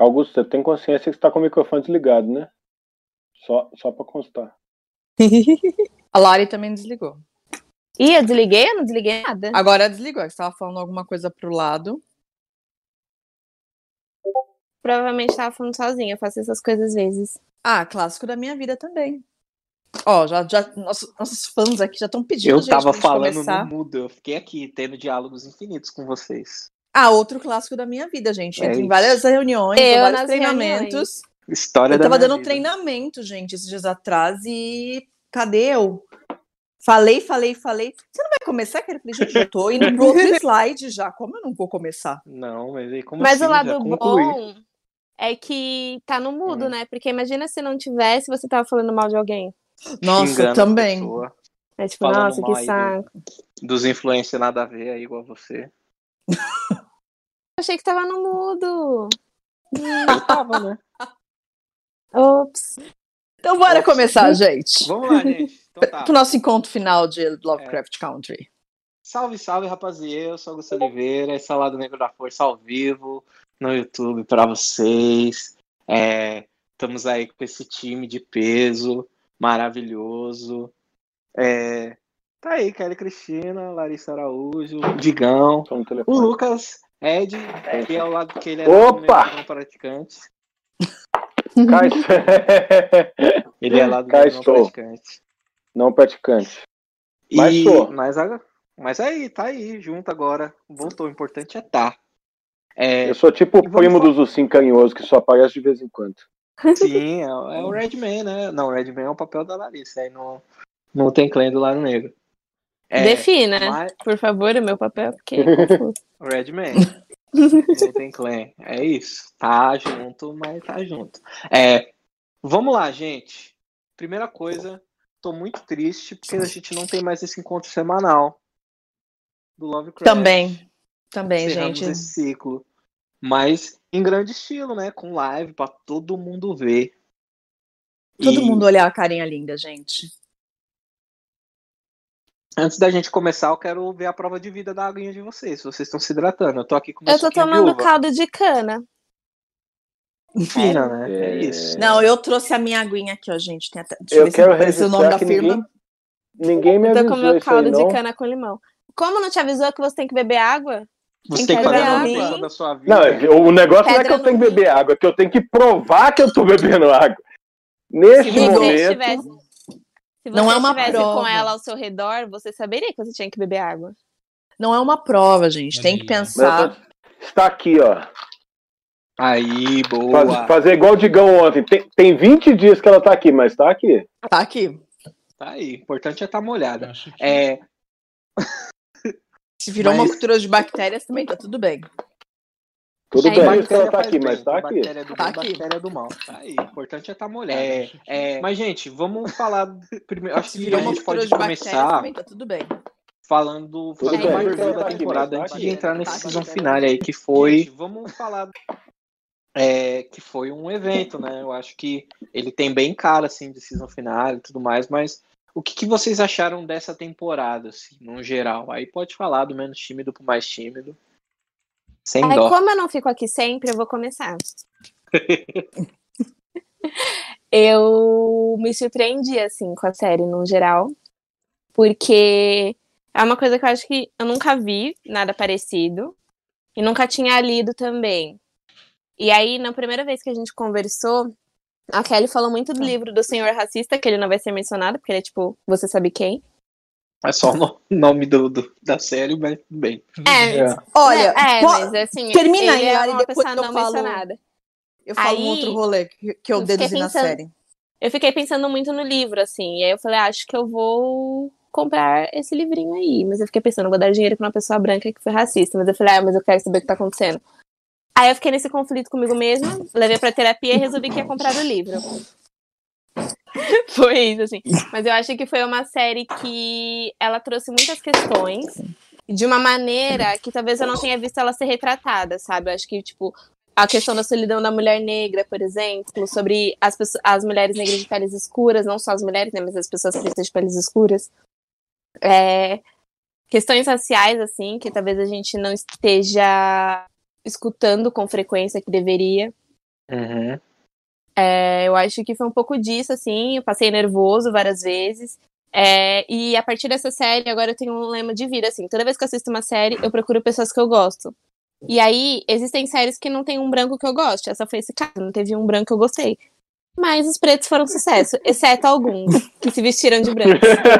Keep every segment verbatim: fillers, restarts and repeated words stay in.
Augusto, você tem consciência que você tá com o microfone desligado, né? Só, só pra constar. A Lari também desligou. Ih, eu desliguei? Eu não desliguei nada. Agora desligou, você tava falando alguma coisa pro lado. Provavelmente tava falando sozinha, eu faço essas coisas às vezes. Ah, clássico da minha vida também. Ó, já, já, nossos, nossos fãs aqui já estão pedindo, Eu gente, tava pra gente falando começar. no mudo, eu fiquei aqui tendo diálogos infinitos com vocês. Ah, outro clássico da minha vida, gente. É Entra em isso. várias reuniões, Eu ou vários nas treinamentos. História Eu da tava minha dando vida. treinamento, gente, esses dias atrás, e cadê eu? Falei, falei, falei. Você não vai começar? Quero falei, gente, eu tô indo pro outro slide já. Como eu não vou começar? Não, mas aí como Mas assim? o lado Já concluí. bom é que tá no mudo, Hum. né? Porque imagina se não tivesse, você tava falando mal de alguém. Nossa, Xingando a também. pessoa, É tipo, falando nossa, mal que aí saco. do, dos influencers nada a ver aí, igual você. Eu achei que tava no mudo. Eu tava, né? Ops. Então bora Ops. começar, gente. Vamos lá, gente. Então tá. Pro nosso encontro final de Lovecraft Country. Salve, salve, rapaziada. Eu sou Augusto Oliveira, esse é o Lado Negro da Força ao vivo no YouTube pra vocês. É, estamos aí com esse time de peso maravilhoso. É, tá aí, Kelly Cristina, Larissa Araújo, Digão, Tô no o telefone. Lucas, Ed, que é o lado que ele é Opa! do não praticante. Cá es- Ele é lado Cá do não estou. praticante. Não praticante. Mas E, sou. mas, a- mas aí, tá aí, junto agora. Voltou, o importante é tá. É, Eu sou tipo E o vamos primo falar- dos ursinhos canhosos que só aparece de vez em quando. sim, é, é o Redman, né? Não, o Redman é o papel da Larissa, aí não, não tem clã do Lado Negro. É, Defina, mas- por favor, o meu papel, porque é confuso. o Redman. Não tem clã. É isso. Tá junto, mas tá junto. É, vamos lá, gente. Primeira coisa, tô muito triste porque a gente não tem mais esse encontro semanal do Lovecraft. Também. Também, Encerramos gente. esse ciclo. Mas em grande estilo, né? Com live pra todo mundo ver. Todo E mundo olhar a carinha linda, gente. antes da gente começar, eu quero ver a prova de vida da aguinha de vocês. Se vocês estão se hidratando. Eu tô aqui com meu Eu tô suquinho de tomando uva. caldo de cana. Fina, né? É, É. isso. Não, eu trouxe a minha aguinha aqui, ó, gente. Tem até... Deixa eu, Eu ver se quero apareceu o nome da registrar que firma. ninguém, ninguém me Eu tô com avisou meu isso aí, caldo de não. cana com limão. Como não te avisou que você tem que beber água? Você Tem tem que fazer pedra a no manutenção rim. da sua vida. Não, o negócio não é Pedra que eu no tenho que rim. beber água, é que eu tenho que provar que eu tô bebendo água. Neste Se você momento, estivesse, se Não você é uma estivesse prova. com ela ao seu redor, você saberia que você tinha que beber água. Não é uma prova, gente. Tem que Olha aí, ó. pensar. está aqui, ó. Aí, boa. Faz- fazer igual o Digão ontem. Tem, tem vinte dias que ela tá aqui, mas tá aqui. Tá aqui. Tá aí. O importante é estar Eu molhada. acho que É, Se virou Mas- uma cultura de bactérias, também tá tudo bem. Tudo Aí, bem bactéria que ela tá faz aqui, bem, mas tá tem aqui. Bactéria do Tá bem, aqui. bactéria do mal. Tá aí. O importante é estar molhada. É, É, é, mas, gente, vamos falar primeiro. Acho Se que virou a uma gente cultura pode de bactérias, começar também tá tudo bem. falando, Tudo fazendo bem. uma Ela review tá da aqui, temporada mas tá antes de aqui. entrar nesse Tá aqui. season finale aí, que foi. Gente, vamos falar. É, que foi um evento, né? Eu acho que ele tem bem cara, assim, de season finale e tudo mais, mas o que, que vocês acharam dessa temporada, assim, no geral? Aí pode falar do menos tímido pro mais tímido. Sem Aí, dó. como eu não fico aqui sempre, eu vou começar. Eu me surpreendi, assim, com a série no geral, porque é uma coisa que eu acho que eu nunca vi nada parecido e nunca tinha lido também. E aí, na primeira vez que a gente conversou, a Kelly falou muito do livro do Senhor Racista, que ele não vai ser mencionado, porque ele é tipo, você sabe quem? É só o no- nome do, do- da série, mas tudo bem. É, É. Olha, é, po- mas assim, termina ele aí, é Lari, uma depois pessoa eu não falo- mencionada. eu falo um Aí, outro rolê que, que eu eu fiquei deduzi na pensando- série. Eu fiquei pensando muito no livro, assim, e aí eu falei, ah, acho que eu vou comprar esse livrinho aí. Mas eu fiquei pensando, vou dar dinheiro pra uma pessoa branca que foi racista. Mas eu falei, ah, mas eu quero saber o que tá acontecendo. Aí eu fiquei nesse conflito comigo mesma, levei pra terapia e resolvi que ia comprar o livro. Foi isso, assim. Mas eu acho que foi uma série que ela trouxe muitas questões de uma maneira que talvez eu não tenha visto ela ser retratada, sabe? Eu acho que, tipo, a questão da solidão da mulher negra, por exemplo, sobre as, pessoas, as mulheres negras de peles escuras, não só as mulheres, né, mas as pessoas pretas de peles escuras. É, questões raciais, assim, que talvez a gente não esteja escutando com frequência que deveria. Uhum. É, eu acho que foi um pouco disso, assim, eu passei nervoso várias vezes. É, e a partir dessa série, agora eu tenho um lema de vida, assim, toda vez que eu assisto uma série, eu procuro pessoas que eu gosto. E aí, existem séries que não tem um branco que eu goste, essa foi esse caso, não teve um branco que eu gostei. Mas os pretos foram sucesso, exceto alguns que se vestiram de branco.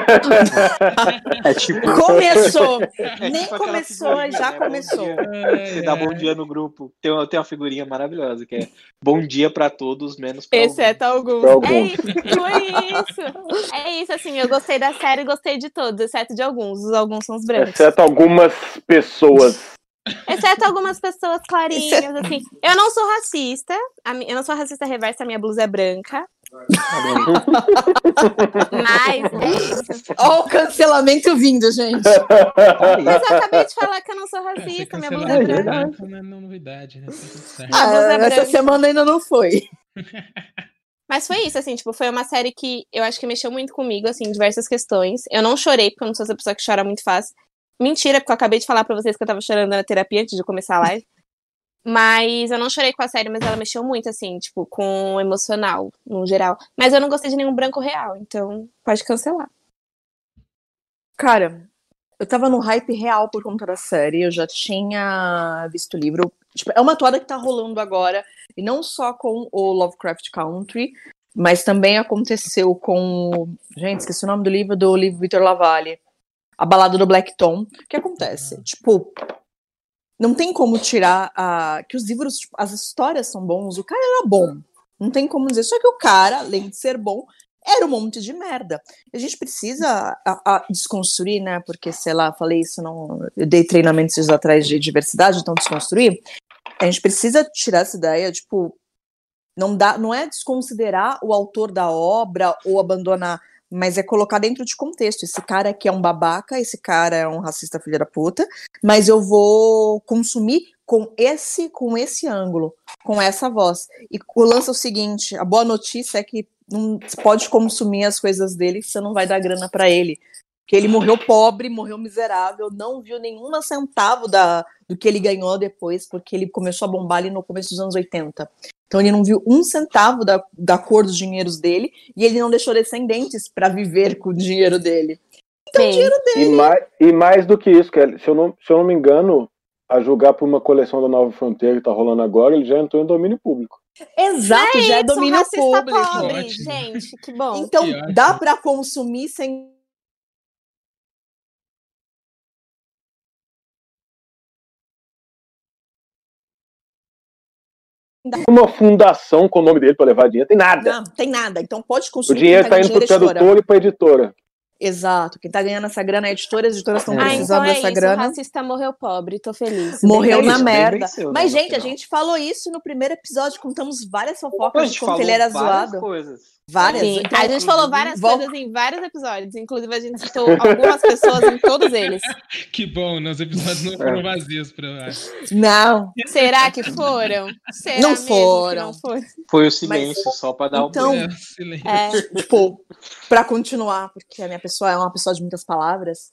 É tipo, Começou! é Nem tipo aquela começou, figurinha, já né? começou. Bom dia. Você dá bom dia no grupo. Tem uma, tem uma figurinha maravilhosa que é bom dia pra todos, menos pra alguns. Exceto alguns. Pra alguns. É isso, foi isso. É isso, assim, eu gostei da série e gostei de todos, exceto de alguns. Os alguns são os brancos. Exceto algumas pessoas. Exceto algumas pessoas clarinhas, assim. Eu não sou racista. a mi- Eu não sou racista reversa, a minha blusa é branca. Mas é isso. Ó, o cancelamento vindo, gente. Mas eu acabei de falar que eu não sou É, ser racista, minha blusa cancelado é por branca. branco não é novidade, né? Tá tudo certo. Minha blusa é Ah, essa branca. semana ainda não foi. Mas foi isso, assim, tipo, foi uma série que eu acho que mexeu muito comigo, assim, em diversas questões. Eu não chorei, porque eu não sou essa pessoa que chora muito fácil. Mentira, porque eu acabei de falar pra vocês que eu tava chorando na terapia antes de começar a live. Mas eu não chorei com a série, mas ela mexeu muito, assim, tipo, com o emocional, no geral. Mas eu não gostei de nenhum branco real, então pode cancelar. Cara, eu tava no hype real por conta da série, eu já tinha visto o livro. Tipo, é uma toada que tá rolando agora, e não só com o Lovecraft Country, mas também aconteceu com... Gente, esqueci o nome do livro, do livro Victor Lavalle. A Balada do Black Tom. O que acontece? Tipo, não tem como tirar a... que os livros, tipo, as histórias são bons, o cara era bom. Não tem como dizer. Só que o cara, além de ser bom, era um monte de merda. A gente precisa a, a desconstruir, né? Porque, sei lá, falei isso, não, eu dei treinamentos dias atrás de diversidade, então desconstruir. A gente precisa tirar essa ideia, tipo, não, dá, não é desconsiderar o autor da obra ou abandonar, mas é colocar dentro de contexto. Esse cara aqui é um babaca, esse cara é um racista filho da puta, mas eu vou consumir com esse, com esse ângulo, com essa voz. E o lance é o seguinte, a boa notícia é que não você pode consumir as coisas dele, você não vai dar grana pra ele. Porque ele morreu pobre, morreu miserável, não viu nenhum centavo da, do que ele ganhou depois, porque ele começou a bombar ali no começo dos anos oitenta. Então ele não viu um centavo da, da cor dos dinheiros dele, e ele não deixou descendentes para viver com o dinheiro dele. Então o dinheiro dele... E mais, e mais do que isso, Kelly, se eu, não, se eu não me engano, a julgar por uma coleção da Nova Fronteira que tá rolando agora, ele já entrou em domínio público. Exato, já é domínio racista público. pobre, Ótimo. gente, que bom. Então Que ótimo. dá para consumir sem... Uma fundação com o nome dele para levar dinheiro, tem nada. Não, tem nada. Então pode O consumir. dinheiro quem tá está indo ganhando para o dinheiro é editora. tradutor e para a editora. Exato. Quem tá ganhando essa grana é a editora, as editoras estão É. Ah, precisando então é dessa isso, grana. o racista morreu pobre, tô feliz. Morreu Bem na isso, bem merda. venceu, né, Mas, no gente, a final. gente falou isso no primeiro episódio, contamos várias Pô, fofocas a de gente quanto falou ele era várias zoado. coisas. Várias. Sim, Então, a gente falou várias vol- coisas em vários episódios, inclusive a gente citou algumas pessoas em todos eles. Que bom, né? Os episódios não foram vazios pra eu acho. Não. Será que foram? Será Não mesmo foram. que não foram? Foi o silêncio, só para dar então- um É, silêncio. É, Tipo, pra continuar, porque a minha pessoa é uma pessoa de muitas palavras,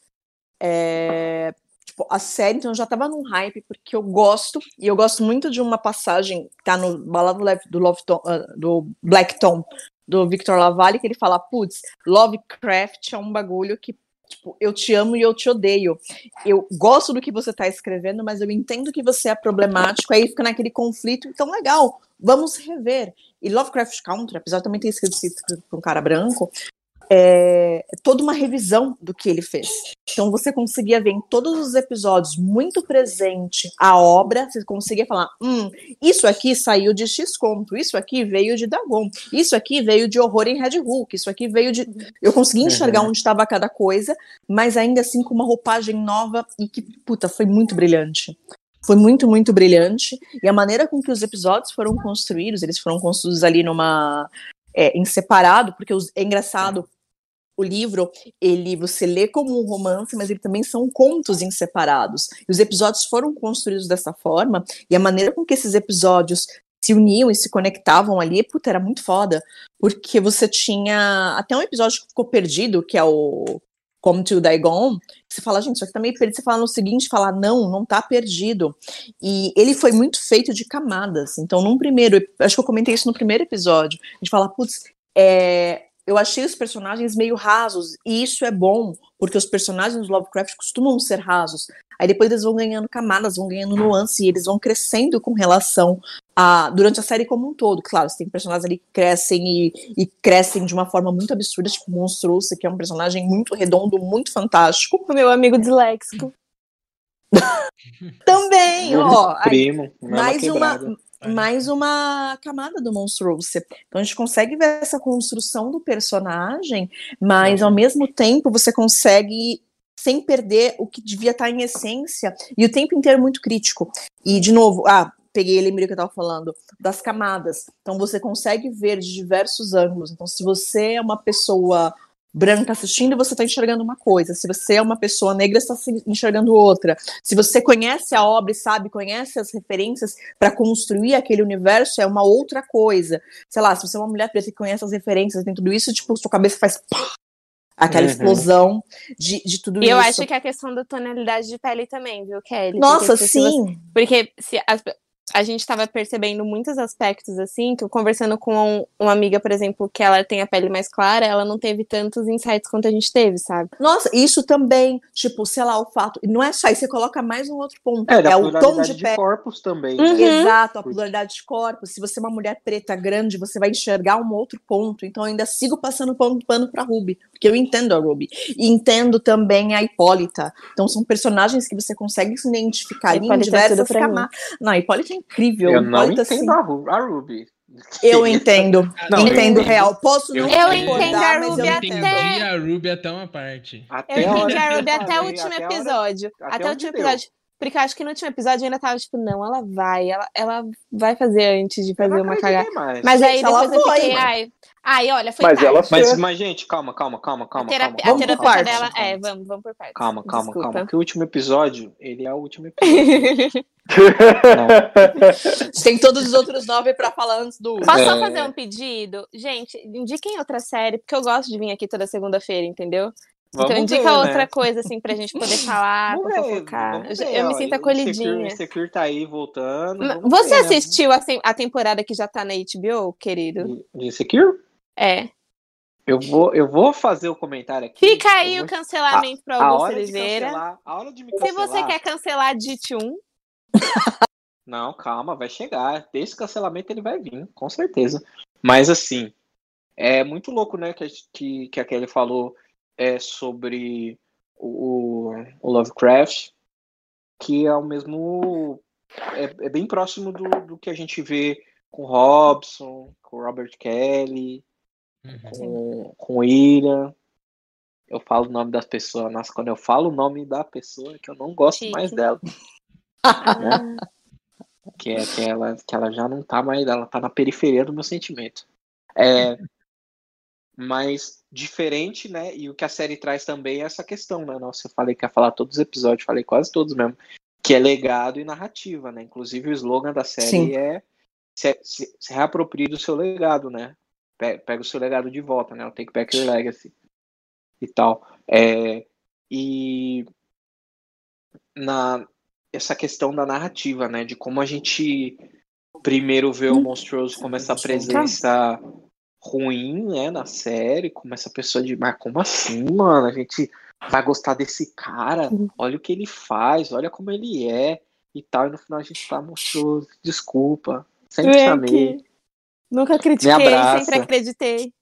é, tipo, a série, então, eu já tava num hype, porque eu gosto, e eu gosto muito de uma passagem que tá no Balada do, Lev- do, Love Tom, ah, do Black Tom, do Victor Lavalle, que ele fala, putz, Lovecraft é um bagulho que, tipo, eu te amo e eu te odeio. Eu gosto do que você tá escrevendo, mas eu entendo que você é problemático, aí fica naquele conflito, então legal, vamos rever. E Lovecraft Country, apesar de também ter escrito escrito por um cara branco, é toda uma revisão do que ele fez. Então você conseguia ver em todos os episódios muito presente a obra, você conseguia falar, hum, isso aqui saiu de X conto, isso aqui veio de Dagon, isso aqui veio de Horror em Red Hook, isso aqui veio de... Eu conseguia enxergar Uhum. onde estava cada coisa, mas ainda assim com uma roupagem nova e que, puta, foi muito brilhante. Foi muito, muito brilhante. E a maneira com que os episódios foram construídos, eles foram construídos ali numa... É, em separado, porque os, é engraçado, o livro, ele você lê como um romance, mas ele também são contos em separados. E os episódios foram construídos dessa forma, e a maneira com que esses episódios se uniam e se conectavam ali, puta, era muito foda. Porque você tinha até um episódio que ficou perdido, que é o Come to Daigon, você fala, gente, isso aqui tá meio perdido. Você fala no seguinte, fala, não, não tá perdido. E ele foi muito feito de camadas. Então, num primeiro, acho que eu comentei isso no primeiro episódio, a gente fala, putz, é, eu achei os personagens meio rasos, e isso é bom, porque os personagens do Lovecraft costumam ser rasos. Aí depois eles vão ganhando camadas, vão ganhando nuance, e eles vão crescendo com relação a, durante a série como um todo. Claro, você tem personagens ali que crescem e, e crescem de uma forma muito absurda, tipo Monstrous, que é um personagem muito redondo, muito fantástico. O meu amigo disléxico. Também, ó. Primo, mais uma, mais uma camada do Monstrous. Então a gente consegue ver essa construção do personagem, mas uhum. ao mesmo tempo você consegue, sem perder o que devia estar em essência, e o tempo inteiro muito crítico. E, de novo, ah, peguei e lembrei o que eu estava falando, das camadas. Então você consegue ver de diversos ângulos. Então, se você é uma pessoa branca assistindo, você está enxergando uma coisa. Se você é uma pessoa negra, você está enxergando outra. Se você conhece a obra e sabe, conhece as referências para construir aquele universo, é uma outra coisa. Sei lá, se você é uma mulher preta que conhece as referências, tem tudo isso, tipo, sua cabeça faz pá, aquela Uhum. explosão de, de tudo E isso. eu acho que é a questão da tonalidade de pele também, viu, Kelly? Nossa, porque se sim! Você, porque se as, a gente tava percebendo muitos aspectos, assim, que eu conversando com um, uma amiga, por exemplo, que ela tem a pele mais clara, ela não teve tantos insights quanto a gente teve, sabe? Nossa, isso também, tipo, sei lá, o fato... Não é só isso, você coloca mais um outro ponto. É, da é o tom pluralidade de de pele. corpos também, Uhum. né? Exato, a pluralidade de corpos. Se você é uma mulher preta grande, você vai enxergar um outro ponto. Então, eu ainda sigo passando pano, pano pra Ruby, porque eu entendo a Ruby. E entendo também a Hipólita. Então, são personagens que você consegue se identificar ali em Hipólita é tudo diversas pra mim. camadas. Não, a Hipólita é incrível. Eu não Hipólita, entendo assim, a, Ru- a Ruby. eu entendo. Não, entendo eu- real. Posso não Eu concordar, entendo a mas Ruby eu Eu até- entendo. entendi a Ruby até uma parte. Até Eu a hora entendi que a eu Ruby até o falei, último até a hora- episódio. até Até o onde último deu. episódio. Porque eu acho que no último episódio eu ainda tava tipo, não, ela vai, ela, ela vai fazer antes de Eu não fazer uma cagada. acreditei mais. Mas aí Gente, ela depois eu foi. fiquei, ai, ai, olha, foi Mas tarde. ela Mas, fez. mas, gente, calma, calma, calma, calma, a terapia, calma, Vamos a por terapeuta partes. dela, calma, é, vamos, vamos por partes. calma, calma, Desculpa. calma, que o último episódio, ele é o último episódio. Tem todos os outros nove pra falar antes do Posso só É. fazer um pedido? Gente, indiquem outra série, porque eu gosto de vir aqui toda segunda-feira, entendeu? Vamos Então indica ver, outra né? coisa, assim, pra gente poder falar, Vamos pra ver, fofocar. vamos Eu, já- ver, eu me ó, sinto o acolhidinha. Insecure, Insecure tá aí voltando. Mas vamos Você ver, né? assistiu a, tem- a temporada que já tá na H B O, querido? De, de Insecure? É. Eu vou, eu vou fazer o comentário aqui. Fica aí eu o vou- cancelamento pro a Augusto hora de Oliveira. cancelar, a hora de me Se cancelar. você quer cancelar D T um, Não, calma, vai chegar. Esse cancelamento ele vai vir, com certeza. Mas assim, é muito louco, né, que, a- que, que a Kelly falou é, sobre o, o Lovecraft, que é o mesmo. É, é bem próximo do, do que a gente vê com Robson, com Robert Kelly, Uhum. com, com William. Eu falo o nome das pessoas, nossa, quando eu falo o nome da pessoa, é que eu não gosto Chique. mais dela. ah, Que é que ela, que ela já não tá mais, ela tá na periferia do meu sentimento. É, mas diferente, né? E o que a série traz também é essa questão, né? Nossa, eu falei que ia falar todos os episódios, falei quase todos mesmo, que é legado e narrativa, né? Inclusive o slogan da série Sim. é se, se, se reaproprie do seu legado, né? Pe- Pega o seu legado de volta, né? O Take Back Your Legacy e tal. É, e na essa questão da narrativa, né? De como a gente primeiro vê o Monstruoso como essa presença ruim, né? Na série, como essa pessoa de, mas como assim, mano? A gente vai gostar desse cara? Olha o que ele faz, olha como ele é e tal. E no final a gente tá Monstruoso, desculpa, sempre te vem amei. aqui. Nunca Me critiquei, abraça. sempre acreditei.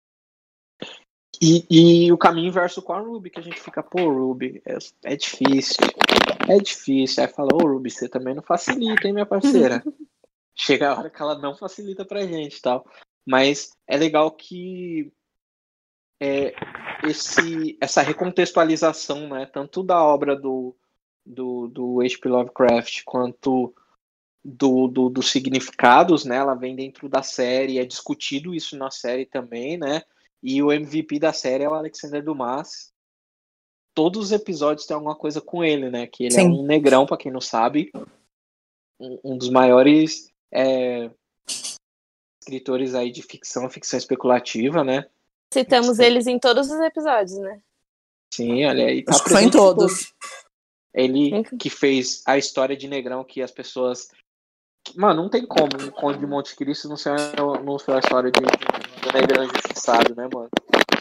E, e o caminho inverso com a Ruby, que a gente fica, pô, Ruby, é, é difícil. É difícil. Aí fala, ô Ruby, você também não facilita, hein, minha parceira? Chega a hora que ela não facilita pra gente e tal. Mas é legal que é, esse, essa recontextualização, né, tanto da obra do, do, do H P Lovecraft quanto do, do, dos significados, né, ela vem dentro da série, é discutido isso na série também, né? E o M V P da série é o Alexander Dumas. Todos os episódios tem alguma coisa com ele, né? Que ele Sim. é um negrão, pra quem não sabe. Um, um dos maiores é, escritores aí de ficção, ficção especulativa, né? Citamos Sim. eles em todos os episódios, né? Sim, olha aí. Tá Acho que foi em presente todos. Ele que fez a história de Negrão, que as pessoas... Mano, não tem como o Conde de Monte Cristo não ser, não ser a história de, de, do Negrão injustiçado, né, mano?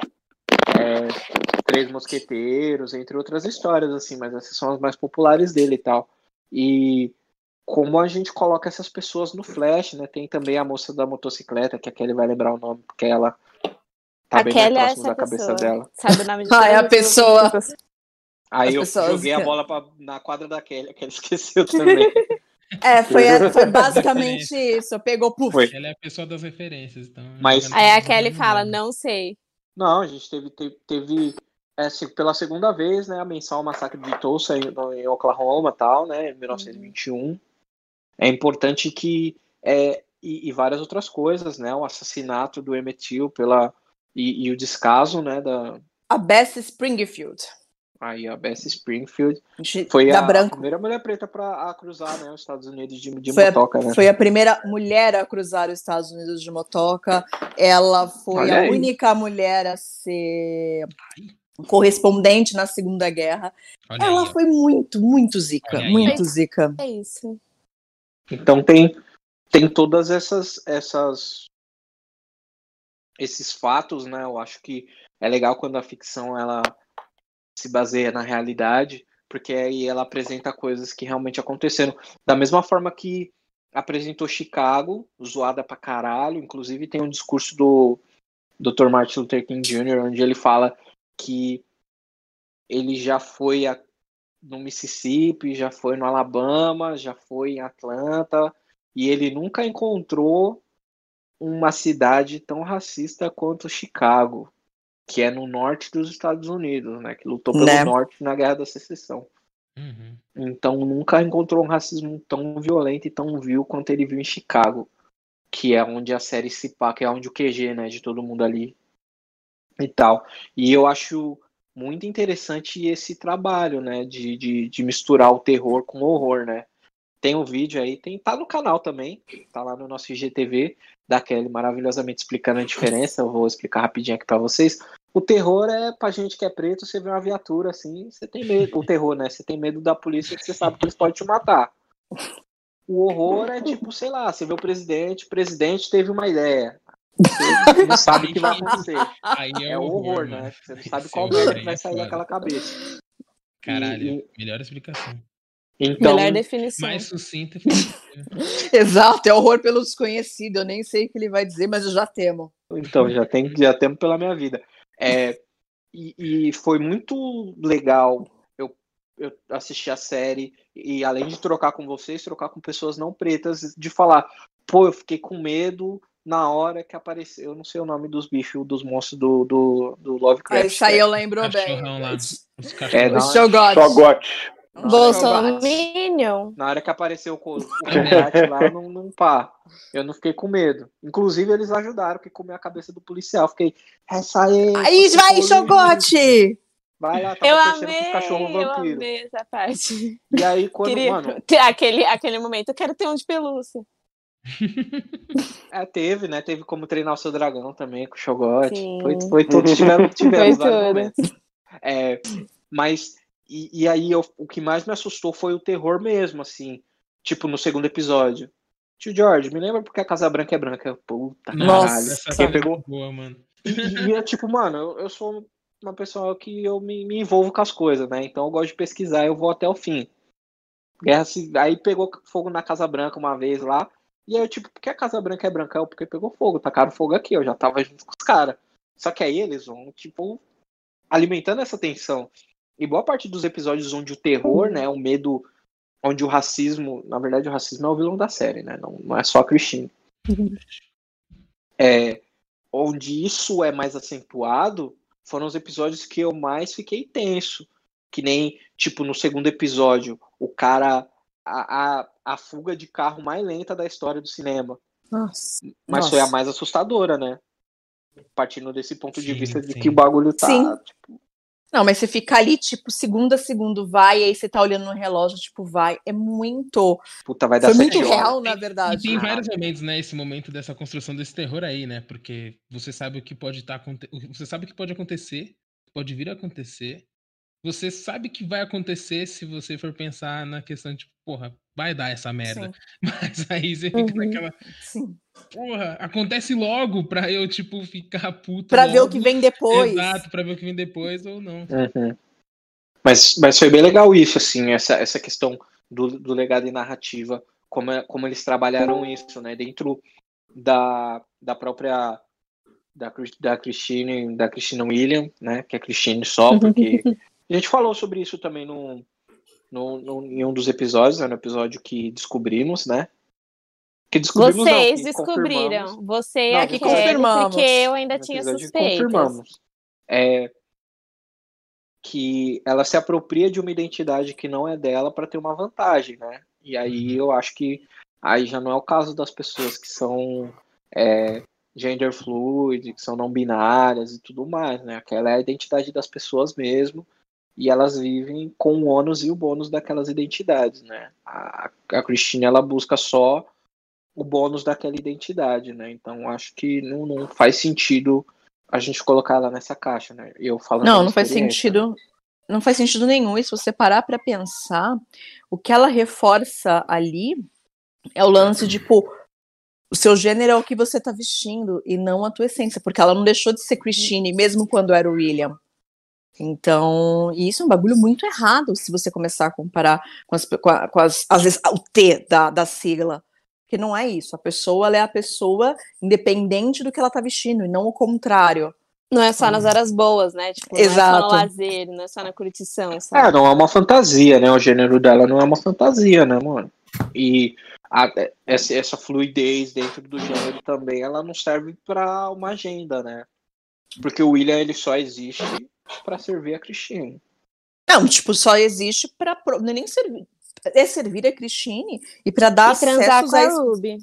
É, Três Mosqueteiros, entre outras histórias, assim, mas essas são as mais populares dele e tal. E como a gente coloca essas pessoas no Flash, né? Tem também a moça da motocicleta, que a Kelly vai lembrar o nome, porque ela tá bem mais Aquela é próximo essa da cabeça pessoa. dela. Sabe o nome de Ah, é a todas as pessoa. pessoas. Aí As eu pessoas joguei a que- bola pra, na quadra da Kelly, a Kelly esqueceu também. É, foi, foi basicamente isso. Pegou por. Foi. Ela é a pessoa das referências, então. Mas- joga na- Aí a joga Kelly no fala, nome. não sei. Não, a gente teve, teve, teve é, assim, pela segunda vez, né, a menção ao massacre de Tulsa em, no- em Oklahoma e tal, né, em mil novecentos e vinte e um. É importante que, é, e, e várias outras coisas, né, o assassinato do Emmett Till pela, e, e o descaso, né, da, A Bess Springfield. aí a Bessie Springfield, de- foi da a, a Branco. primeira mulher preta para cruzar, né, os Estados Unidos de, de Foi motoca, a, né. foi a primeira mulher a cruzar os Estados Unidos de motoca. Ela foi Olha a aí. única mulher a ser correspondente na Segunda Guerra. Olha Ela aí, ó. foi muito, muito zica. Olha aí, muito ó. zica. É isso. Então tem, tem todas essas, essas esses fatos, né? Eu acho que é legal quando a ficção ela se baseia na realidade, porque aí ela apresenta coisas que realmente aconteceram. Da mesma forma que apresentou Chicago, zoada pra caralho, inclusive tem um discurso do doutor Martin Luther King Júnior, onde ele fala que ele já foi a, no Mississippi, já foi no Alabama, já foi em Atlanta, e ele nunca encontrou uma cidade tão racista quanto Chicago, que é no norte dos Estados Unidos, né? Que lutou pelo Né? norte na Guerra da Secessão. Uhum. Então nunca encontrou um racismo tão violento e tão vil quanto ele viu em Chicago, que é onde a série se pá, que é onde o Q G, né, de todo mundo ali e tal. E eu acho muito interessante esse trabalho, né, de, de, de misturar o terror com o horror, né. Tem um vídeo aí, tem, tá no canal também, tá lá no nosso I G T V, da Kelly maravilhosamente explicando a diferença. Eu vou explicar rapidinho aqui pra vocês. O terror é pra gente que é preto, você vê uma viatura assim, você tem medo. O terror, né? Você tem medo da polícia, que você sabe que eles podem te matar. O horror é tipo, sei lá, você vê o presidente, o presidente teve uma ideia. Você não sabe o que vai acontecer. Aí é, É o horror, mano. né? Você não sabe Esse qual horror merda aí que vai é sair foda. daquela cabeça. Caralho, E- e- melhor explicação. Então, Melhor definição. Mais sucinta foi. Exato, é horror pelo desconhecido. Eu nem sei o que ele vai dizer, mas eu já temo. então já tem já temos pela minha vida. É, e, e foi muito legal eu, eu assistir a série e, além de trocar com vocês, trocar com pessoas não pretas, de falar, pô, eu fiquei com medo na hora que apareceu, eu não sei o nome dos bichos, dos monstros do, do, do Lovecraft. É, isso aí eu lembro bem. Cachorrão lá. Os É, cachorrão. não, O Shogot. Shogot. Na hora, Bolsominion. na hora que apareceu o, co- o combate lá, não, não pá. Eu não fiquei com medo. Inclusive, eles ajudaram, que comeu a cabeça do policial. Fiquei, essa aí. Aí você vai, foi Shogot! Vai lá, tava Eu torcendo amei, pros cachorros eu vampiro. amei essa parte. E aí, quando, Queria mano, ter aquele, aquele momento, eu quero ter um de pelúcia. é, teve, né? Teve como treinar o seu dragão também com o Shogot. Sim. Foi, foi todos tiveram, tivemos Foi vários tudo. momentos. É, mas, e, e aí eu, o que mais me assustou foi o terror mesmo, assim. Tipo, no segundo episódio. Tio George, me lembra porque a Casa Branca é branca. Puta Nossa. caralho. Essa Quem cena é pegou? muito boa, mano. E, e é tipo, mano, eu, eu sou uma pessoa que eu me, me envolvo com as coisas, né? Então eu gosto de pesquisar, eu vou até o fim. Guerra Civil, aí pegou fogo na Casa Branca uma vez lá. E aí eu, tipo, por que a Casa Branca é branca? Eu, porque pegou fogo, tacaram fogo aqui, eu já tava junto com os caras. Só que aí eles vão, tipo, alimentando essa tensão. E boa parte dos episódios onde o terror, né, o medo, onde o racismo, na verdade o racismo é o vilão da série, né? Não, não é só a Christine. É, onde isso é mais acentuado, foram os episódios que eu mais fiquei tenso. Que nem, tipo, no segundo episódio, o cara. A, a, a fuga de carro mais lenta da história do cinema. Nossa. Mas Nossa. foi a mais assustadora, né? Partindo desse ponto de Sim, vista de sim. que o bagulho tá. Sim. Tipo, Não, mas você fica ali, tipo, segundo a segundo vai, e aí você tá olhando no relógio, tipo, vai. É muito. puta, vai dar Foi sete muito horas. real, na E verdade. tem Caralho. vários momentos, né? Esse momento dessa construção desse terror aí, né? Porque você sabe o que pode estar Você sabe o que pode acontecer, pode vir a acontecer, você sabe que vai acontecer se você for pensar na questão de, tipo, porra, vai dar essa merda. Sim. Mas aí você fica Uhum. naquela, Sim. porra, acontece logo pra eu, tipo, ficar puto Pra logo. ver o que vem depois. Exato, pra ver o que vem depois ou não. Uhum. Mas, mas foi bem legal isso, assim, essa, essa questão do, do legado e narrativa, como, é- como eles trabalharam isso, né, dentro da, da própria da, Cris- da Christine, da Christina Williams, né, que é Christine só, porque a gente falou sobre isso também no, no, no- em um dos episódios, né, no episódio que descobrimos, né, que descobrimos não, Vocês que confirmamos. descobriram. Você Não, é que a Kelly, confirmamos. porque eu ainda No tinha episódio que suspeitas. confirmamos. É, que ela se apropria de uma identidade que não é dela para ter uma vantagem, né? E aí eu acho que aí já não é o caso das pessoas que são é, gender fluid, que são não binárias e tudo mais, né? Aquela é a identidade das pessoas mesmo, e elas vivem com o ônus e o bônus daquelas identidades, né? A, a Christine, ela busca só o bônus daquela identidade, né? Então acho que não, não faz sentido a gente colocar ela nessa caixa, né? Eu falando Não, da não faz experiência, né? sentido. Não faz sentido nenhum. E se você parar pra pensar, o que ela reforça ali é o lance de, pô, o seu gênero é o que você tá vestindo e não a tua essência, porque ela não deixou de ser Christine, mesmo quando era o William. Então, e isso é um bagulho muito errado se você começar a comparar com as, com a- com as às vezes, o T da, da sigla. Porque não é isso. A pessoa, ela é a pessoa independente do que ela tá vestindo, e não o contrário. Não é só nas horas boas, né? Tipo, não Exato. é só no lazer, não é só na curtição, sabe? É, não é uma fantasia, né? O gênero dela não é uma fantasia, né, mano? E a- essa, essa fluidez dentro do gênero também, ela não serve pra uma agenda, né? Porque o William, ele só existe pra servir a Christine. Não, tipo, só existe pra. pro- não é nem servir. É servir a Christine e pra dar E transar acessos com a a. Ruby.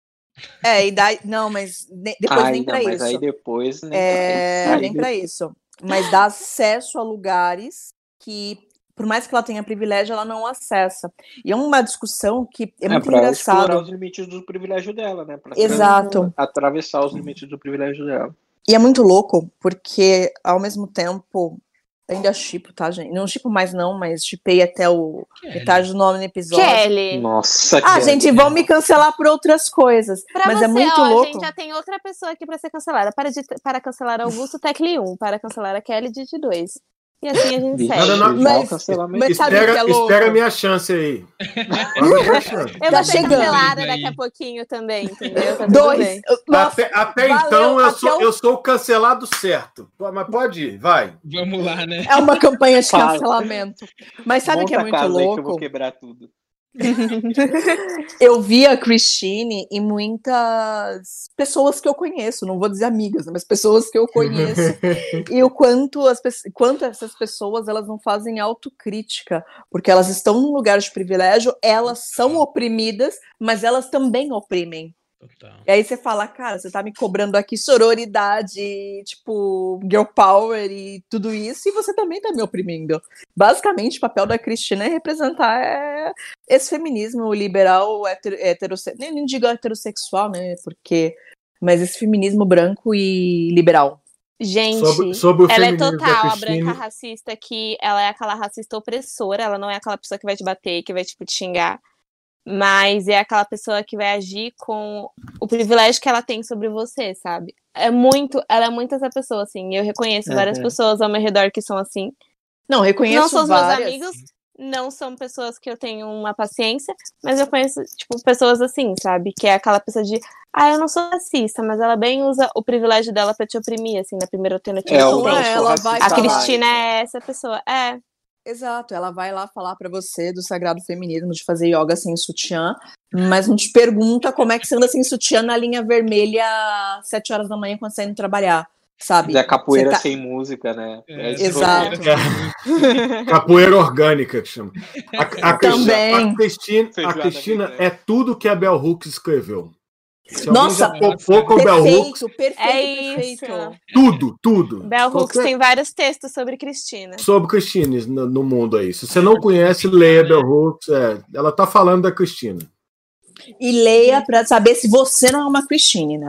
É, e dar. Não, mas ne- depois nem Ainda, pra mas isso. aí depois nem É, pra isso. nem Aí pra isso. Mas dá acesso a lugares que, por mais que ela tenha privilégio, ela não acessa. E é uma discussão que é é muito pra explorar engraçado. os limites do privilégio dela, né? Pra Exato. atravessar os limites do privilégio dela. E é muito louco, porque ao mesmo tempo. Ainda chipo, tá, gente? Não chipo mais, não, mas chipei até o Kelly. metade do nome no episódio. Kelly. Nossa, Ah, Kelly. gente, vão me cancelar por outras coisas. Pra mas você, é muito ó, louco. a gente já tem outra pessoa aqui pra ser cancelada. Para, de, para cancelar Augusto, tecle um. Para cancelar a Kelly, digite dois. E assim a gente Vixe, segue. Não, não, não. já Mas- o cancelamento. mas sabe o que Espera, é louco? espera a minha chance aí. Olha a minha chance. Eu Tá vou ser chegando. cancelada Aí. daqui a pouquinho também, entendeu? Tá tudo Dois. bem. Nossa, Até, até valeu, então eu até sou, o- eu sou o cancelado certo. Mas pode ir, vai. Vamos lá, né? é uma campanha de Fala. cancelamento. Mas sabe o que é Monta a muito casa aí que eu vou louco? quebrar tudo. Eu vi a Christine em muitas pessoas que eu conheço, não vou dizer amigas, mas pessoas que eu conheço, e o quanto, as, pe- quanto essas pessoas elas não fazem autocrítica, porque elas estão num lugar de privilégio, elas são oprimidas, mas elas também oprimem. Total. E aí você fala, cara, você tá me cobrando aqui sororidade, tipo, girl power e tudo isso, e você também tá me oprimindo. Basicamente, o papel da Cristina é representar é, esse feminismo liberal, hetero, heterosse- nem, nem digo heterossexual, né, porque... Mas esse feminismo branco e liberal. Gente, Sobre- sobre o ela é feminismo da total a Christine. branca racista que ela é aquela racista opressora, ela não é aquela pessoa que vai te bater, que vai tipo, te xingar, mas é aquela pessoa que vai agir com o privilégio que ela tem sobre você, sabe? É muito, ela é muito essa pessoa, assim, eu reconheço várias Uhum. pessoas ao meu redor que são assim. Não, reconheço Não são os várias. meus amigos, não são pessoas que eu tenho uma paciência, mas eu conheço, tipo, pessoas assim, sabe? Que é aquela pessoa de, ah, eu não sou racista, mas ela bem usa o privilégio dela pra te oprimir, assim, na primeira alternativa. É, que o tem. Não, não sou ela racista vai A falar- Cristina mais, é essa pessoa. É. Exato, ela vai lá falar pra você do sagrado feminismo, de fazer yoga sem sutiã, mas não te pergunta como é que você anda sem sutiã na linha vermelha às sete horas da manhã quando você tá indo trabalhar, sabe? Da capoeira Você tá- sem música, né? É, esse Exato. roteiro. Capoeira orgânica que chama. A, a, Também. a Cristina, a Feijoada Cristina vegana. é tudo que a Bell Hooks escreveu. Se Nossa, alguém já popou com Bell Hooks, Perfeito, perfeito, É perfeito. isso. tudo, tudo. Bell Hooks Qualquer- tem vários textos sobre Cristina. sobre Christine no, no mundo aí. Se você não conhece, leia Bell Hooks. É, ela tá falando da Cristina. E leia pra saber se você não é uma Christine, né?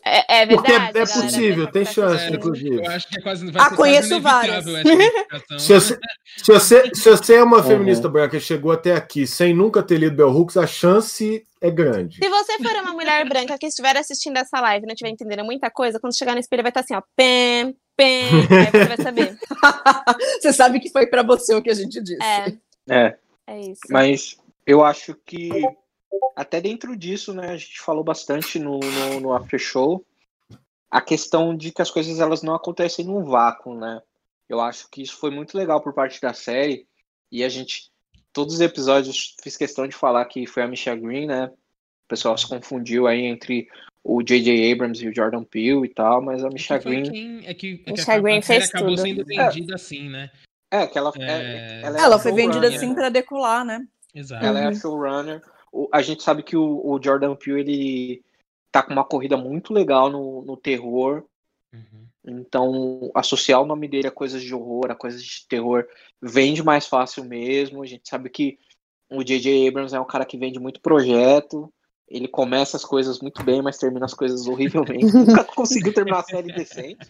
É, é Porque verdade. é a galera possível, pensa tem que tá chance, assistindo. inclusive. Eu acho que é quase, vai Ah, ser conheço quase inevitável várias. essa identificação. Se você, se, você, se você é uma Uhum. feminista branca e chegou até aqui sem nunca ter lido Bell Hooks, a chance é grande. Se você for uma mulher branca que estiver assistindo essa live e não estiver entendendo muita coisa, quando chegar no espelho vai estar assim, ó, pem, pem, aí você vai saber. Você sabe que foi pra você o que a gente disse. É, É, é isso. mas eu acho que até dentro disso, né, a gente falou bastante no, no, no After Show, a questão de que as coisas elas não acontecem num vácuo, né? Eu acho que isso foi muito legal por parte da série, e a gente, todos os episódios, fiz questão de falar que foi a Misha Green, né? O pessoal se confundiu aí entre o J J Abrams e o Jordan Peele e tal, mas a É Misha que foi Green... quem. É que, é que Misha acaba- Green a série fez acabou tudo. sendo vendida assim, né? É, que ela É, é, ela é Ela a foi vendida showrunner, assim né? pra decolar, né? Exato. Ela é a Uhum. showrunner. O- a gente sabe que o, o Jordan Peele, ele tá com uma corrida muito legal no, no terror. Uhum. Então, associar o nome dele a coisas de horror, a coisas de terror, vende mais fácil mesmo. A gente sabe que o J J Abrams é um cara que vende muito projeto. Ele começa as coisas muito bem, mas termina as coisas horrivelmente. Nunca conseguiu terminar a série decente.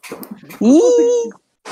Ih,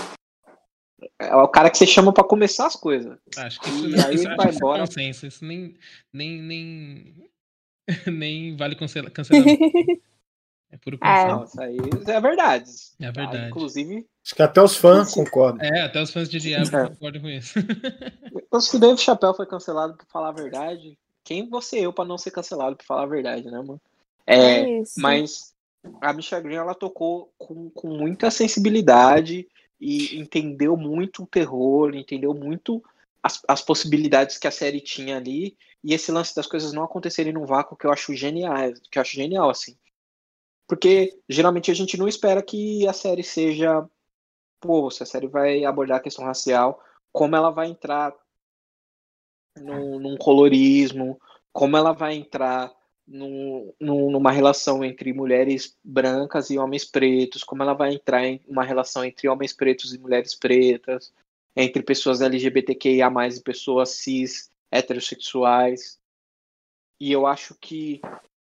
É o cara que você chama pra começar as coisas. Acho que isso, E não, aí isso, ele acho vai que isso é embora. consenso. Isso nem, nem, nem, nem vale cancela- cancelamento. É puro É. Não, consenso. isso aí é verdade. É Tá? verdade. Inclusive, Acho que até os fãs concordam. É, até os fãs de Diablo É. concordam com isso. se o Dave Chappelle foi cancelado por falar a verdade, quem você eu pra não ser cancelado por falar a verdade, né, mano? É, É isso. mas a Misha Green, ela tocou com, com muita sensibilidade e entendeu muito o terror, entendeu muito as, as possibilidades que a série tinha ali, e esse lance das coisas não acontecerem num vácuo que eu acho genial, que eu acho genial, assim. Porque geralmente a gente não espera que a série seja, pô, se a série vai abordar a questão racial, como ela vai entrar num, num colorismo, como ela vai entrar num, num, numa relação entre mulheres brancas e homens pretos, como ela vai entrar em uma relação entre homens pretos e mulheres pretas, entre pessoas L G B T Q I A mais, e pessoas cis, heterossexuais. E eu acho que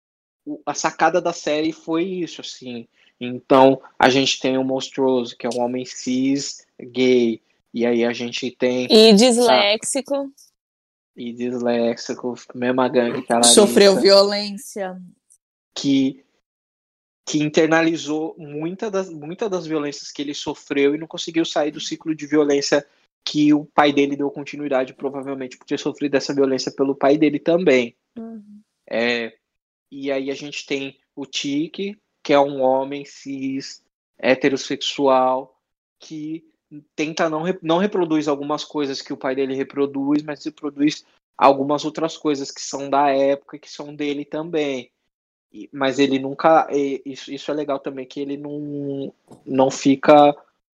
a sacada da série foi isso, assim. Então, a gente tem o Monstruoso, que é um homem cis, gay, e aí a gente tem... E disléxico. E disléxico, mesma gangue que a Larissa, sofreu violência. que, que internalizou muita das, muita das violências que ele sofreu e não conseguiu sair do ciclo de violência que o pai dele deu continuidade, provavelmente por ter sofrido essa violência pelo pai dele também. Uhum. É, e aí a gente tem o Tiki, que é um homem cis, heterossexual, que tenta não, não reproduz algumas coisas que o pai dele reproduz, mas reproduz algumas outras coisas que são da época e que são dele também. E, mas ele nunca... Isso, isso é legal também, que ele não, não fica...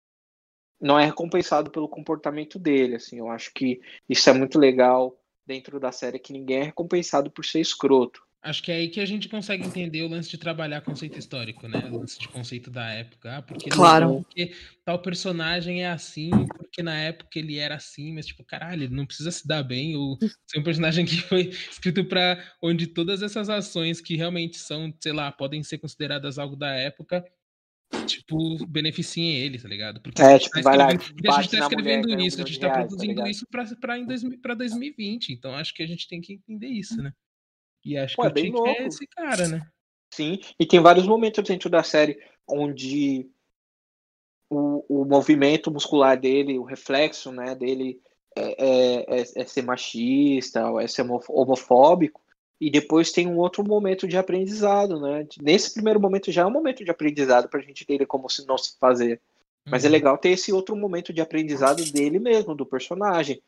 Não é recompensado pelo comportamento dele, assim. Eu acho que isso é muito legal dentro da série, que ninguém é recompensado por ser escroto. Acho que é aí que a gente consegue entender o lance de trabalhar conceito histórico, né? O lance de conceito da época. Ah, porque, Claro. não, porque tal personagem é assim, porque na época ele era assim, mas tipo, caralho, ele não precisa se dar bem, ou ser um personagem que foi escrito pra onde todas essas ações que realmente são, sei lá, podem ser consideradas algo da época, tipo, beneficiem ele, tá ligado? Porque É, a gente tipo, tá vai lá, escrevendo, porque a gente bate tá na mulher, escrevendo ganha um isso, a milhão gente de tá reais, tá produzindo ligado? isso pra, pra, em dois mil, pra dois mil e vinte. Então acho que a gente tem que entender isso, né? E acho Pô, que é o bem Tiki é louco. esse cara, né? Sim, e tem vários momentos dentro da série onde o, o movimento muscular dele, o reflexo, né, dele é, é, é, é ser machista, é ser homofóbico, e depois tem um outro momento de aprendizado, né? Nesse primeiro momento já é um momento de aprendizado pra gente entender como se não se fazer. Mas é Uhum. legal ter esse outro momento de aprendizado dele mesmo, do personagem.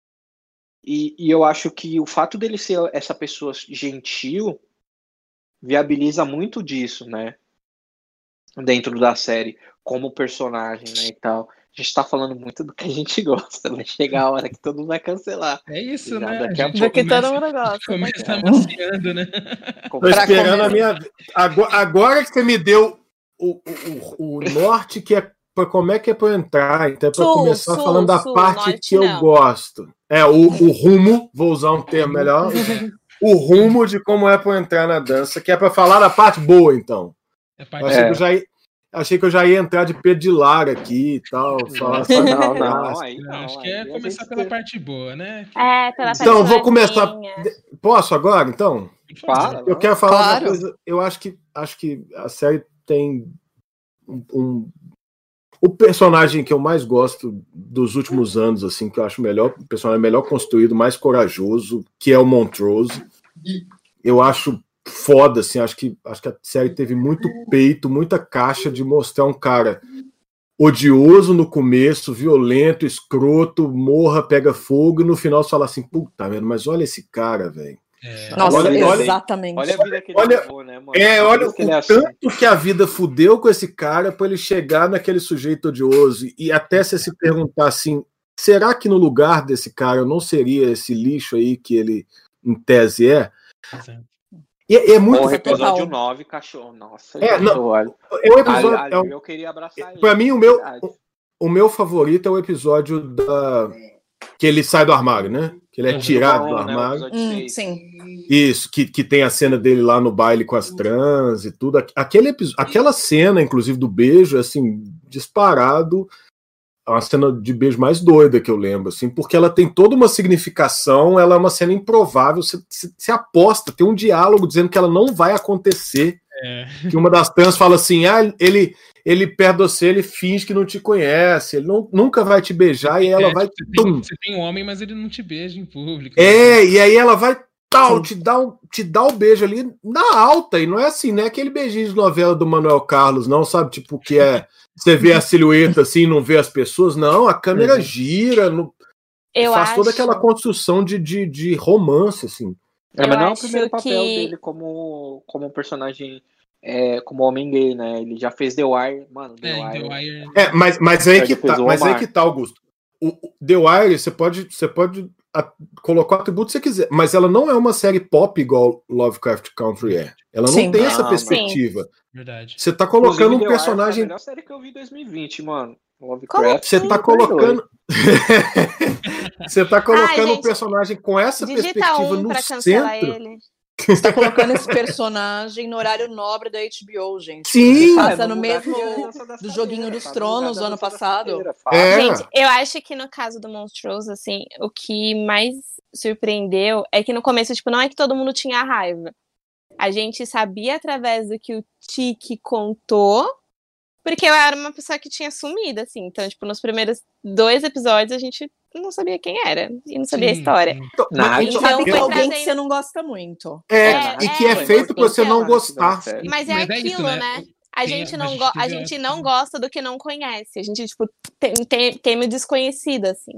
E, e eu acho que o fato dele ser essa pessoa gentil viabiliza muito disso, né? Dentro da série, como personagem, né, e tal. A gente tá falando muito do que a gente gosta, vai chegar a hora que todo mundo vai cancelar. É isso, Já né? daqui a a gente Do que começa, todo mundo gosta. começa tá? amaciando, né? Tô Pra esperando começar. a minha. Agora, agora que você me deu o, o, o norte, que é pra, como é que é pra eu entrar, então é pra Sul, começar sul, falando da sul, parte norte que eu não. gosto. É, o, o rumo, vou usar um termo melhor, o rumo de como é pra eu entrar na dança, que é pra falar da parte boa, então. É Eu parte achei, É. que eu, já ia, achei que eu já ia entrar de Pedro de Lara aqui e tal. Falar Não, sobre não, graça. não, aí Eu não. acho que aí é a começar gente pela tem- parte boa, né? É, pela Então, eu vou começar. personaginha. Posso agora, então? Por favor. Fala, Eu não. quero falar Claro. uma coisa. Eu acho que, acho que a série tem um, um- o personagem que eu mais gosto dos últimos anos, assim, que eu acho melhor, o personagem melhor construído, mais corajoso, que é o Montrose. Eu acho foda, assim, acho que, acho que a série teve muito peito, muita caixa de mostrar um cara odioso no começo, violento, escroto, morra, pega fogo, e no final você fala assim, puta merda, mas olha esse cara, velho. É, Nossa, Olha a vida dele. exatamente. Olha a vida que ele Olha- levou, né, mano? É, Por olha isso o que ele é assim. tanto que a vida fudeu com esse cara para ele chegar naquele sujeito odioso. E até você se perguntar assim, será que no lugar desse cara eu não seria esse lixo aí que ele, em tese, é? exato. E é, é muito... Porra, episódio total. nove, cachorro. Nossa, É, gente, não, olha. É um Ali, episódio... ali é um- eu queria abraçar ele. Pra mim, o meu, verdade. o meu favorito é o episódio da... que ele sai do armário, né? Que ele é Uhum. tirado do Bom, né, o armário. episódio Hum, seis. sim. Isso, que, que tem a cena dele lá no baile com as trans e tudo. Aquele episódio, aquela cena, inclusive, do beijo, assim, disparado, é uma cena de beijo mais doida que eu lembro, assim, porque ela tem toda uma significação, ela é uma cena improvável, você, você aposta, tem um diálogo dizendo que ela não vai acontecer. É. Que uma das trans fala assim, ah, ele, ele perto de você, ele finge que não te conhece, ele não, nunca vai te beijar, e ela É, vai... tipo, você, tum. tem, você tem um homem, mas ele não te beija em público. É, e aí ela vai tal, te dá, um, te dá o beijo ali na alta, e não é assim, não é aquele beijinho de novela do Manuel Carlos, não, sabe? Tipo, que é você vê a silhueta assim e não vê as pessoas, não, a câmera Uhum. gira, no, Eu faz acho, toda aquela construção de, de, de romance, assim. É, Eu mas não é o acho primeiro papel que- dele como, como um personagem, é, como homem gay, né? Ele já fez The Wire, mano, The É, em Wire. The Wire. É, mas, mas aí Ele que fez tá, o mas aí Omar. que tá, Augusto. O, o The Wire, você pode, você pode a, colocar o atributo que você quiser, mas ela não é uma série pop igual Lovecraft Country é. Ela não Sim. tem Não, essa não. perspectiva. Verdade. Você tá colocando Inclusive, um The Wire foi a personagem. melhor série que eu vi em dois mil e vinte, mano. Como Lovecraft. Você tá me colocando. Você tá colocando Ai, um personagem com essa digita perspectiva um no pra cancelar centro. ele. Você tá colocando esse personagem no horário nobre da H B O, gente. Sim. Passa É, no lugar mesmo que é a dança da do sadeira, Joguinho dos tá no Tronos lugar da do ano dança da passado. sadeira, fala. É. Gente, eu acho que no caso do Monstrous, assim, o que mais surpreendeu é que no começo, tipo, não é que todo mundo tinha raiva. A gente sabia através do que o Tiki contou, porque eu era uma pessoa que tinha sumido, assim. Então, tipo, nos primeiros dois episódios a gente não sabia quem era e não sabia a Sim, história. sim. Então, Nada. mas- Então, Então, sabe que foi é alguém que trazendo- você não gosta muito. é, É, e que é, é, feito pra você não então. gostar. Mas é Mas é aquilo, isso, né? né? A Tem- gente, a não gente go- a teve gente a- não gosta do que não conhece. A gente, tipo, tem, tem, teme o desconhecido, assim.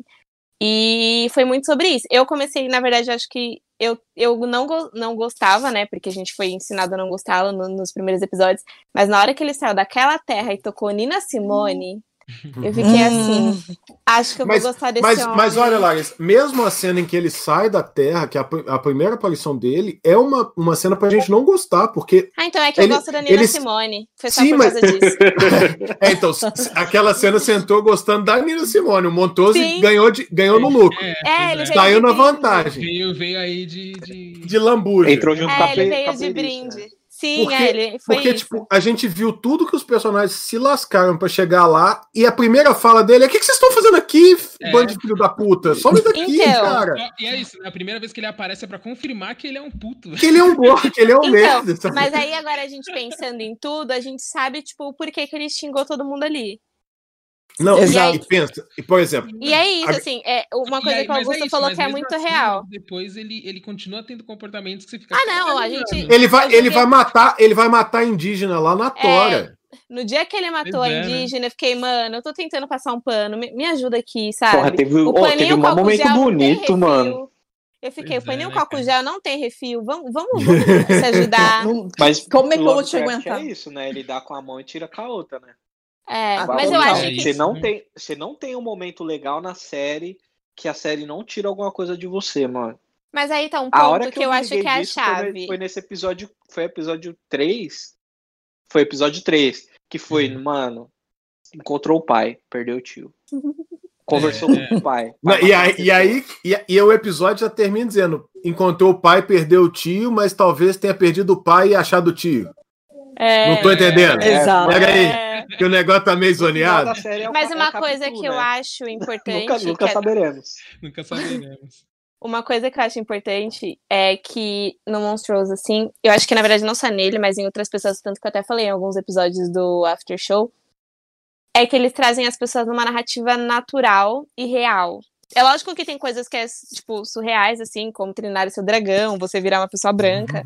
E foi muito sobre isso. Eu comecei, na verdade, acho que eu, eu não, go- não gostava, né? Porque a gente foi ensinado a não gostá-lo no- nos primeiros episódios. Mas na hora que ele saiu daquela terra e tocou Nina Simone, eu fiquei Hum. assim, acho que eu Mas- vou gostar desse Mas, homem. mas olha, Larissa, mesmo a cena em que ele sai da Terra, que é a, pr- a primeira aparição dele, é uma, uma cena pra gente não gostar, porque. Ah, então é que ele- eu gosto da Nina ele- Simone. Foi só Sim, por mas- causa disso. É, então, s- s- aquela cena você entrou gostando da Nina Simone. O Montrose Sim. ganhou, de, ganhou no lucro. É, É, pois ele é. veio Saiu de na brinde. vantagem. Veio, veio aí de. de... De lambuja. Entrou junto com a É, ele pe- veio com a de playlist, brinde. né? Sim, Porque, é, ele foi porque isso. tipo, a gente viu tudo que os personagens se lascaram pra chegar lá, e a primeira fala dele é: o que, que vocês estão fazendo aqui, É. bando de filho da puta? Some daqui, Então. cara. E é isso, né? A primeira vez que ele aparece é pra confirmar que ele é um puto. Que ele é um gordo, que ele é um Então, merda. sabe? mas aí agora a gente pensando em tudo, a gente sabe, tipo, o porquê que ele xingou todo mundo ali. Não, Exato. e pensa, e por exemplo, E é isso, A- assim, é uma E coisa aí- que o mas Augusto isso, falou mas que é mesmo muito assim, real. Depois ele, ele continua tendo comportamentos que você fica. Ah, não, a "Caralho, gente- mano." ele vai, Mas ele o que- vai matar, ele vai matar indígena lá na tora. No dia que ele matou Pois a é, né? indígena, eu fiquei, mano, eu tô tentando passar um pano, me, me ajuda aqui, sabe? Porra, teve, o oh, teve paninho um com álcool momento gel não tem bonito, refil. mano. Eu fiquei, Pois o paninho é, com álcool né, gel não tem refil, vamos, vamos, vamos se ajudar. Não- Mas Como é que eu vou te Lovecraft aguentar? É isso, né? Ele dá com a mão e tira com a outra, né? É, Ah, mas eu total. acho É que isso. Você não tem, você não tem um momento legal na série que a série não tira alguma coisa de você, mano. Mas aí tá um A hora ponto que, que eu me acho liguei que é a disso foi ne- chave. Foi, nesse episódio, foi episódio três. Foi episódio três, que foi, Uhum. mano, encontrou o pai, perdeu o tio. Conversou É, com o pai. Não, pai e, matou aí, uma e aí, e, e o episódio já termina dizendo: encontrou o pai, perdeu o tio, mas talvez tenha perdido o pai e achado o tio. É, Não tô entendendo. É, Exato. Pera aí, é. que o negócio tá meio O final zoneado. da série é o Mas ca- é uma o coisa capítulo, que eu né? acho importante, Nunca, que nunca é- saberemos. Nunca saberemos. uma coisa que eu acho importante é que no Monstrous, assim, eu acho que na verdade não só nele, mas em outras pessoas, tanto que eu até falei em alguns episódios do After Show, é que eles trazem as pessoas numa narrativa natural e real. É lógico que tem coisas que é, tipo, surreais, assim, como treinar o seu dragão, você virar uma pessoa branca.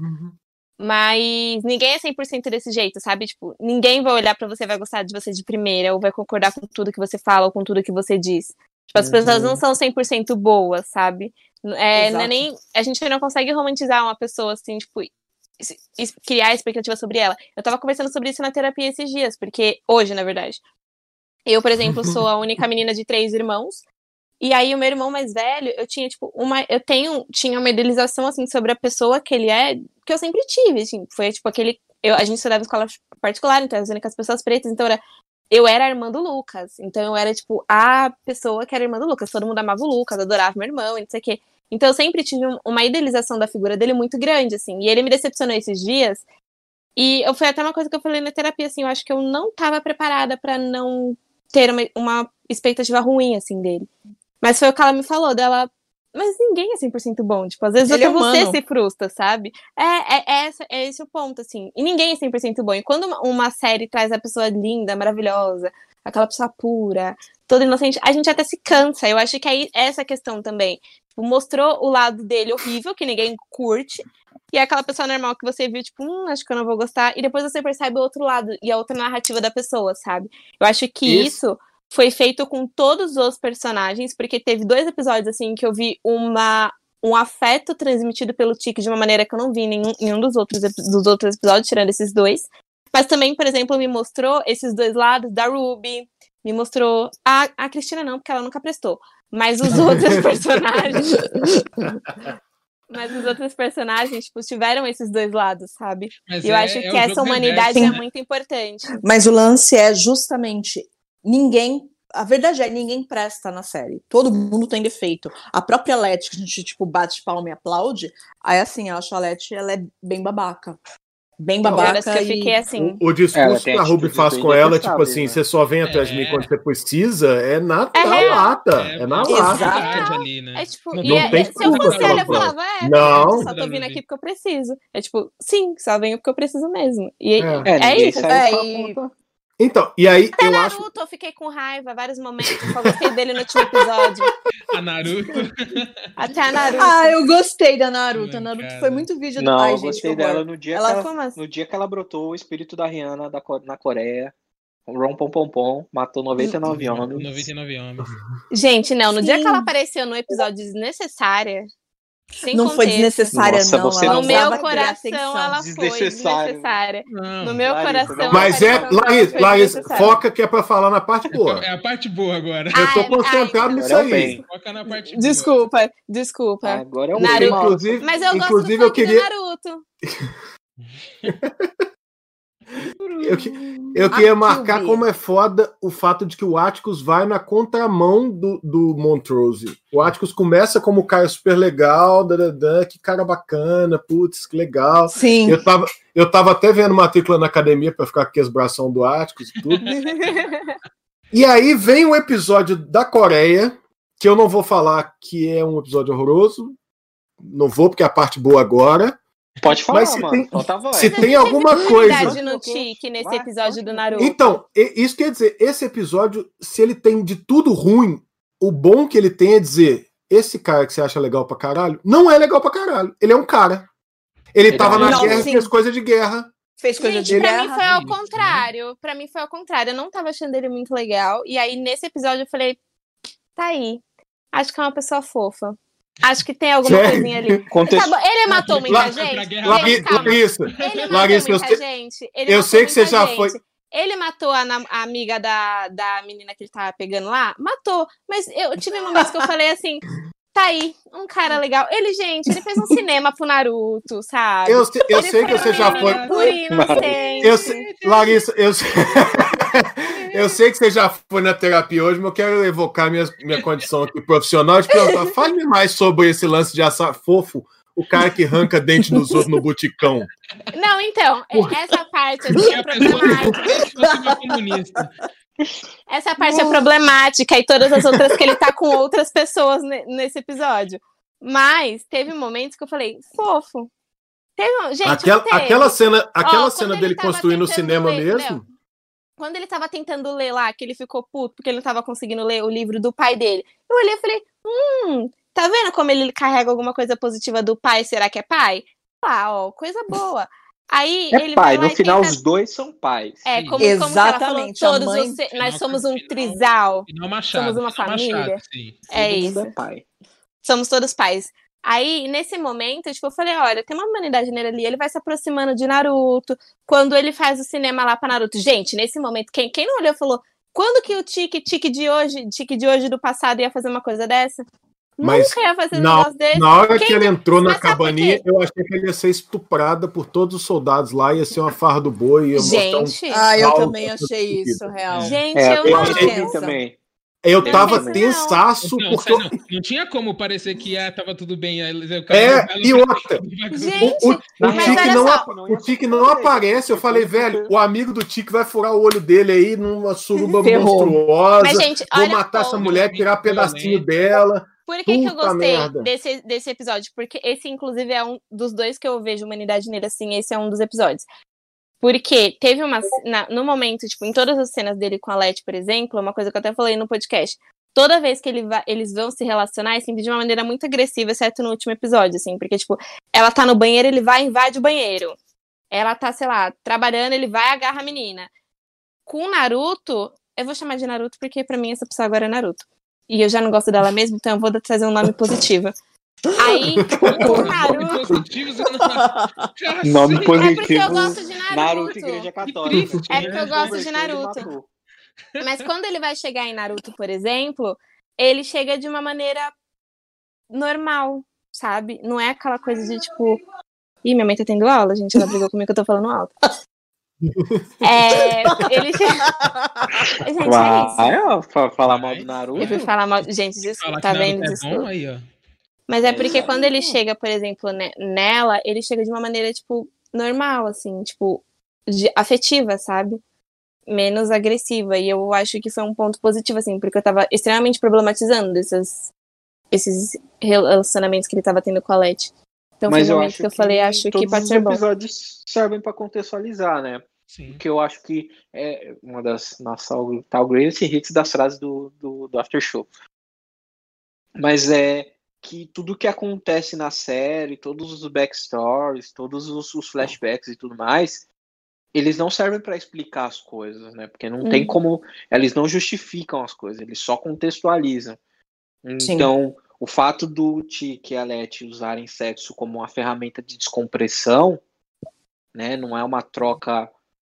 Mas ninguém é cem por cento desse jeito, sabe? Tipo, ninguém vai olhar pra você e vai gostar de você de primeira, ou vai concordar com tudo que você fala, ou com tudo que você diz. Tipo, as Uhum. pessoas não são cem por cento boas, sabe? É, não é Exato. nem, a gente não consegue romantizar uma pessoa, assim, tipo, es- es- criar expectativa sobre ela. Eu tava conversando sobre isso na terapia esses dias, porque hoje, na verdade. Eu, por exemplo, sou a única menina de três irmãos. E aí, o meu irmão mais velho, eu tinha, tipo, uma. Eu tenho, tinha uma idealização, assim, sobre a pessoa que ele é, que eu sempre tive, assim. Foi, tipo, aquele. Eu, a gente estudava em escola particular, então, as únicas pessoas pretas, então era. Eu era a irmã do Lucas. Então, eu era, tipo, a pessoa que era a irmã do Lucas. Todo mundo amava o Lucas, adorava meu irmão, e não sei o quê. Então, eu sempre tive um- uma idealização da figura dele muito grande, assim. E ele me decepcionou esses dias. E eu, foi até uma coisa que eu falei na terapia, assim. Eu acho que eu não tava preparada pra não ter uma, uma expectativa ruim, assim, dele. Mas foi o que ela me falou, dela. Mas ninguém é cem por cento bom. Tipo, às vezes Ele até é você humano. se frustra, sabe? É, é, é, essa- é esse o ponto, assim. E ninguém é cem por cento bom. E quando uma, uma série traz a pessoa linda, maravilhosa, aquela pessoa pura, toda inocente, a gente até se cansa. Eu acho que aí é essa questão também. Tipo, mostrou o lado dele horrível, que ninguém curte. E é aquela pessoa normal que você viu, tipo, hum, acho que eu não vou gostar. E depois você percebe o outro lado e a outra narrativa da pessoa, sabe? Eu acho que Isso. isso foi feito com todos os personagens, porque teve dois episódios, assim, que eu vi uma, um afeto transmitido pelo Tic de uma maneira que eu não vi em nenhum, nenhum dos, outros, epi- dos outros episódios, tirando esses dois. Mas também, por exemplo, me mostrou esses dois lados da Ruby, me mostrou... A, a Cristina não, porque ela nunca prestou. Mas os outros personagens... Mas os outros personagens, tipo, tiveram esses dois lados, sabe? Mas E eu é- acho é que o essa jogo humanidade reverso, é né? muito importante. Mas o lance é justamente ninguém. A verdade é ninguém presta na série. Todo mundo tem defeito. A própria Letty, que a gente tipo bate palma e aplaude. Aí assim, eu acho a Letty, ela é bem babaca. Bem Tem horas babaca que eu fiquei e assim. O, o Ela discurso tem que a Ruby atitudes faz bem com ela, tipo detestáveis, assim, né? você só vem atrás de mim É. quando você precisa, é na, É na real. lata. É, É, na é lata. verdade ali, né? É tipo, Não e Não é- tem é- se eu desculpa fosse pra ela, eu falar. falava, é, Não. verdade, só tô vindo aqui porque eu preciso. É tipo, sim, só venho porque eu preciso mesmo. E É. é, É, ninguém isso. saiu É, com a e- ponta. Então, e aí Até eu acho. Naruto eu fiquei com raiva vários momentos, só gostei dele no último episódio. A Naruto. Até a Naruto. Ah, eu gostei da Naruto. A Naruto Mancada. foi muito vídeo. Não, Ai, eu gente, gostei que horror. dela no dia, Ela- que ela, Como assim? no dia que ela brotou o espírito da Rihanna da, Co- na Coreia. O Rom Pom Pom Pom matou noventa e nove homens. noventa e nove homens. Gente, não, no dia Sim. que ela apareceu no episódio desnecessária, sem Não foi contexto. desnecessária, Nossa, não. você ela No não- precisava meu ter coração, atenção. ela foi Desnecessário. desnecessária. Não. No meu Larissa, coração, não- Mas é, aparição dela Larissa, foi Larissa, desnecessária. foca que é pra falar na parte boa. É a parte boa agora. Eu tô Ai, concentrado ai, nisso Agora é o aí. bem. Foca na parte boa. Desculpa, desculpa. Agora é o Naruto. bem. Inclusive, Mas eu inclusive gosto do eu funk queria, do Naruto. eu, que- eu queria A marcar Kyuubi. como é foda o fato de que o Atticus vai na contramão do, do Montrose. O Atticus começa como um cara super legal, dadadã, que cara bacana, putz, que legal. Sim. Eu tava, eu tava até vendo matrícula na academia pra ficar com as bração do Atticus e tudo. E aí vem um episódio da Coreia, que eu não vou falar que é um episódio horroroso, não vou porque é a parte boa agora. Pode falar, Mas se mano. tem- Falta a voz. se tem alguma Verdade coisa. no tique nesse Vai, episódio pode do ir. Naruto. Então, e- isso quer dizer, esse episódio, se ele tem de tudo ruim, o bom que ele tem é dizer, esse cara que você acha legal pra caralho, não é legal pra caralho. Ele é um cara. Ele Ele tava é na não, guerra e sim. fez coisa de guerra. Fez coisa Gente, de pra guerra. mim foi ao Isso, né? contrário. Pra mim foi ao contrário. Eu não tava achando ele muito legal. E aí, nesse episódio, eu falei, tá aí. Acho que é uma pessoa fofa. Acho que tem alguma Sério? coisinha ali. Contexto. Tá bom, ele matou muita La- gente? pra guerra. Lari- Gente, calma. Larissa, Ele matou Larissa, muita eu sei- gente. Ele eu matou sei que você muita já gente. foi- Ele matou a, nam- a amiga da, da menina que ele tava pegando lá? Matou. Mas eu tive momentos que eu falei assim, tá aí, um cara legal. Ele, gente, ele fez um cinema pro Naruto, sabe? eu, sei- eu Ele sei que fez você um já menino foi. puro e inocente. Eu sei, Larissa, eu sei, eu sei que você já foi na terapia hoje, mas eu quero evocar minha, minha condição aqui profissional e te perguntar, fale-me mais sobre esse lance de achar fofo o cara que arranca dente dos outros no buticão. Não, então, essa parte Porque assim, é a pessoa problemática. que fosse uma comunista. Essa parte é problemática e todas as outras que ele tá com outras pessoas ne- nesse episódio. Mas teve momentos que eu falei, fofo. Teve, um- gente, Aquela, teve. aquela cena, aquela Ó, cena quando dele ele tava construindo o tentando cinema ler- mesmo. Léo, quando ele tava tentando ler lá, que ele ficou puto porque ele não tava conseguindo ler o livro do pai dele, eu olhei e falei, hum, tá vendo como ele carrega alguma coisa positiva do pai? Será que é pai? Ah, ó, coisa boa. Aí É ele pai, vai lá no e final tenta... os dois são pais. É, Sim. como, como que ela falou, Exatamente, a todos mãe- os... nós Final- somos um final- trisal. Final Machado. Somos uma final família. Machado, sim. É Todo isso. mundo é pai. Somos todos pais. Aí, nesse momento, tipo, eu falei, olha, tem uma humanidade nele ali, ele vai se aproximando de Naruto. Quando ele faz o cinema lá pra Naruto. Gente, nesse momento, quem, quem não olhou falou, quando que o Tiki, Tiki de hoje, Tiki de hoje do passado ia fazer uma coisa dessa? Mas Nunca ia fazer um na, negócio desse. na hora Quem que ele não- entrou na Mas sabe por cabaninha, quê? eu achei que ele ia ser estuprada por todos os soldados lá, ia ser uma farra do boi, ia mostrar um... Gente, Ah, eu Calma, também achei isso, real. gente, É, eu eu não. achei tensa. também. Eu Não tava pensa, não. tensaço, Não, porque... sério, eu- não, não tinha como parecer que ah, tava tudo bem. aí o cara É, vai lá e pra- outra, Gente, O, o, Na o mas Tique olha não, só. ap- o Tique não aparece. Eu falei, velho, o amigo do Tique vai furar o olho dele aí numa suruba Ferrou. monstruosa. Mas, gente, Vou olha matar o essa ponto. mulher, tirar pedacinho dela. Por que, que eu Puta gostei merda. desse, desse episódio? Porque esse, inclusive, é um dos dois que eu vejo humanidade nele, assim, esse é um dos episódios. Porque teve uma... na- no momento, tipo, em todas as cenas dele com a Letty, por exemplo, uma coisa que eu até falei no podcast, toda vez que ele vai, eles vão se relacionar, é sempre de uma maneira muito agressiva, exceto no último episódio, assim, porque, tipo, ela tá no banheiro, ele vai e invade o banheiro. Ela tá, sei lá, trabalhando, ele vai e agarra a menina. Com o Naruto, eu vou chamar de Naruto porque pra mim essa pessoa agora é Naruto. E eu já não gosto dela mesmo, então eu vou trazer um nome positivo. Aí, o Naruto... Positivos, eu não- Nome Cacete. positivo. É porque eu gosto de Naruto. Naruto, Igreja Católica. triste, É porque eu Ele gosto de converteu, Naruto. ele matou. Mas quando ele vai chegar em Naruto, por exemplo, ele chega de uma maneira normal, sabe? Não é aquela coisa de tipo. Ih, minha mãe tá tendo aula, gente. Ela brigou comigo que eu tô falando alto. É, ele chega. Gente, é isso. Vai, ó, pra falar mal do Eu Naruto. fui falar mal. Gente, Fala desculpa, que tá Naruto vendo? é bom, Desculpa. aí, ó. Mas é É, porque ele quando é ele bom. chega, por exemplo, ne- nela, ele chega de uma maneira, tipo, normal, assim, tipo, de- afetiva, sabe? Menos agressiva. E eu acho que foi um ponto positivo, assim, porque eu tava extremamente problematizando esses, esses relacionamentos que ele tava tendo com a Letty. Então Mas foi um eu momento acho que eu falei, acho que todos pode os ser bom. episódios servem pra contextualizar, né? Sim. Que eu acho que é uma das nossas tal greatest hits das frases do, do, do After Show. Mas é que tudo que acontece na série, todos os backstories, todos os, os flashbacks e tudo mais, eles não servem pra explicar as coisas, né? Porque não tem Uhum. como, eles não justificam as coisas, eles só contextualizam. Sim. Então, o fato do Tiki e a Letty usarem sexo como uma ferramenta de descompressão, né? Não é uma troca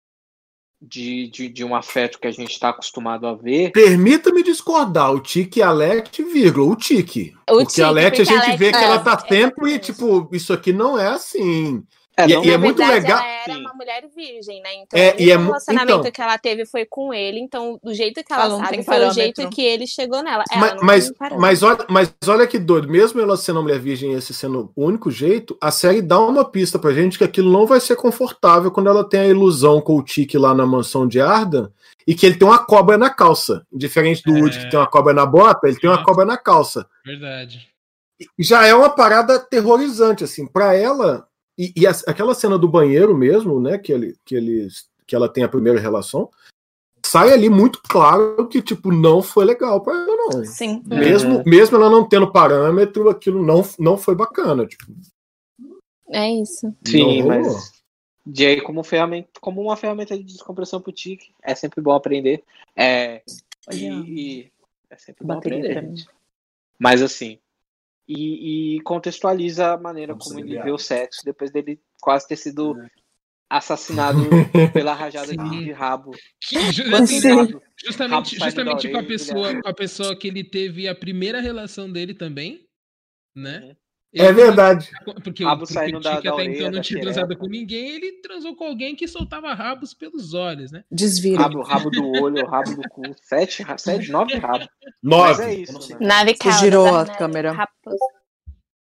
de, de, de um afeto que a gente está acostumado a ver. Permita-me discordar, o Tique e a Letty, vírgula, o Tique. O Porque a Tiki, Letty a porque a gente vê Letty- que ela é, tá tempo e, exatamente. tipo, isso aqui não é assim. É, E- não- e é Na muito verdade, legal- ela era Sim. uma mulher virgem, né? Então, É, o e único é mu- relacionamento então- que ela teve foi com ele. Então, do jeito que ela, Ela não sabe, tem foi o parâmetro. jeito que ele chegou nela. Ela Mas, não mas, tem parâmetro. mas, olha, mas olha que doido, mesmo ela sendo uma mulher virgem e esse sendo o único jeito, a série dá uma pista pra gente que aquilo não vai ser confortável quando ela tem a ilusão com o Tique lá na mansão de Arda e que ele tem uma cobra na calça. Diferente do É. Woody que tem uma cobra na bota, ele tem uma Nossa. cobra na calça. Verdade. E já é uma parada aterrorizante, assim, pra ela. E, e a- aquela cena do banheiro mesmo, né, que, ele, que, eles, que ela tem a primeira relação, sai ali muito claro que, tipo, não foi legal pra ela, não. Sim. Mesmo, Uhum. mesmo ela não tendo parâmetro, aquilo não, não foi bacana. Tipo, É isso. Sim, não rolou. mas de aí como, ferramenta, como uma ferramenta de descompressão pro Tiki, é sempre bom aprender. É, e, e é sempre bom Bateria aprender, pra mim. gente. Mas assim, e, e contextualiza a maneira Vamos como ele beber vê o sexo depois dele quase ter sido É. assassinado pela rajada de, Sim. de rabo. Que, ju- Quando assim, sim. Rabo- rabo justamente saindo da justamente com, a orelha. pessoa, com a pessoa que ele teve a primeira relação dele também, né? Uhum. É Ele- verdade. Porque, Rabo porque saindo o da- Tiki da até orelha, então não da tinha xereca. transado com ninguém, ele transou com alguém que soltava rabos pelos olhos, né? Desvira. Rabo, rabo do olho, rabo do cu. Sete, ra- sete nove rabos. Mas Nove. é isso, né? Nave Você girou a da câmera. raposa.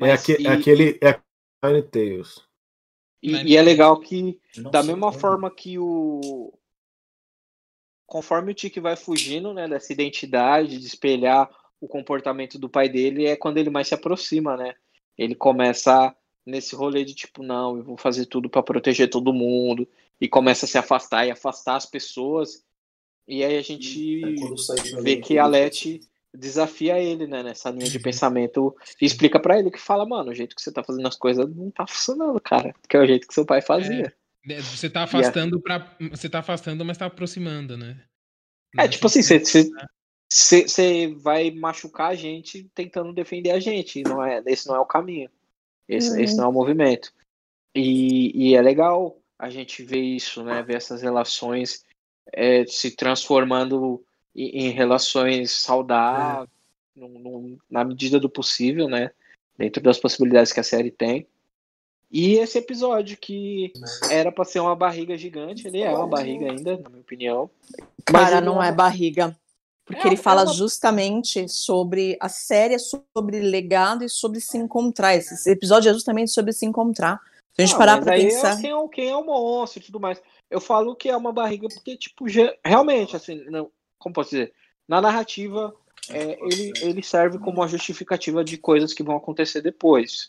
É, aque, e, é aquele. É Nine Tails. E, e é legal que, da mesma forma que o. Conforme o Tiki vai fugindo, né, dessa identidade, de espelhar o comportamento do pai dele, é quando ele mais se aproxima, né? Ele começa nesse rolê de tipo, não, eu vou fazer tudo para proteger todo mundo, e começa a se afastar e afastar as pessoas. E aí a gente vê que a Leti desafia ele, né, nessa linha de pensamento e explica pra ele que fala, mano, o jeito que você tá fazendo as coisas não tá funcionando, cara, que é o jeito que seu pai fazia. É, você tá afastando para você tá afastando, mas tá aproximando, né? É, tipo assim, você, você, você, você vai machucar a gente tentando defender a gente, e não é, esse não é o caminho. Esse, esse não é o movimento. E, e é legal a gente ver isso, né, ver essas relações é, se transformando em, em relações saudáveis, é. num, num, na medida do possível, né? Dentro das possibilidades que a série tem. E esse episódio que era pra ser uma barriga gigante, ele é uma barriga ainda, na minha opinião. Cara, não é barriga. Porque é, ele fala é uma... justamente sobre a série, sobre legado e sobre se encontrar. Esse episódio é justamente sobre se encontrar. Se a gente ah, parar pra pensar... É quem, é, quem é o monstro e tudo mais. Eu falo que é uma barriga porque, tipo, realmente, assim, não, como posso dizer? Na narrativa, é, ele, ele serve como uma justificativa de coisas que vão acontecer depois.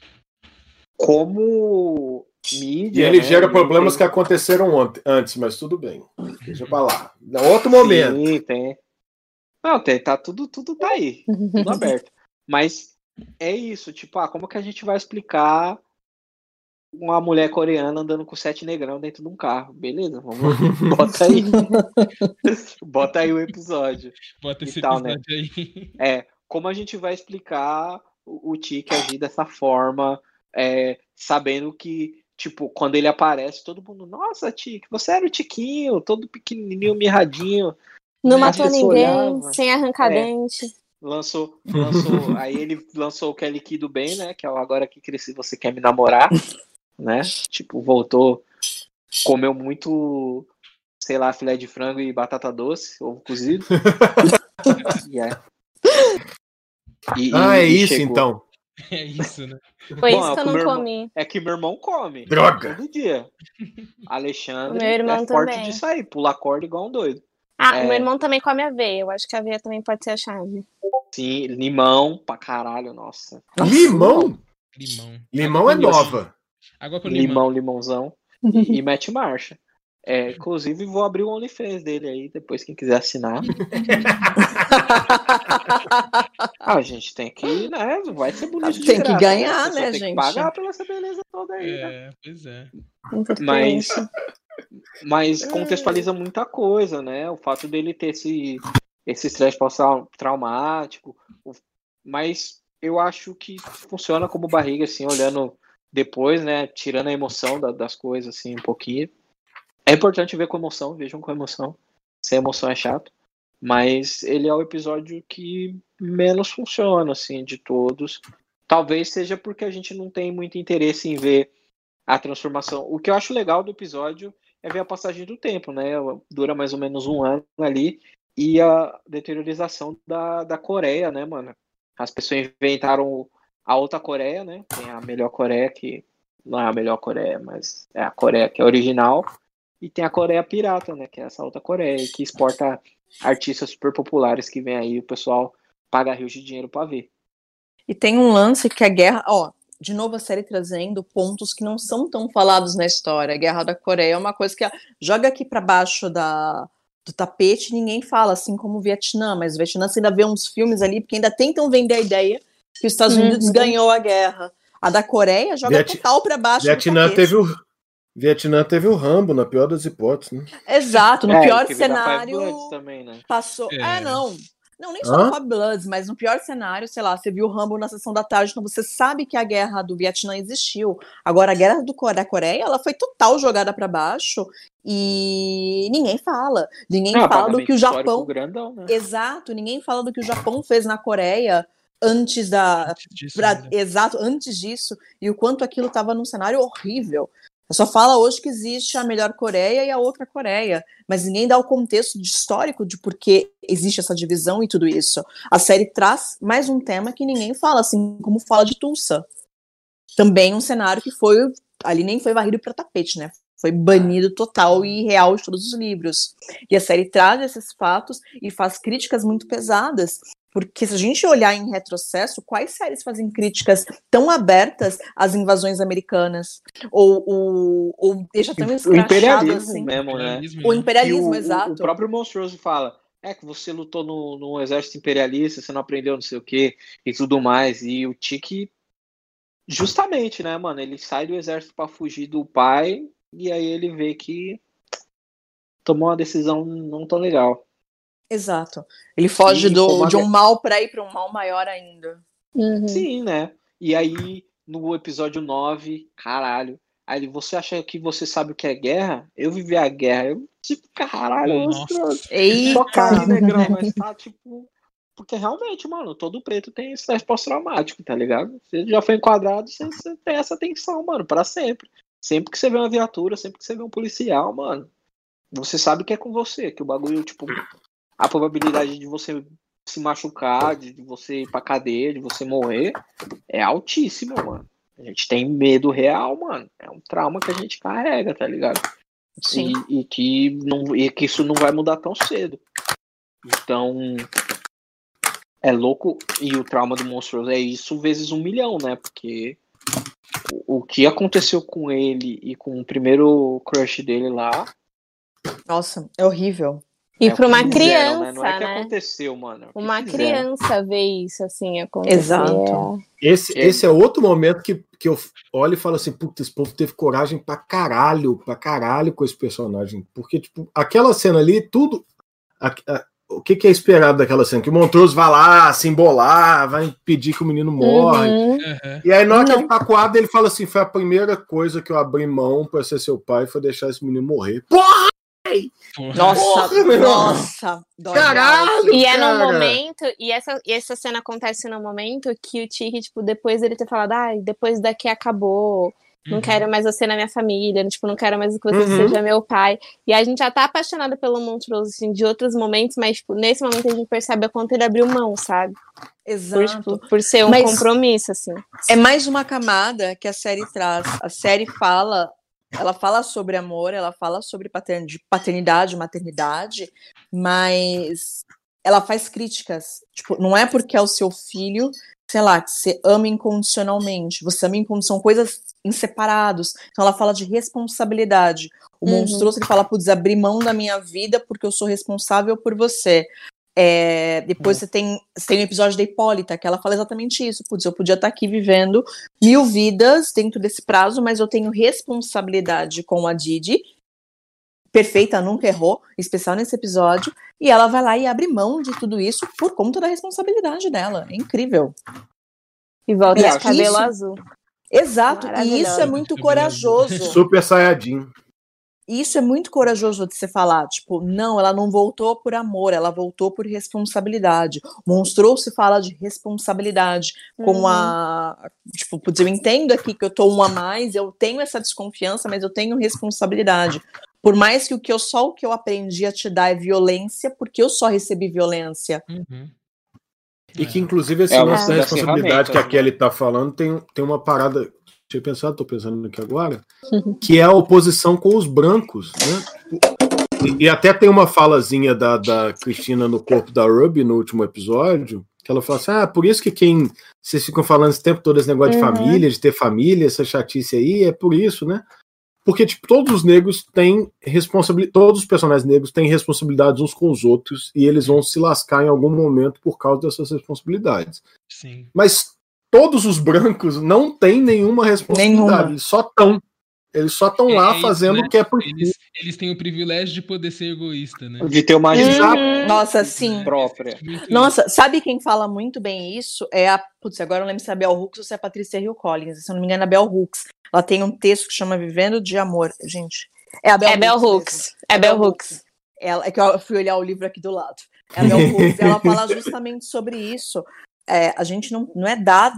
Como mídia... E ele né, gera ele problemas tem... que aconteceram antes, mas tudo bem. Deixa pra lá. Outro momento. Sim, tem. Não, tem, tá tudo, tudo tá aí. Tudo aberto. Mas é isso, tipo, ah, como que a gente vai explicar uma mulher coreana andando com sete negrão dentro de um carro? Beleza, vamos lá. Bota aí. Bota aí o episódio. Bota esse tal, episódio né? aí. É, como a gente vai explicar o, o Tiki agir dessa forma, é, sabendo que, tipo, quando ele aparece, todo mundo, nossa, Tiki, você era o Tiquinho, todo pequenininho, mirradinho. Não matou ninguém, olhava. Sem arrancar é, dente. Lançou, lançou, aí ele lançou o Kelly Key do bem, né? Que é o Agora Que Cresci Você Quer Me Namorar, né? Tipo, voltou, comeu muito, sei lá, filé de frango e batata doce, ovo cozido. yeah. e, ah, e, é e isso chegou. Então. É isso, né? Foi Bom, isso que é eu não irmão, comi. É que meu irmão come. Droga! Todo dia. Alexandre o meu irmão é forte também. disso aí, pula corda igual um doido. Ah, é... o meu irmão também come aveia. Eu acho que a aveia também pode ser a chave. Sim, limão pra caralho, nossa. Limão? Limão. Limão é nova. Água com limão. Limão, limãozão. E, e mete marcha. É, inclusive, vou abrir o OnlyFans dele aí, depois quem quiser assinar. ah, a gente tem que, né? Vai ser bonito de Tem graça, que ganhar, né? né, Tem gente? que pagar pela essa beleza toda aí, é, né? Pois é. Mas, mas contextualiza muita coisa, né? O fato dele ter esse esse estresse pós-traumático. Mas eu acho que funciona como barriga, assim, olhando depois, né? Tirando a emoção da, das coisas, assim, um pouquinho. É importante ver com emoção, vejam com emoção. Sem emoção é chato. Mas ele é o episódio que menos funciona, assim, de todos. Talvez seja porque a gente não tem muito interesse em ver a transformação. O que eu acho legal do episódio é ver a passagem do tempo, né? Dura mais ou menos um ano ali. E a deteriorização da, da Coreia, né, mano? As pessoas inventaram a outra Coreia, né? Tem a melhor Coreia, que não é a melhor Coreia, mas é a Coreia que é original. E tem a Coreia pirata, né? Que é essa outra Coreia, que exporta artistas super populares que vem aí, o pessoal paga rios de dinheiro pra ver. E tem um lance que a guerra, ó, de novo a série trazendo pontos que não são tão falados na história. A Guerra da Coreia é uma coisa que joga aqui pra baixo da, do tapete, ninguém fala, assim como o Vietnã, mas o Vietnã você ainda vê uns filmes ali, porque ainda tentam vender a ideia que os Estados Unidos uhum. ganhou a guerra. A da Coreia joga Viet... total pra baixo Vietnã do tapete. Teve o... Vietnã teve o Rambo, na pior das hipóteses, né? Exato, no é, pior cenário também, né? passou... É, é não... Não, nem só Hã? no Five Bloods, mas no pior cenário, sei lá, você viu o Rambo na sessão da tarde, então você sabe que a guerra do Vietnã existiu. Agora, a guerra do, da Coreia, ela foi total jogada para baixo e ninguém fala. Ninguém Não, fala do que o Japão... Grandão, né? Exato, ninguém fala do que o Japão fez na Coreia antes da... Antes disso, pra... né? Exato, antes disso, e o quanto aquilo estava num cenário horrível. Só fala hoje que existe a melhor Coreia e a outra Coreia, mas ninguém dá o contexto histórico de por que existe essa divisão e tudo isso. A série traz mais um tema que ninguém fala, assim como fala de Tulsa. Também um cenário que foi, ali nem foi varrido para tapete, né? Foi banido total e real de todos os livros. E a série traz esses fatos e faz críticas muito pesadas, porque se a gente olhar em retrocesso, quais séries fazem críticas tão abertas às invasões americanas? Ou, ou, ou deixa tão escrachado o imperialismo assim? mesmo, né? O imperialismo, o, exato. O próprio Monstruoso fala, é que você lutou no, no exército imperialista, você não aprendeu não sei o que e tudo mais. E o Tiki, justamente, né, mano? Ele sai do exército pra fugir do pai e aí ele vê que tomou uma decisão não tão legal. Exato. Ele foge E do, como a- de um mal para ir para um mal maior ainda. Uhum. Sim, né? E aí, no episódio nove, caralho. Aí ele, você acha que você sabe o que é guerra? Eu vivi a guerra. Eu, tipo, caralho, Nossa. mano. Eita! Só caí, negrão, mas tá, tipo... Porque realmente, mano, todo preto tem estresse pós-traumático, tá ligado? Você já foi enquadrado, você, você tem essa tensão, mano, pra sempre. Sempre que você vê uma viatura, sempre que você vê um policial, mano, você sabe que é com você, que o bagulho, tipo, a probabilidade de você se machucar, de você ir pra cadeia, de você morrer, é altíssima, mano. A gente tem medo real, mano. É um trauma que a gente carrega, tá ligado? Sim. E, e, que não, e que isso não vai mudar tão cedo. Então, é louco. E o trauma do Monstruoso é isso vezes um milhão, né? Porque o, o que aconteceu com ele e com o primeiro crush dele lá... Nossa, é horrível. E é para o uma que criança, fizeram, né? Não é que né? aconteceu, mano. É o que Uma fizeram. criança ver isso, assim, acontecer. Exato. Esse, É. esse é outro momento que, que eu olho e falo assim, puta, esse povo teve coragem pra caralho, pra caralho com esse personagem. Porque, tipo, aquela cena ali, tudo... a- a- o que, que é esperado daquela cena? Que o Montrose vai lá, se embolar, vai impedir que o menino morre. Uhum. Uhum. E aí, na hora que Não. ele tá coado, ele fala assim, foi a primeira coisa que eu abri mão pra ser seu pai, foi deixar esse menino morrer. Porra! Porra. Nossa, Porra, meu nossa. dói Caralho! alto. E é no Cara. momento, e essa, e essa cena acontece no momento que o Tiki, tipo, depois dele ter falado, ai, depois daqui acabou, não Uhum. quero mais você na minha família, tipo, não quero mais que você Uhum. seja meu pai. E a gente já tá apaixonada pelo Montrose, assim, de outros momentos, mas, tipo, nesse momento a gente percebe o quanto ele abriu mão, sabe? Por, Exato. tipo, por ser um Mas- compromisso, assim. É mais uma camada que a série traz. A série fala, ela fala sobre amor, ela fala sobre paterni- paternidade, maternidade, mas ela faz críticas. Tipo, não é porque é o seu filho, sei lá, que você ama incondicionalmente. Você ama incondicionalmente, são coisas inseparados. Então ela fala de responsabilidade. O Uhum. Monstruoso, ele fala, putz, abrir mão da minha vida porque eu sou responsável por você. É, depois você tem, você tem o episódio da Hipólita, que ela fala exatamente isso. Putz, eu podia estar aqui vivendo mil vidas dentro desse prazo, mas eu tenho responsabilidade com a Didi. Perfeita, nunca errou, especial nesse episódio. E ela vai lá e abre mão de tudo isso por conta da responsabilidade dela. É incrível. E volta E esse isso- cabelo azul. Exato, e isso é Maravilhosa. muito corajoso. Super Saiyajin. E isso é muito corajoso de você falar, tipo, não, ela não voltou por amor, ela voltou por responsabilidade. Monstruoso fala de responsabilidade, com Uhum. a, tipo, putz, eu entendo aqui que eu tô um a mais, eu tenho essa desconfiança, mas eu tenho responsabilidade. Por mais que o que eu só o que eu aprendi a te dar é violência, porque eu só recebi violência. Uhum. E que, inclusive, esse É, lance é. da das responsabilidade que a ferramentas, Kelly né? tá falando tem, tem uma parada. Tinha pensado, tô pensando aqui agora, que é a oposição com os brancos, né? E, e até tem uma falazinha da, da Cristina no corpo da Ruby no último episódio, que ela fala assim: ah, por isso que quem. Vocês ficam falando esse tempo todo esse negócio de Uhum. família, de ter família, essa chatice aí, é por isso, né? Porque, tipo, todos os negros têm responsabilidade, todos os personagens negros têm responsabilidades uns com os outros e eles vão se lascar em algum momento por causa dessas responsabilidades. Sim. Mas todos os brancos não têm nenhuma responsabilidade, Nenhuma. eles só estão. Eles só estão lá É isso, fazendo né? o que é possível. Eles, eles têm o privilégio de poder ser egoísta, né? De ter uma Exato. Uhum. Nossa, sim. própria. Muito Nossa, sabe quem fala muito bem isso? É a. Putz, agora eu não lembro se é a Bell Hooks ou se é a Patrícia Hill Collins. Se eu não me engano, é a Bell Hooks. Ela tem um texto que chama Vivendo de Amor. Gente. É a Bell É Bell Hooks. Hooks. mesmo. É Bell Hooks. Ela, é que eu fui olhar o livro aqui do lado. É a Bell Hooks. Ela fala justamente sobre isso. É, a gente não, não é dado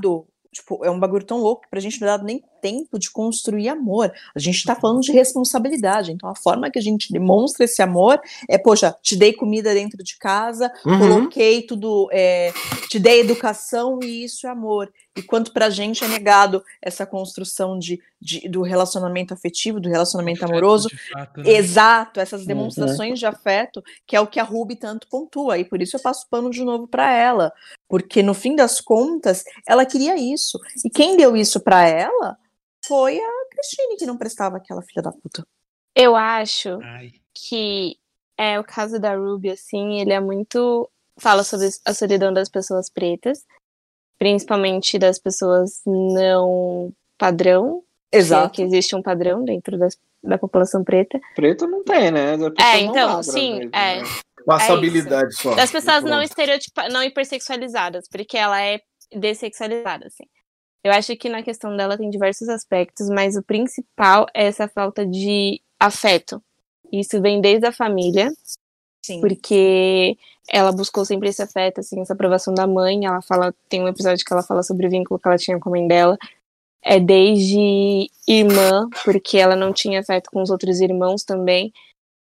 Tipo, é um bagulho tão louco que pra gente não é dado nem tempo de construir amor. A gente tá falando de responsabilidade. Então, a forma que a gente demonstra esse amor é, poxa, te dei comida dentro de casa, Uhum. coloquei tudo, é, te dei educação e isso é amor. E quanto pra gente é negado essa construção de, de, do relacionamento afetivo, do relacionamento Afeto, amoroso. de fato, né? Exato, essas Uhum. demonstrações de afeto, que é o que a Ruby tanto pontua. E por isso eu passo pano de novo pra ela. Porque, no fim das contas, ela queria isso. E quem deu isso pra ela foi a Christine, que não prestava, aquela filha da puta. Eu acho Ai. que é o caso da Ruby, assim, ele é muito... Fala sobre a solidão das pessoas pretas, principalmente das pessoas não padrão. Exato. Que existe um padrão dentro das, da população preta. Preto não tem, né? Da pessoa É, não então, magra, sim, mesmo, é. né? Passabilidade só. Das pessoas não Pronto. estereotipadas, não hipersexualizadas, porque ela é dessexualizada, assim. Eu acho que na questão dela tem diversos aspectos, mas o principal é essa falta de afeto. Isso vem desde a família, Sim. porque ela buscou sempre esse afeto, assim, essa aprovação da mãe. Ela fala, tem um episódio que ela fala sobre o vínculo que ela tinha com a mãe dela. É desde irmã, porque ela não tinha afeto com os outros irmãos também.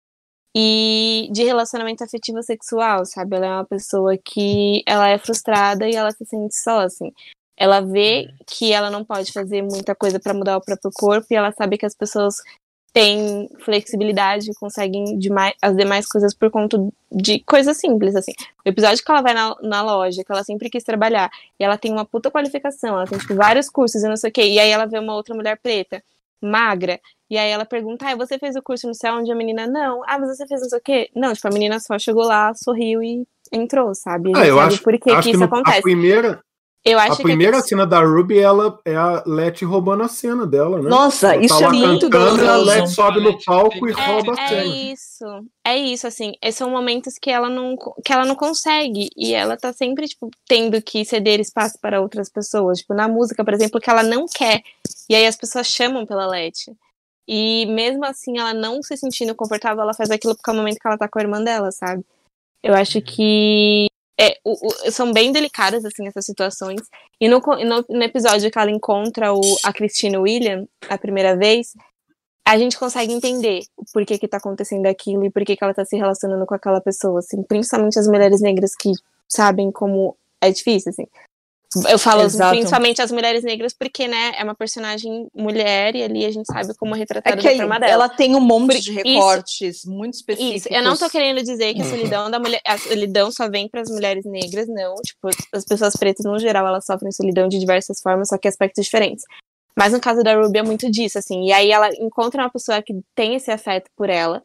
E de relacionamento afetivo sexual, sabe? Ela é uma pessoa que ela é frustrada e ela se sente só, assim. Ela vê que ela não pode fazer muita coisa pra mudar o próprio corpo e ela sabe que as pessoas têm flexibilidade e conseguem demais, as demais coisas por conta de coisas simples, assim. O episódio que ela vai na, na loja, que ela sempre quis trabalhar, e ela tem uma puta qualificação, ela tem, tipo, vários cursos e não sei o quê, e aí ela vê uma outra mulher preta, magra, e aí ela pergunta, ah, você fez o curso no céu? Onde a menina, não. Ah, mas você fez não sei o quê? Não, tipo, a menina só chegou lá, sorriu e entrou, sabe? A Ah, gente eu sabe acho, por que, acho que que isso no- acontece. a primeira, Eu a acho primeira que cena da Ruby ela, é a Letty roubando a cena dela, né? Nossa, Ela isso tá é lá muito cantando e a doloroso. Letty sobe no palco e É, rouba a É, é cena. isso, é isso, assim, esses são momentos que ela não, que ela não consegue, e ela tá sempre, tipo, tendo que ceder espaço para outras pessoas, tipo, na música, por exemplo, que ela não quer, e aí as pessoas chamam pela Letty, e mesmo assim, ela não se sentindo confortável, ela faz aquilo porque é o momento que ela tá com a irmã dela, sabe? Eu acho que é, o, o, são bem delicadas, assim, essas situações, e no, no, no episódio que ela encontra o, a Christine William, a primeira vez, a gente consegue entender o porquê que tá acontecendo aquilo e por que que ela tá se relacionando com aquela pessoa, assim, principalmente as mulheres negras que sabem como é difícil, assim. Eu falo Exato. principalmente as mulheres negras porque, né, é uma personagem mulher e ali a gente sabe como retratar É que da aí, forma dela. ela tem um monte Por de isso- recortes muito específicos. Isso, eu não tô querendo dizer que a solidão da mulher, a solidão só vem para as mulheres negras, não. Tipo, as pessoas pretas, no geral, elas sofrem solidão de diversas formas, só que aspectos diferentes. Mas no caso da Ruby é muito disso, assim. E aí ela encontra uma pessoa que tem esse afeto por ela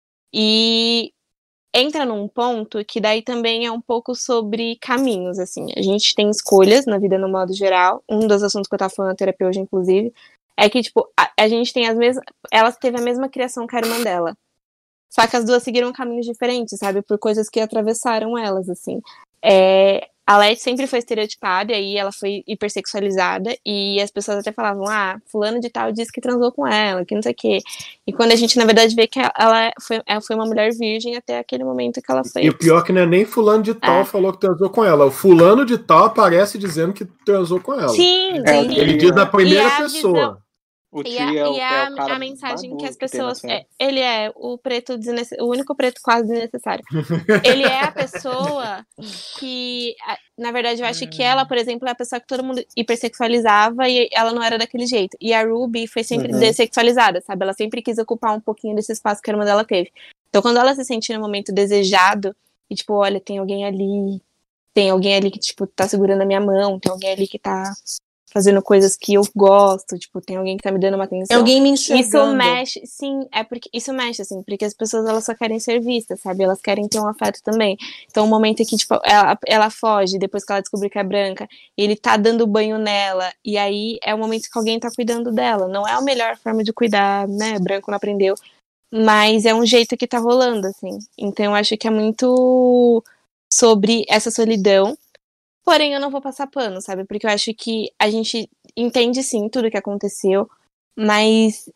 e entra num ponto que daí também é um pouco sobre caminhos, assim. A gente tem escolhas na vida no modo geral. Um dos assuntos que eu tava falando na terapia hoje, inclusive, é que, tipo, a, a gente tem as mesmas... Ela teve a mesma criação que a irmã dela. Só que as duas seguiram caminhos diferentes, sabe? Por coisas que atravessaram elas, assim. É, a Letty sempre foi estereotipada, e aí ela foi hipersexualizada, e as pessoas até falavam, ah, fulano de tal disse que transou com ela, que não sei o quê. E quando a gente, na verdade, vê que ela foi, ela foi uma mulher virgem até aquele momento que ela foi... E o pior é que não é nem fulano de tal É. falou que transou com ela. O fulano de tal aparece dizendo que transou com ela. Sim, É, sim. Ele diz na E primeira a pessoa. visão- O E tio a, é, o, e é a, o cara a mensagem mais que as burro tem na pessoas. série. É, ele é o preto desnece- o único preto quase desnecessário. Ele é a pessoa que, a- na verdade, eu acho que ela, por exemplo, é a pessoa que todo mundo hipersexualizava e ela não era daquele jeito. E a Ruby foi sempre Uhum. dessexualizada, sabe? Ela sempre quis ocupar um pouquinho desse espaço que a irmã dela teve. Então, quando ela se sentia no momento desejado, e tipo, olha, tem alguém ali, tem alguém ali que, tipo, tá segurando a minha mão, tem alguém ali que tá fazendo coisas que eu gosto, tipo, tem alguém que tá me dando uma atenção. Tem alguém me Isso enxergando. mexe, sim, é porque isso mexe, assim, porque as pessoas, elas só querem ser vistas, sabe? Elas querem ter um afeto também. Então, o momento que, tipo, ela, ela foge, depois que ela descobre que é branca, ele tá dando banho nela, e aí é o momento que alguém tá cuidando dela. Não é a melhor forma de cuidar, né? Branco não aprendeu. Mas é um jeito que tá rolando, assim. Então, eu acho que é muito sobre essa solidão. Porém, eu não vou passar pano, sabe? Porque eu acho que a gente entende, sim, tudo que aconteceu, mas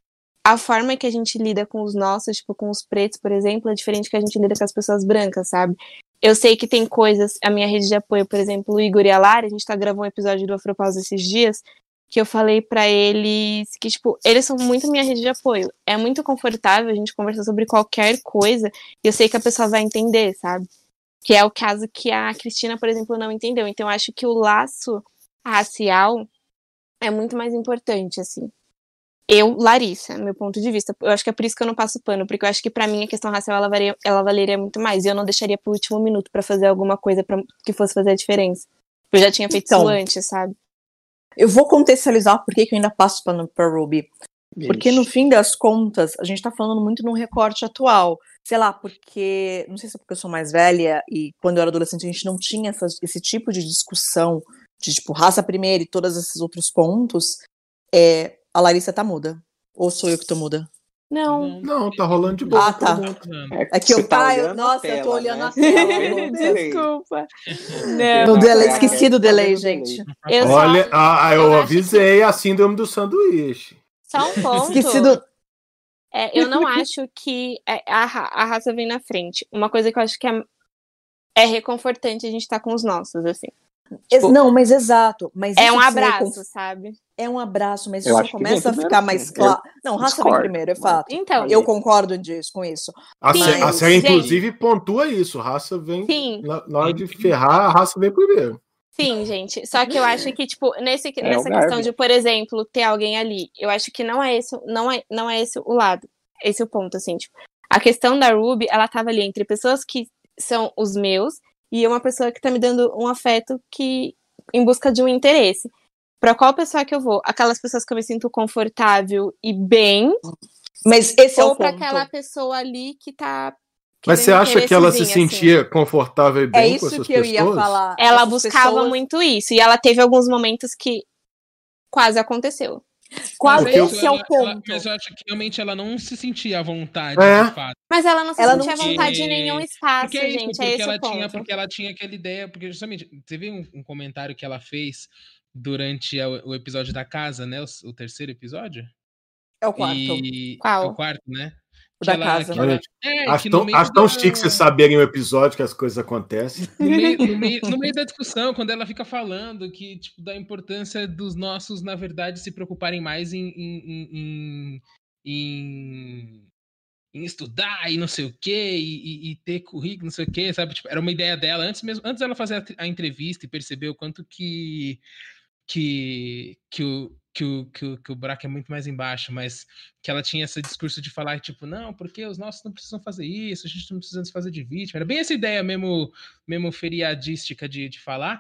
a forma que a gente lida com os nossos, tipo, com os pretos, por exemplo, é diferente que a gente lida com as pessoas brancas, sabe? Eu sei que tem coisas, a minha rede de apoio, por exemplo, o Igor e a Lari, a gente tá gravando um episódio do Afropausa esses dias, que eu falei pra eles que, tipo, eles são muito minha rede de apoio. É muito confortável a gente conversar sobre qualquer coisa e eu sei que a pessoa vai entender, sabe? Que é o caso que a Cristina, por exemplo, não entendeu. Então, eu acho que o laço racial é muito mais importante, assim. Eu, Larissa, meu ponto de vista. Eu acho que é por isso que eu não passo pano, porque eu acho que pra mim a questão racial, ela, varia, ela valeria muito mais. E eu não deixaria pro último minuto pra fazer alguma coisa pra, que fosse fazer a diferença. Eu já tinha feito Então, isso antes, sabe? Eu vou contextualizar por que que eu ainda passo pano pra Ruby. Porque no fim das contas, a gente tá falando muito num recorte atual. Sei lá, porque, não sei se é porque eu sou mais velha e quando eu era adolescente a gente não tinha essa, esse tipo de discussão de, tipo, raça primeiro e todos esses outros pontos. É, a Larissa tá muda. Ou sou eu que tô muda? Não. Não, tá rolando de boa. Ah, tá. Não. É que eu, Você tá ah, eu- olhando a nossa, eu tô tela, olhando né? a tela. Você agora. não tem. Desculpa. No Não. delay, Tá esqueci do vendo delay, o delay. gente. Eu Olha, só, ah, eu, eu acho avisei a síndrome do sanduíche. só um ponto. Esqueci do. É, eu não acho que é, a, ra- a raça vem na frente. Uma coisa que eu acho que é, é reconfortante a gente estar com os nossos, assim. Ex- Tipo, não, mas exato. Mas É isso um de ser abraço, recon- sabe? É um abraço, mas Eu isso acho só que vem começa a primeiro, ficar sim. mais Eu claro. Não, raça vem discordo, primeiro, é mas- fato. Então, Eu concordo disso, com isso. A, Sim, sé- a mas, série, gente. inclusive, pontua isso. Raça vem. Sim. Na, na hora de ferrar, a raça vem primeiro. Sim, gente. Só que eu acho que, tipo, nesse, É, nessa o questão Garvey. de, por exemplo, ter alguém ali, eu acho que não é esse, não é, não é esse o lado. Esse é o ponto, assim, tipo. A questão da Ruby, ela tava ali entre pessoas que são os meus e uma pessoa que tá me dando um afeto que em busca de um interesse. Pra qual pessoa que eu vou? Aquelas pessoas que eu me sinto confortável e bem, Mas esse é ou o pra ponto. aquela pessoa ali que tá Mas você querendo acha que ela se interessezinho, assim. sentia confortável e É bem com isso essas que eu pessoas? ia falar. Ela Essas buscava pessoas- muito isso. E ela teve alguns momentos que quase aconteceu. Quase Mas eu- esse é ela- o ponto. ela- mas eu acho que realmente ela não se sentia à vontade, É. de fato. Mas ela não se Ela não sentia à tinha- vontade em nenhum espaço, Porque é isso, gente. porque É esse ela o ponto. tinha, porque ela tinha aquela ideia, porque justamente teve um, um comentário que ela fez durante a- o episódio da casa, né? O, o terceiro episódio. É o quarto. E Qual? é o quarto, né? O Que da ela, casa. que ela- Gente, é, Acho que no tão, meio acho tão da- chique vocês saberem o episódio que as coisas acontecem. no meio, no, meio, no meio da discussão, quando ela fica falando que, tipo, da importância dos nossos, na verdade, se preocuparem mais em, em, em, em, em- em estudar e não sei o quê, e, e- e ter currículo, não sei o quê, sabe? Tipo, era uma ideia dela, antes mesmo, antes dela fazer a, a entrevista e perceber o quanto que, que, que o. Que o, que, o, que o buraco é muito mais embaixo, mas que ela tinha esse discurso de falar, tipo, não, porque os nossos não precisam fazer isso, a gente não precisa se fazer de vítima. Era bem essa ideia mesmo, mesmo feriadística de, de falar.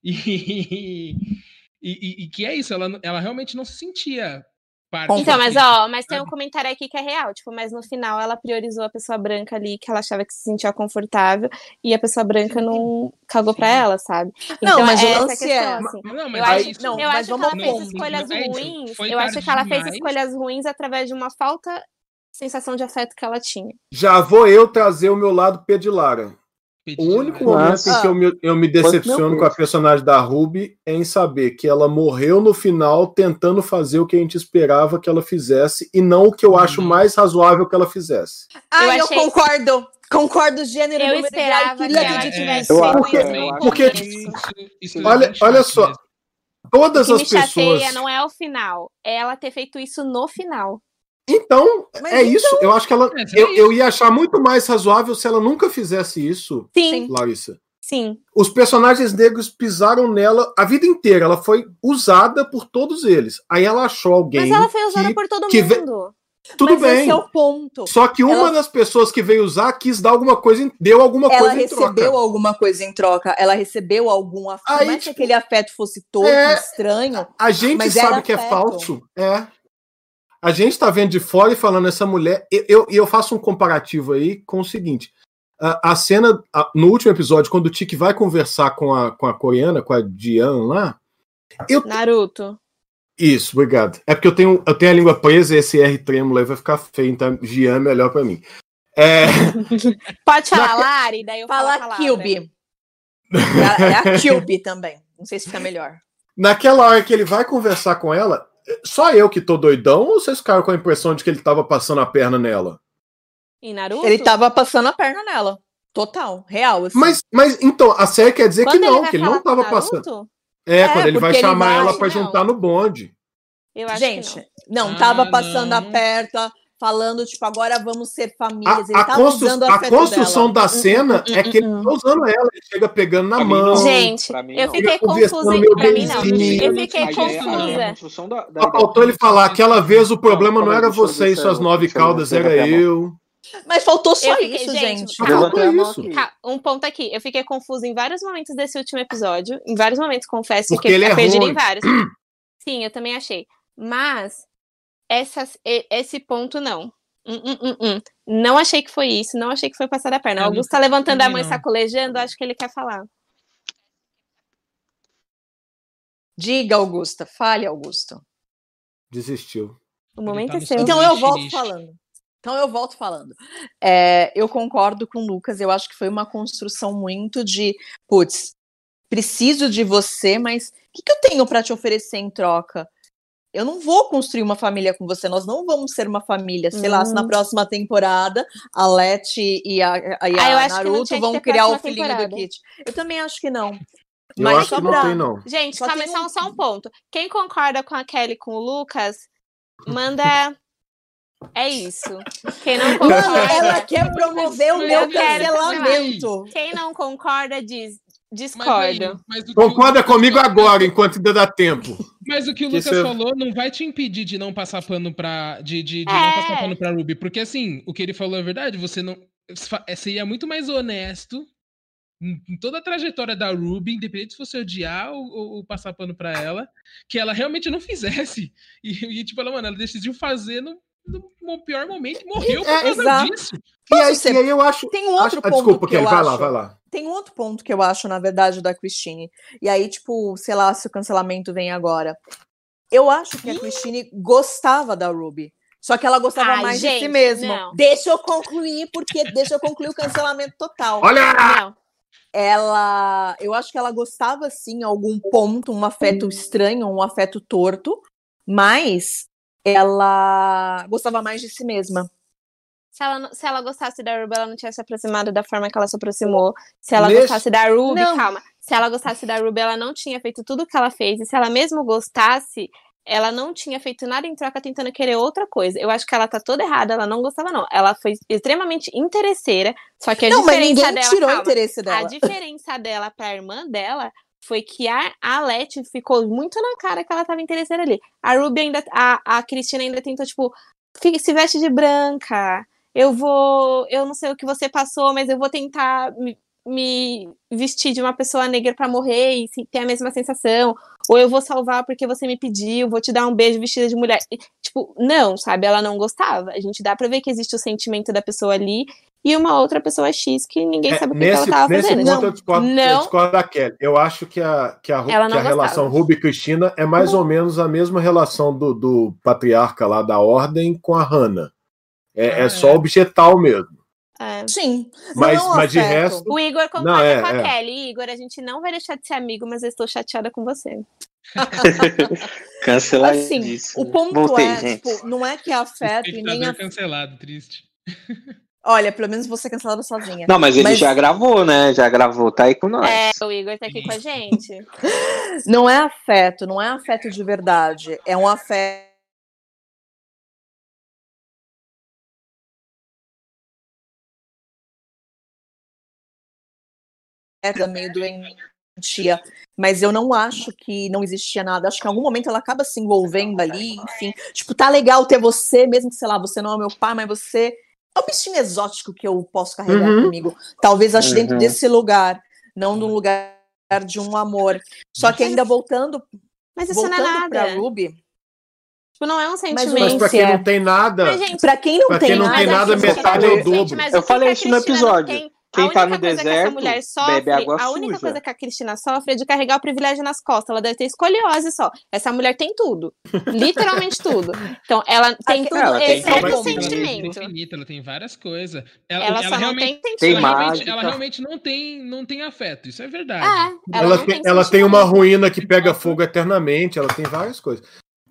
E, e, e- e que é isso, ela, ela realmente não se sentia parte Então, mas daquilo, ó, mas tem um sabe? comentário aqui que é real, tipo, mas no final ela priorizou a pessoa branca ali, que ela achava que se sentia confortável, e a pessoa branca não cagou pra ela, sabe? Não, Então, mas o essa lance questão, é- assim. Não, mas Eu é acho, isso. não, eu mas acho que vamos ela ao fez ponto. escolhas É isso, ruins. foi Eu acho que ela tarde fez demais. escolhas ruins através de uma falta sensação de afeto que ela tinha. Já vou eu trazer o meu lado P de Lara. Pedi O de único lado. momento em Nossa. que eu me, eu me decepciono meu com a Deus. personagem da Ruby é em saber que ela morreu no final tentando fazer o que a gente esperava que ela fizesse e não o que eu acho Uhum. mais razoável que ela fizesse. Ah, eu, achei- concordo. Concordo, gênero. Eu número de- ai, esperava que queria ela ter dito tivesse isso. Eu feito acho- isso eu no acho Porque, começo. Isso, isso é Olha, bem olha chato só, mesmo. O todas que as me chateia pessoas. não é o final, é ela ter feito isso no final. Então, Mas é isso. Eu acho que ela. Mas é Eu, isso. eu ia achar muito mais razoável se ela nunca fizesse isso, Sim, Larissa. sim. Os personagens negros pisaram nela a vida inteira. Ela foi usada por todos eles. Aí ela achou alguém. Mas ela foi usada que, por todo que ve- mundo. Tudo Mas bem. esse é o ponto. Só que uma Ela- das pessoas que veio usar quis dar alguma coisa, em- deu alguma Ela coisa em recebeu troca. alguma coisa em troca. Ela recebeu algum afeto. Por Aí, mais que tipo, aquele afeto fosse todo é- estranho. A gente Mas sabe era que é afeto. falso. É. A gente tá vendo de fora e falando essa mulher. E eu, eu faço um comparativo aí com o seguinte: a, a cena a- no último episódio, quando o Tiki vai conversar com a, com a coreana, com a Diane lá. Eu, Naruto. Isso, obrigado. É porque eu tenho, eu tenho a língua presa e esse R trêmulo aí vai ficar feio, então Gian é melhor pra mim. É, Pode falar, Na- Lari, daí eu falo a Fala palavra. Kilby. É é a Kilby também. Não sei se fica melhor. naquela hora que ele vai conversar com ela, só eu que tô doidão ou vocês ficaram com a impressão de que ele tava passando a perna nela? Em Naruto? Ele tava passando a perna nela. Total, real. Assim. Mas, mas então, a série quer dizer Quando que ele não, vai que ele falar não com tava Naruto? passando. É, É, quando ele vai porque ele chamar vai- ela pra Não. juntar no bonde. Eu acho Gente, que não. não, Ah, tava passando não. a perna, falando, tipo, agora vamos ser famílias. Ele A, a, tava constru- usando o a afeto construção dela. da cena hum, é que ele hum, tá usando ela, ele chega pegando na Pra mim, mão. não. Gente, Pra mim, eu não. fiquei Fica conversando confusa. meio Pra mim, não. beizinho. Eu fiquei A ideia- a confusa. construção da, da Só faltou ele falar, aquela vez o problema não, calma aí, era deixa eu você ver e se suas eu- nove deixa eu caudas, ver se eu era levantei a mão. eu. Mas faltou só Eu fiquei- isso, gente, gente. Só calma. faltou Levantei a mão isso. aqui. Ca- Um ponto aqui. Eu fiquei confusa em vários momentos desse último episódio. Em vários momentos, confesso. Porque Fiquei ele é perdida ruim. em vários. Sim, eu também achei. Mas essas, e- esse ponto, não. Hum, hum, hum, hum. Não achei que foi isso. Não achei que foi passar da perna. O Eu Augusto não- tá levantando a também mão e não. sacolejando. Acho que ele quer falar. Diga, Augusta. Fale, Augusto. Desistiu. O Ele momento tá é no seu. seu- Então eu Triste, volto triste. falando. Então eu volto falando. É, eu concordo com o Lucas. Eu acho que foi uma construção muito de, putz, preciso de você, mas o que, que eu tenho para te oferecer em troca? Eu não vou construir uma família com você. Nós não vamos ser uma família. Sei lá, se na Hum. próxima temporada a Leti e a, e a Ah, eu acho que não Naruto tinha que vão ter criar o próxima filhinho temporada. do Kit. Eu também acho que não. Eu Mas acho só que não pra- tem, não. Gente, Só calma, tem só, um- só um ponto. Quem concorda com a Kelly e com o Lucas, manda. É isso. Quem não Mano, concorda. ela quer promover o Mas meu eu quero cancelamento. Quem não concorda, diz. Mas aí, Discorda. mas o que o Concorda Lucas comigo falou- agora, enquanto ainda dá tempo. Mas o que o Que Lucas cê- falou não vai te impedir de não passar pano pra. De, de, de É. não passar pano pra Ruby. Porque assim, o que ele falou é verdade. Você não. Seria muito mais honesto em em toda a trajetória da Ruby, independente se você odiar ou, ou- ou passar pano pra ela, que ela realmente não fizesse. E, e, tipo, ela, mano, ela decidiu fazer no, no pior momento e morreu por É, causa exato. disso. E aí, ser- e aí eu acho. Tem um outro acho- ah, ponto desculpa, que Kelly, eu vai acho. lá, vai lá. Tem um outro ponto que eu acho, na verdade, da Christine. E aí, tipo, sei lá, se o cancelamento vem agora. Eu acho que a Christine gostava da Ruby. Só que ela gostava Ai, mais de si gente, mesma. não. Deixa eu concluir, porque deixa eu concluir o cancelamento total. Olha! Não. Ela. Eu acho que ela gostava, sim, em algum ponto, um afeto estranho, um afeto torto, mas ela gostava mais de si mesma. Se ela, não- se ela gostasse da Ruby, ela não tinha se aproximado da forma que ela se aproximou. Se ela Nesse- gostasse da Ruby, Não. calma. Se ela gostasse da Ruby, ela não tinha feito tudo o que ela fez. E se ela mesmo gostasse, ela não tinha feito nada em troca tentando querer outra coisa. Eu acho que ela tá toda errada, ela não gostava, não. Ela foi extremamente interesseira, só que a Não, mas diferença ninguém dela. tirou o calma, interesse a dela. diferença dela pra irmã dela foi que a, a Leti ficou muito na cara que ela tava interesseira ali. A Ruby ainda. A, a Cristina ainda tentou, tipo, fica, se veste de branca. Eu vou. Eu não sei o que você passou, mas eu vou tentar me, me vestir de uma pessoa negra pra morrer e se- ter a mesma sensação. Ou eu vou salvar porque você me pediu, vou te dar um beijo vestida de mulher. E, tipo, não, sabe? Ela não gostava. A gente dá pra ver que existe o sentimento da pessoa ali e uma outra pessoa X que ninguém É, sabe o que, que nesse ela tava nesse fazendo. ponto Não, eu discordo, eu não. discordo da Kelly. Eu acho que a, que a, Ru- Ela que não a relação gostava. Ruby e Cristina é mais ou menos a mesma relação do, do patriarca lá da Ordem com a Hannah. É, Ah, é é. só objetal mesmo. É. Sim. Mas, não é um mas de afeto. resto. O Igor concorda Não, é, com a é. Kelly. Igor, a gente não vai deixar de ser amigo, mas eu estou chateada com você. Canceladíssimo. Assim, o ponto Voltei, é, gente. tipo, não é que é afeto e nem Espectador a... cancelado, triste. Olha, pelo menos você cancelada sozinha. Não, mas ele Mas- já gravou, né? Já gravou, tá aí com nós. É, o Igor tá aqui com a gente. Não é afeto, não é afeto de verdade. É um afeto meio doentia. Mas eu não acho que não existia nada. Acho que em algum momento ela acaba se envolvendo ali, enfim. Tipo, tá legal ter você, mesmo que, sei lá, você não é meu pai, mas você é um bichinho exótico que eu posso carregar Uhum. comigo. Talvez acho dentro Uhum. desse lugar, não num lugar de um amor. Só que ainda voltando, Mas isso não é voltando nada. pra Ruby, Tipo, não é um sentimento. Mas pra quem é. não tem nada. Mas, gente, pra quem não Pra tem quem não nada, tem nada, gente, metade é o Gente, dobro. mas Eu o que falei que a isso no Cristina episódio. não tem? Quem a tá única no coisa que essa deserto, mulher sofre, bebe água a única suja. coisa que a Cristina sofre é de carregar o privilégio nas costas. Ela deve ter escoliose só. Essa mulher tem tudo. Literalmente tudo. Então, ela tem tudo, Ela tem exceto tudo. o Ela tem sentimento. infinita, ela tem várias coisas. Ela, Ela ela só não realmente, tem Tem ela, sentimento. realmente, mágica. ela realmente não tem, não tem afeto, isso é verdade. É, ela, Ela, não tem, tem ela tem sentimento. uma ruína que pega fogo eternamente, ela tem várias coisas.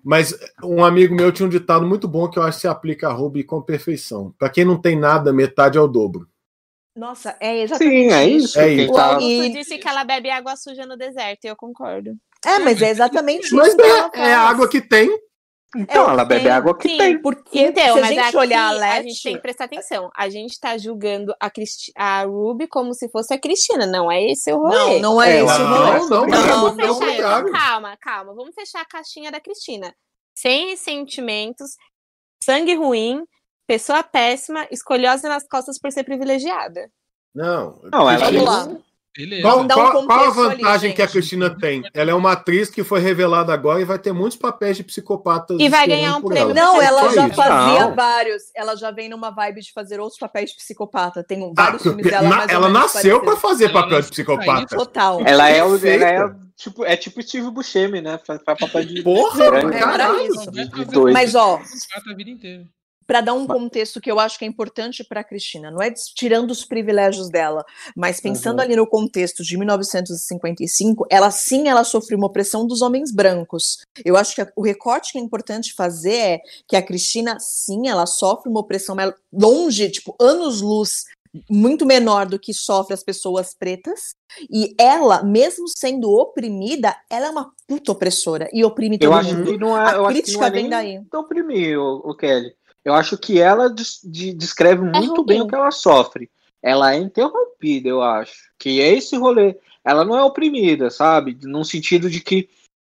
Mas um amigo meu tinha um ditado muito bom que eu acho que se aplica a Ruby com perfeição. Para quem não tem nada, metade é o dobro. Nossa, é exatamente Sim, é isso. isso. É quem isso. O tá- Augusto E- disse que ela bebe água suja no deserto, e eu concordo. É, mas é exatamente Mas isso que ela é, é a faz. água que tem. Então, É o ela que bebe tem. água que Sim. tem. Porque Então, se a mas gente aqui olhar a a Letty, gente tem que prestar atenção. A gente tá julgando a, Cristi- a Ruby como se fosse a Cristina. Não é esse o rolê. não, não é É, esse o não, rolê. não, não, não, Vamos não fechar, é. contrário. então, calma, calma. Vamos fechar a caixinha da Cristina. Sem ressentimentos, sangue ruim, pessoa péssima, escolhosa nas costas por ser privilegiada. Não. Não, ela- Vamos lá. Beleza. Qual, Vamos dar um qual- qual a contexto ali, vantagem que a gente. Cristina tem? Ela é uma atriz que foi revelada agora e vai ter muitos papéis de psicopatas. E vai esperando ganhar um por prêmio ela. Não, É ela só já isso. fazia Não. vários. Ela já vem numa vibe de fazer outros papéis de psicopata. Tem um- Ah, vários filmes dela na- mais ou ela menos nasceu para parecidos. fazer Ela papel de nasceu pra psicopata. isso. Total. Ela é, o, Perfeita. ela é tipo, é tipo Steve Buscemi, né? Faz, faz papel de. Porra, É, É pra caralho. isso. de- de Vai fazer doido. Mas, ó, psicopata a vida inteira. para dar um contexto que eu acho que é importante para a Cristina, não é des- tirando os privilégios dela, mas pensando Uhum. ali no contexto de mil novecentos e cinquenta e cinco, ela sim, ela sofreu uma opressão dos homens brancos. Eu acho que a- o recorte que é importante fazer é que a Cristina, sim, ela sofre uma opressão mas longe, tipo, anos-luz, muito menor do que sofre as pessoas pretas, e ela, mesmo sendo oprimida, ela é uma puta opressora e oprime todo Eu acho mundo. que não é. A Eu acho que crítica não é vem nem daí. de oprimir, o, o Kelly. Eu acho que ela des- de- descreve muito ruim. bem o que ela sofre. Ela é interrompida, eu acho. Que é esse rolê. Ela não é oprimida, sabe? Num sentido de que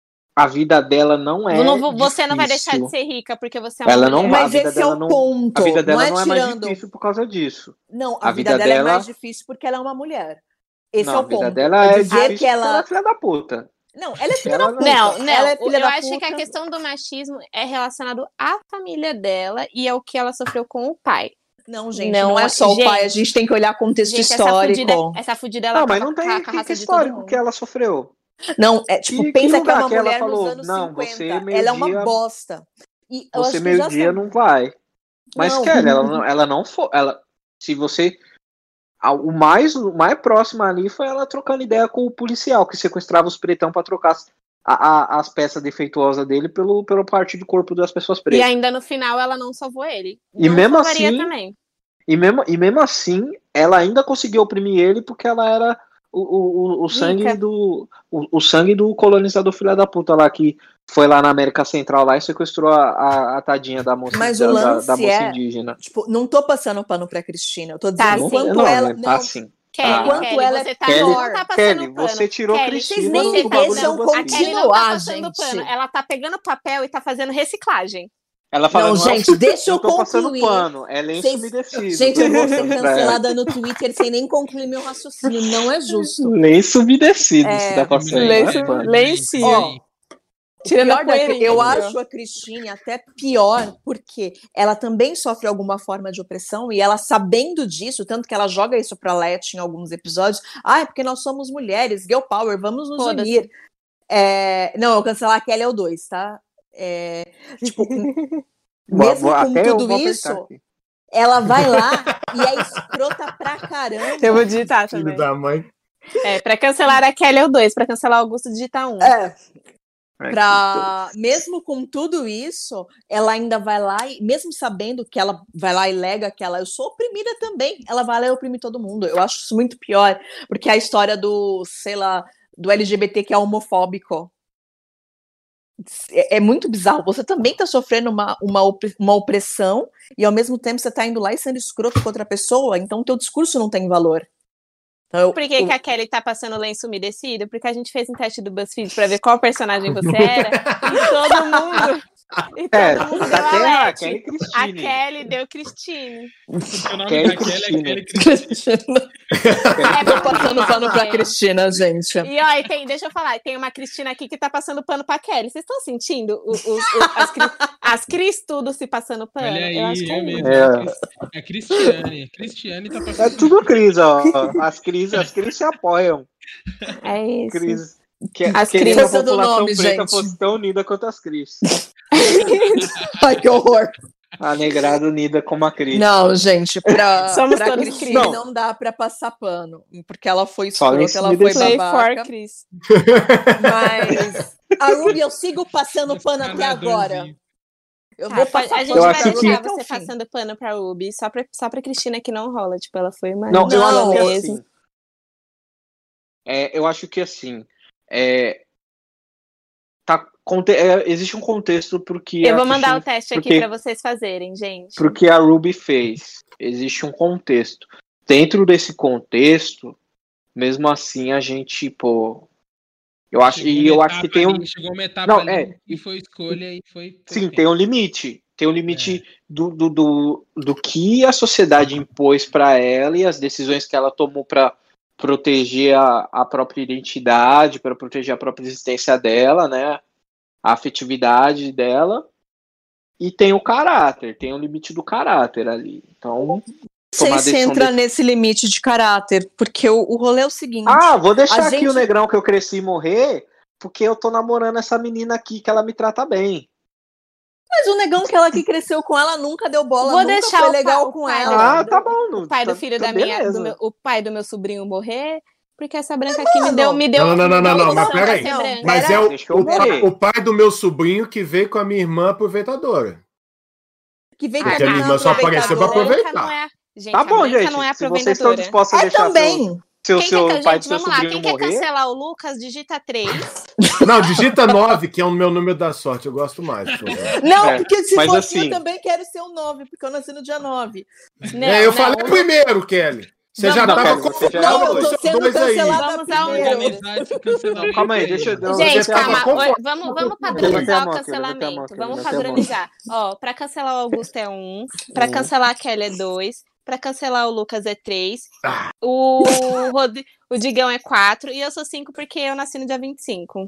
a vida dela não é. Não vou- você não vai deixar de difícil. ser rica porque você é uma Ela mulher. não vai- a Mas vida esse é dela o não- ponto. A vida dela não é não é mais tirando. difícil por causa disso. Não, a, A vida, vida dela, é dela- mais difícil porque ela é uma mulher. Esse não, é o a vida ponto. dela é é dizer difícil que ela. porque ela é filha da puta. Não, ela é filha Ela da puta. Não, não. Ela é filha eu da acho puta. que a questão do machismo é relacionado à família dela e ao que ela sofreu com o pai. Não, gente, Não, não, é só gente, o pai. A gente tem que olhar contexto Gente, essa histórico. fudida, essa fudida ela Não, mas acaba não tem com a- com a que, que raça de todo histórico mundo. que ela sofreu. Não, é tipo, Que- que pensa que, é lugar uma que ela mulher falou, nos anos não, cinquenta. você, Ela é uma meio-dia- bosta. E eu Você acho que eu já meio-dia sei- não vai. Mas, Não. Kelly, ela não, ela não foi. Ela, se você. a- O mais, o mais próximo ali foi ela trocando ideia com o policial que sequestrava os pretão pra trocar as, a- a- as peças defeituosas dele pelo, pelo parte do corpo das pessoas E pretas. ainda no final ela não salvou ele. E não mesmo salvaria assim- também. E mesmo, e mesmo assim, ela ainda conseguiu oprimir ele porque ela era o, o, o, o sangue Rica. do. O, o sangue do colonizador filha da puta lá que foi lá na América Central lá e sequestrou a, a, a tadinha da moça, Mas da, o da- lance da moça é- indígena. Tipo, não tô passando pano pra Cristina. Eu tô Tá, dizendo o sim. quanto não, ela. né? Não, Assim. Kelly, Ah. Quanto Kelly, ela é você tá, Kelly, não tá passando Kelly, pano. você tirou Kelly, Cristina vocês nem você do bagulho deixam do A Kelly não tá continuar, passando gente. pano. Ela tá pegando papel e tá fazendo reciclagem. Ela fala, Não, não, é o- gente, deixa eu não tô passando concluir. pano, é lenço Vocês- umedecido. Gente, eu vou ser Pra ela. cancelada no Twitter sem nem concluir meu raciocínio. Não é justo. Lenço umedecido, É, você tá passando. lenço- não é pano. lencinho. Ó, Tirando pior a da- poeirinha, eu entendeu? acho a Cristina até pior, porque ela também sofre alguma forma de opressão e ela sabendo disso, tanto que ela joga isso pra Letty em alguns episódios. Ah, é porque nós somos mulheres, girl power, vamos nos Foda-se. unir. É, não, eu cancelar a Kelly é o dois, tá? É, tipo, Vou- mesmo vou- com até eu tudo vou apertar isso, aqui. ela vai lá e é escrota pra caramba. Eu vou digitar Filho também. da mãe. É, pra cancelar a Kelly é o dois, pra cancelar o Augusto digitar um. É, Aqui, pra, mesmo com tudo isso, ela ainda vai lá e, mesmo sabendo que ela vai lá e lega que ela, eu sou oprimida também, ela vai lá e oprime todo mundo. Eu acho isso muito pior, porque a história do, sei lá, do L G B T que é homofóbico é, é muito bizarro. Você também tá sofrendo uma, uma, op- uma opressão e ao mesmo tempo você tá indo lá e sendo escroto com outra pessoa, então teu discurso não tem valor. Então, eu- Por que, eu- que a Kelly tá passando lenço umedecido? Porque a gente fez um teste do BuzzFeed pra ver qual personagem você era. E todo mundo. E todo É, mundo deu tá a terra, Letty. Kelly A Cristine. Kelly deu Cristine. Porque o nome Kelly da Kelly é Cristina. Kelly Cristina. É tô passando pano pra gente. Cristina, gente. E ó, e tem, deixa eu falar, tem uma Cristina aqui que tá passando pano pra Kelly. Vocês estão sentindo o- os- o- as, cri- as Cris tudo se passando pano? Olha Eu acho aí, que é é mesmo. isso. É. É a Cris- é a Cristiane. A Cristiane tá passando. É tudo Cris, ó. As Cris, as Cris se apoiam. É isso. Cris. Que, As queria Cris. que a Força do população nome, preta gente. fosse tão unida quanto as Cris. Ai, que horror. A negrada unida como a Cris. Não, gente, pra, Somos pra todos Cris não. não dá pra passar pano. Porque ela foi Só escrota, isso ela me foi deixou. babaca. Cris. Mas a Ruby eu sigo passando pano até agora. Eu Tá, vou pode- passar a gente Eu vai acho que- deixar até o você fim. passando pano pra Ruby, só pra, só pra Cristina que não rola. Tipo, ela foi uma. Não, eu Não, acho que mesmo. assim. É, eu acho que assim. É, tá, conte- é, existe um contexto pro que Eu a vou mandar o Cristina- teste aqui porque- pra vocês fazerem, gente. pro que a Ruby fez. Existe um contexto. Dentro desse contexto, mesmo assim, a gente, pô. Eu acho, Chegou e uma eu acho etapa que tem um. ali- Chegou uma etapa Não, ali é, que foi escolha e foi. foi Sim, bem. tem um limite. Tem um limite do, do, do, do que a sociedade impôs para ela e as decisões que ela tomou para proteger a, a própria identidade, para proteger a própria existência dela, né? A afetividade dela. E tem o caráter, tem o limite do caráter ali. Então, Não sei tomar se decisão entra desse- nesse limite de caráter, porque o, o rolê é o seguinte. Ah, vou deixar a aqui gente- o negrão que eu cresci morrer, porque eu tô namorando essa menina aqui que ela me trata bem. Mas o negão que ela que cresceu com ela nunca deu bola, Vou nunca deixar foi o legal pa- o com pai ela. Ah, tá bom. O pai do tá- filho tá da minha, beleza. do meu, o pai do meu sobrinho morrer, porque essa branca aqui me mano. deu, me deu, Não, não, não, me deu não, não, mas opção pra peraí. ser Não, branca. Mas Pera- é o, Deixa eu o, pai, morrer. o pai do meu sobrinho que veio com a minha irmã aproveitadora. Que veio Porque com a a minha irmã só apareceu pra aproveitadora. aproveitar. Branca não é, gente, Tá a bom, branca gente. não é Se vocês estão aproveitadora. dispostos a É deixar também. seu, Quem seu, quer, seu pai gente, do seu vamos lá, sobrinho quem quer morrer, cancelar o Lucas, digita três. Não, digita nove, que é o meu número da sorte. Eu gosto mais. por favor. Não, É, porque se mas fosse assim- eu também quero ser o nove, porque eu nasci no dia nove. Não, É, eu não, falei primeiro, Kelly. Você Não, já não, tava Kelly, você já confortável Não, é eu com tô seus sendo dois aí. cancelada Vamos ao primeiro. Organizar esse cancelamento Não, calma aí, aí. deixa eu- eu- Gente, Você tava calma. confortável Oi, Vamos, vamos com- Levantei a padronizar mão o aqui, levantei a mão cancelamento. aqui, Vamos levantei a mão. padronizar. Ó, pra cancelar o Augusto é um, pra Um. cancelar a Kelly é dois, pra cancelar o Lucas é três, Ah. o, Rod... o Digão é quatro e eu sou cinco porque eu nasci no dia vinte e cinco.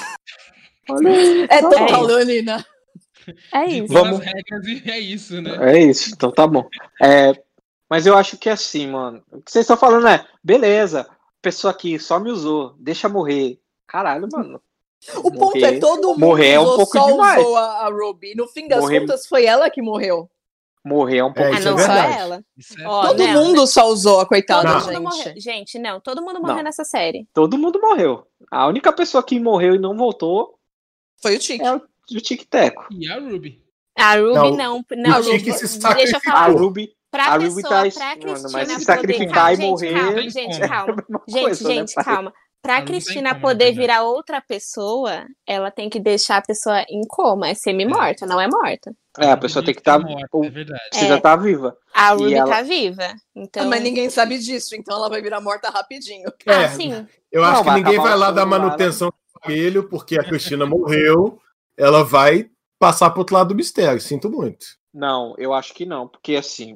É total, É. Leonina. É De isso. todas Vamos- as regras e é isso, né? É isso, então tá bom. É, mas eu acho que é assim, mano. O que vocês estão falando é, beleza, pessoa aqui só me usou, deixa morrer. Caralho, mano. O ponto Morrer- é todo mundo morrer é um usou, pouco só demais. usou a, a Ruby. No fim das Morrer- contas, foi ela que morreu. Morrer é um pouco É, Ah, isso é não, só verdade. ela. Isso é Ó, todo não, mundo só usou a coitada, Todo Não. mundo gente. morreu. Gente, não, todo mundo morreu Não. nessa série. Todo mundo morreu. A única pessoa que morreu e não voltou Foi o Tique. é o, o Tic Teco. E a Ruby. A Ruby Não, não. Não, o Tique se deixa eu sacrificou. A falar. Ruby, Pra a Ruby pessoa, tá. pra Mano, Cristina mas se poder... sacrificar e gente, morrer. calma, Tem gente, como. calma. é a mesma Gente, coisa, né, gente, pai? calma. Pra A Ruby tá Cristina em coma, poder na verdade. virar outra pessoa, ela tem que deixar a pessoa em coma. É semi-morta, não é morta. É, a pessoa tem que estar. morta, Tá, é verdade. precisa É. estar viva. A E Ruby ela- tá viva. Então. Mas ninguém sabe disso, então ela vai virar morta rapidinho. Ah, É, sim. Eu Não, acho que vai ninguém acabar vai o lá soro dar lá, manutenção do aparelho, porque a Cristina morreu. Ela vai passar pro outro lado do mistério. Sinto muito. Não, eu acho que não, porque assim.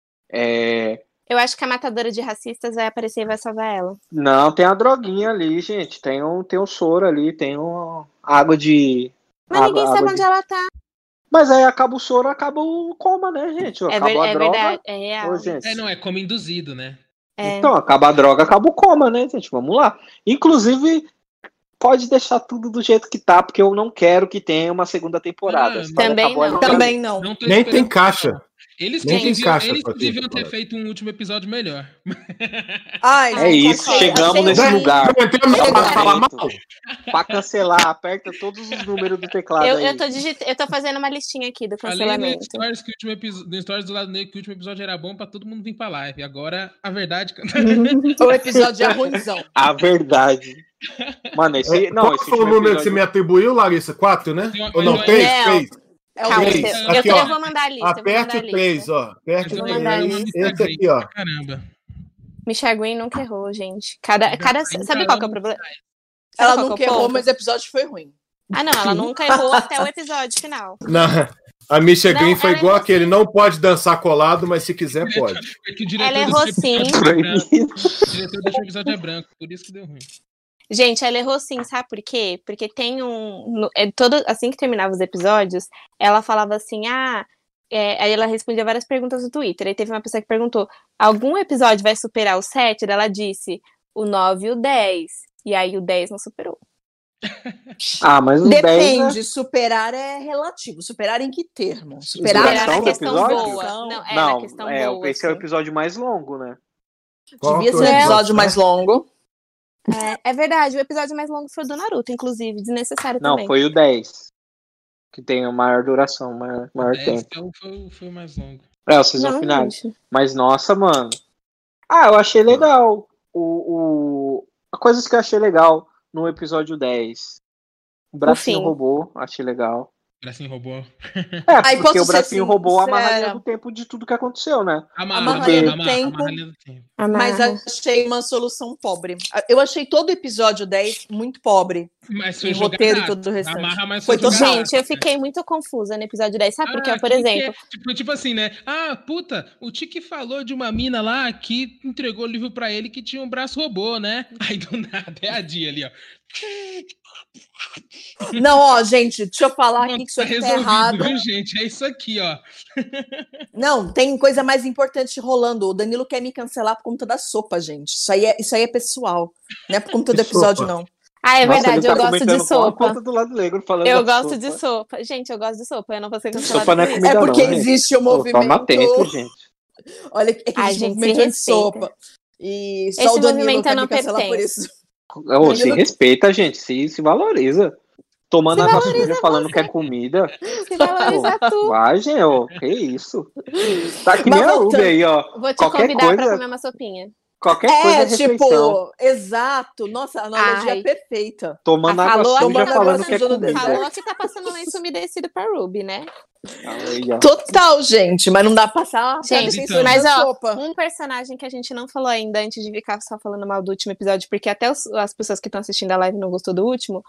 É... Eu acho que a matadora de racistas vai aparecer e vai salvar ela. Não, tem a droguinha ali, gente. Tem um, tem um soro ali, tem uma água de. Mas água- ninguém água sabe de- onde ela tá. Mas aí acaba o soro, acaba o coma, né, gente? É, Acaba ver- a é droga. verdade. É real. Ô, gente. É, não, é como induzido, né? É. Então, acaba a droga, acaba o coma, né, gente? Vamos lá. Inclusive, pode deixar tudo do jeito que tá, porque eu não quero que tenha uma segunda temporada. Não, A história também acabou ali. não. Também não. Não tô Nem esperando tem isso, caixa. não. Eles Nem que tem deviam, caixa eles pra que ter deviam ter temporada. feito um último episódio melhor. Ai, É gente, isso, concordo. chegamos Achei nesse ruim. lugar. Não tem nada É o pra falar mal. momento. Pra cancelar, aperta todos os números do teclado Eu, aí. eu, tô digit... eu tô fazendo uma listinha aqui do Falei no cancelamento. stories, que o último episódio, no stories do lado negro que o último episódio era bom pra todo mundo vir pra live. Agora, a verdade... O episódio é ruimzão. A verdade. Mano, esse. Não, Qual esse foi o último número que você episódio- me atribuiu, Larissa? Quatro, né? Tem uma- Ou não? mas Três? não. Três? É o Calma, Três. eu, três. eu, Aqui, eu ó. vou mandar a lista. eu vou mandar Aperte a o lista. três, ó. Aperte Vou o mandar três. isso. Esse aqui, ó. Caramba. Michelle Green nunca errou, gente. Cada, cada, sabe qual que é o problema? Sabe Ela qual que é o nunca errou, ponto? mas o episódio foi ruim. Ah, não, ela nunca errou até o episódio final. Não, a Misha Não, Green foi ela igual errou aquele. Não pode dançar colado, mas se quiser, pode. É que o diretor Ela errou desse sim. episódio é branco. Proibido. O diretor desse episódio é branco, por isso que deu ruim. Gente, ela errou sim, sabe por quê? Porque tem um. no- é, todo, assim que terminava os episódios, ela falava assim: ah. é, aí ela respondia várias perguntas no Twitter. Aí teve uma pessoa que perguntou: algum episódio vai superar o sete? Daí ela disse: o nove e o dez. E aí o dez não superou. Ah, mas o dez, Depende, né? superar é relativo. Superar em que termo? Superar Duração Superar na do questão episódio? boa. Não, é Não, na questão é, boa. esse é o assim. episódio mais longo, né? Qual Devia que ser é um o episódio mais certo? longo. É, é verdade, o episódio mais longo foi o do Naruto, inclusive, desnecessário Não, também. foi o dez. Que tem a maior duração, maior, maior dez tempo. é o- foi, o- foi o mais longo. É, o season Não, final. gente. Mas, nossa, mano. Ah, eu achei legal. O, o... Coisas que eu achei legal no episódio dez. O bracinho fim. robô, achei legal. Bracinho robô. É, Aí porque posso o bracinho ser roubou amarra a linha sincera. do tempo de tudo que aconteceu, né? Amarra, Amarra Porque- a linha do amarra, tempo. amarra a linha do tempo. Mas Amarra. achei uma solução pobre. Eu achei todo o episódio dez muito pobre. Mas foi Em roteiro e jogadaço. todo o restante. Amarra, mas Foi foi total. jogadaço, Gente, eu né? fiquei muito confusa no episódio dez. Sabe por quê? Ah, Por quem que exemplo, é? Tipo, tipo assim, né? Ah, puta, o Tiki falou de uma mina lá que entregou o livro pra ele que tinha um braço robô, né? Aí do nada, é a Dia ali, ó. Não, ó, gente, deixa eu falar Pronto, aqui que isso tá aqui tá resolvido, errado. viu, gente? É isso aqui, ó. Não, tem coisa mais importante rolando. O Danilo quer me cancelar por conta da sopa, gente. Isso aí é, isso aí é pessoal. Não é por conta do Que episódio, sopa? não. ah, é Nossa, verdade, ele eu tá gosto de comentando com a sopa. conta do lado negro falando Eu da gosto sopa. de sopa. Gente, eu gosto de sopa, eu não vou ser cancelada Sopa não é por isso. comida É porque não, gente. existe o Pô, movimento. toma tempo, gente. Olha, é que Ai, existe o gente, se movimento de respeita. sopa. E só Esse o Danilo movimento quer eu não me cancelar por pertenço. isso. Ô, se Danilo- respeita, gente. Se, se valoriza. Tomando Se água valoriza suja falando você. que é comida. Se valoriza tu. Vai, gente, ô, que isso? Tá que Mas nem a voltando- Ruby aí, ó. Vou te Qualquer convidar pra coisa- comer uma sopinha. Qualquer coisa é É, refeição. tipo, exato. Nossa, a analogia Ai. é perfeita. Tomando Ah, água falou suja agora, falando água que é suja no comida. Falou que tá passando lenço umedecido pra Ruby, né? Aí, ó. Total, gente, mas não dá pra passar pra Gente, defensora mas, da ó, sopa. Um personagem que a gente não falou ainda antes de ficar só falando mal do último episódio, porque até os- as pessoas que estão assistindo a live não gostou do último,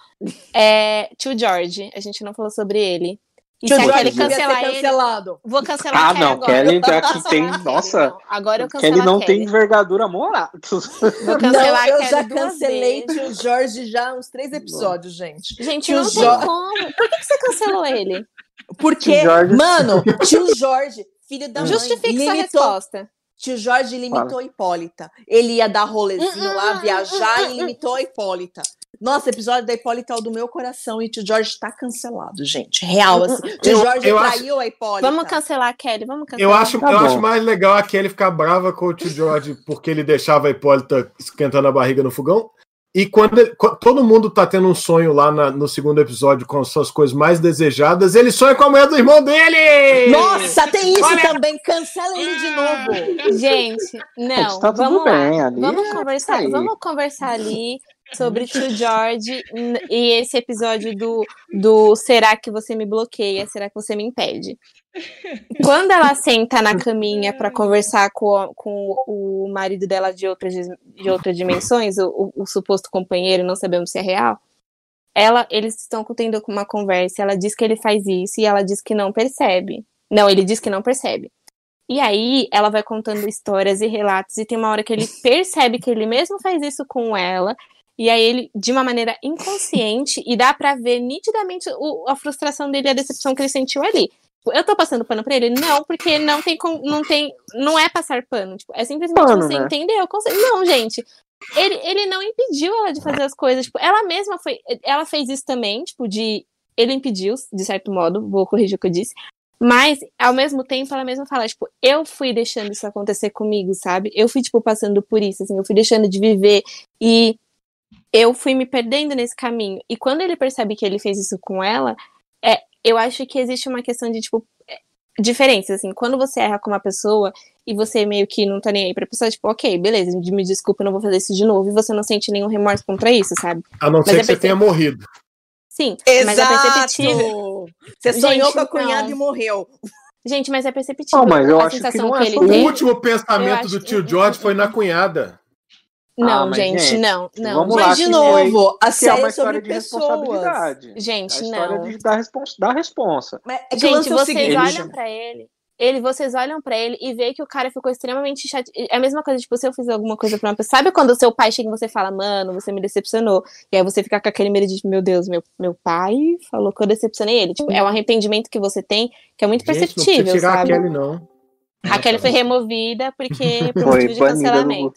é Tio George. A gente não falou sobre ele. E Tio se a Jorge Kelly devia ser cancelar ele, cancelado. vou cancelar Ah, a Kelly não, agora. Kelly Eu vou aqui cancelar tem- a Kelly, nossa, não. Agora eu Que cancelo ele não a Kelly. tem envergadura moral. Vou cancelar Não, a eu Kelly já duas cancelei vezes. Tio Jorge já há uns três episódios, gente. Gente, Tio não tem Jo- como. Por que, que você cancelou ele? Porque, Tio Jorge- mano, tio Jorge, filho da mãe, Justifique sua limitou. resposta. Tio Jorge limitou a Hipólita. Ele ia dar rolezinho lá, viajar e limitou a Hipólita. Nossa, episódio da Hipólita é o do meu coração e tio Jorge tá cancelado, gente. Real, assim. Tio Eu- Jorge eu traiu a Hipólita. Vamos cancelar a Kelly, vamos cancelar. Eu acho, Tá eu bom. acho mais legal a Kelly ficar brava com o tio George porque ele deixava a Hipólita esquentando a barriga no fogão. E quando, ele- qu- todo mundo tá tendo um sonho lá na- no segundo episódio com as suas coisas mais desejadas, ele sonha com a mulher do irmão dele! Nossa, tem isso Olha- também. Cancela ele de novo. Gente, não, Tá tudo vamos lá. bem ali. Vamos é conversar, aí. vamos conversar ali sobre Tio George n- e esse episódio do, do será que você me bloqueia, será que você me impede? Quando ela senta na caminha pra conversar com, o- com o marido dela de outras, dis- de outras dimensões, o, o- o suposto companheiro, não sabemos se é real, ela, eles estão tendo uma conversa, ela diz que ele faz isso e ela diz que não percebe. Não, ele diz que não percebe. E aí, ela vai contando histórias e relatos, e tem uma hora que ele percebe que ele mesmo faz isso com ela, e aí ele, de uma maneira inconsciente, e dá pra ver nitidamente o- a frustração dele e a decepção que ele sentiu ali. Tipo, eu tô passando pano pra ele? Não, porque não tem, com- não tem, não é passar pano, tipo, é simplesmente Pano, você né? entender o conceito. Não, gente, ele, ele não impediu ela de fazer as coisas, tipo, ela mesma foi, ela fez isso também, tipo, de, ele impediu, de certo modo, vou corrigir o que eu disse, mas, ao mesmo tempo, ela mesma fala, tipo, eu fui deixando isso acontecer comigo, sabe? Eu fui, tipo, passando por isso, assim, eu fui deixando de viver e eu fui me perdendo nesse caminho. E quando ele percebe que ele fez isso com ela, é, eu acho que existe uma questão de, tipo, é, diferenças, assim. Quando você erra com uma pessoa e você meio que não tá nem aí pra pessoa, tipo, ok, beleza, me desculpa, eu não vou fazer isso de novo. E você não sente nenhum remorso contra isso, sabe? A não Mas ser é que você perce- tenha morrido. Sim, mas é perceptível. Você sonhou Gente, com a cunhada não. e morreu. Gente, mas é perceptível Não, mas eu a acho que sensação não que, é ele só- O teve. último Eu pensamento acho do que- tio George foi na cunhada. Não, Ah, mas, gente, gente, não, não. vamos gente, lá, Mas, de que novo, a Que é série uma é sobre história de pessoas. responsabilidade. Gente, a história não. de, da, respons, da responsa. Mas é que o Gente, lance é o vocês seguinte. olham pra ele, ele, vocês olham pra ele e vê que o cara ficou extremamente chateado. É a mesma coisa, tipo, se eu fizer alguma coisa pra uma pessoa. Sabe quando o seu pai chega e você fala, mano, você me decepcionou? E aí você fica com aquele medo de, meu Deus, meu, meu pai falou que eu decepcionei ele. Tipo, é um arrependimento que você tem que é muito Gente, não precisa perceptível, tirar sabe? a Kelly, não. A Kelly foi removida porque por Foi motivo de banida do cancelamento. grupo.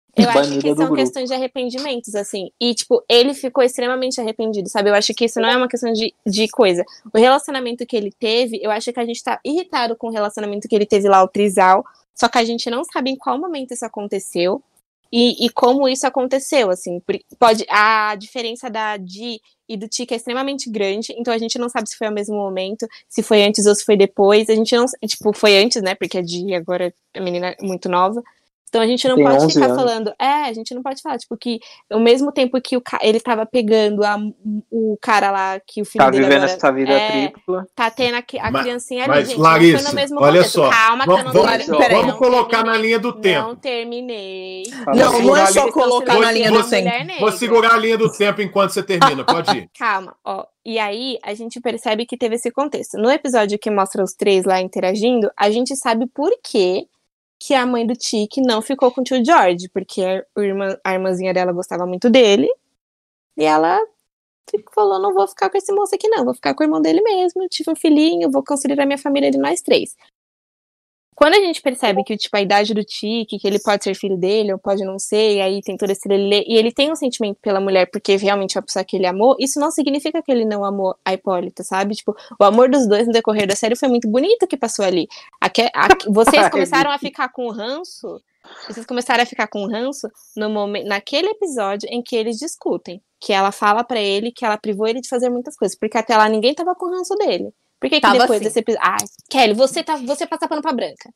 Eu acho Banida que do são grupo. questões de arrependimentos, assim. E, tipo, ele ficou extremamente arrependido, sabe? Eu acho que isso não é uma questão de, de coisa. O relacionamento que ele teve, eu acho que a gente tá irritado com o relacionamento que ele teve lá, o trisal. Só que a gente não sabe em qual momento isso aconteceu e, e como isso aconteceu, assim. Pode, a diferença da Di e do Tika é extremamente grande, então a gente não sabe se foi ao mesmo momento, se foi antes ou se foi depois. A gente não... Tipo, foi antes, né? Porque a Di agora é menina muito nova. Então a gente não Tem pode onze ficar anos. falando, é, a gente não pode falar, tipo, que ao mesmo tempo que o ca... ele tava pegando a, o cara lá, que o filho Tá dele vivendo agora essa vida é, tripla. tá tendo a, a Mas- criancinha ali, Mas, gente, Larissa, não foi no mesmo olha contexto. só, Calma que vamos, eu não vamos- terminei. Peraí. vamos não colocar terminei. na linha do Não tempo. terminei. Fala Não, assim. não é Segurar só ali- colocar na linha do Você- tempo. Mulher negra. Vou segurar a linha do tempo enquanto você termina, pode ir. Calma, ó. E aí, a gente percebe que teve esse contexto. No episódio que mostra os três lá interagindo, a gente sabe por quê que a mãe do Tique não ficou com o tio George, porque a, irmã, a irmãzinha dela gostava muito dele, e ela ficou- falou, não vou ficar com esse moço aqui não, vou ficar com o irmão dele mesmo, eu tive um filhinho, vou considerar minha família de nós três. Quando a gente percebe que, tipo, a idade do Tique, que ele pode ser filho dele, ou pode não ser, e aí tem todo esse lelê, e ele tem um sentimento pela mulher, porque realmente é a pessoa que ele amou, isso não significa que ele não amou a Hipólita, sabe? Tipo, o amor dos dois no decorrer da série foi muito bonito que passou ali. Aque, a, vocês começaram a ficar com ranço, vocês começaram a ficar com ranço no momento, naquele episódio em que eles discutem, que ela fala pra ele que ela privou ele de fazer muitas coisas, porque até lá ninguém tava com ranço dele. Por que, que Tava depois sim. desse episódio... Ai, Kelly, você, tá, você passa pano pra branca.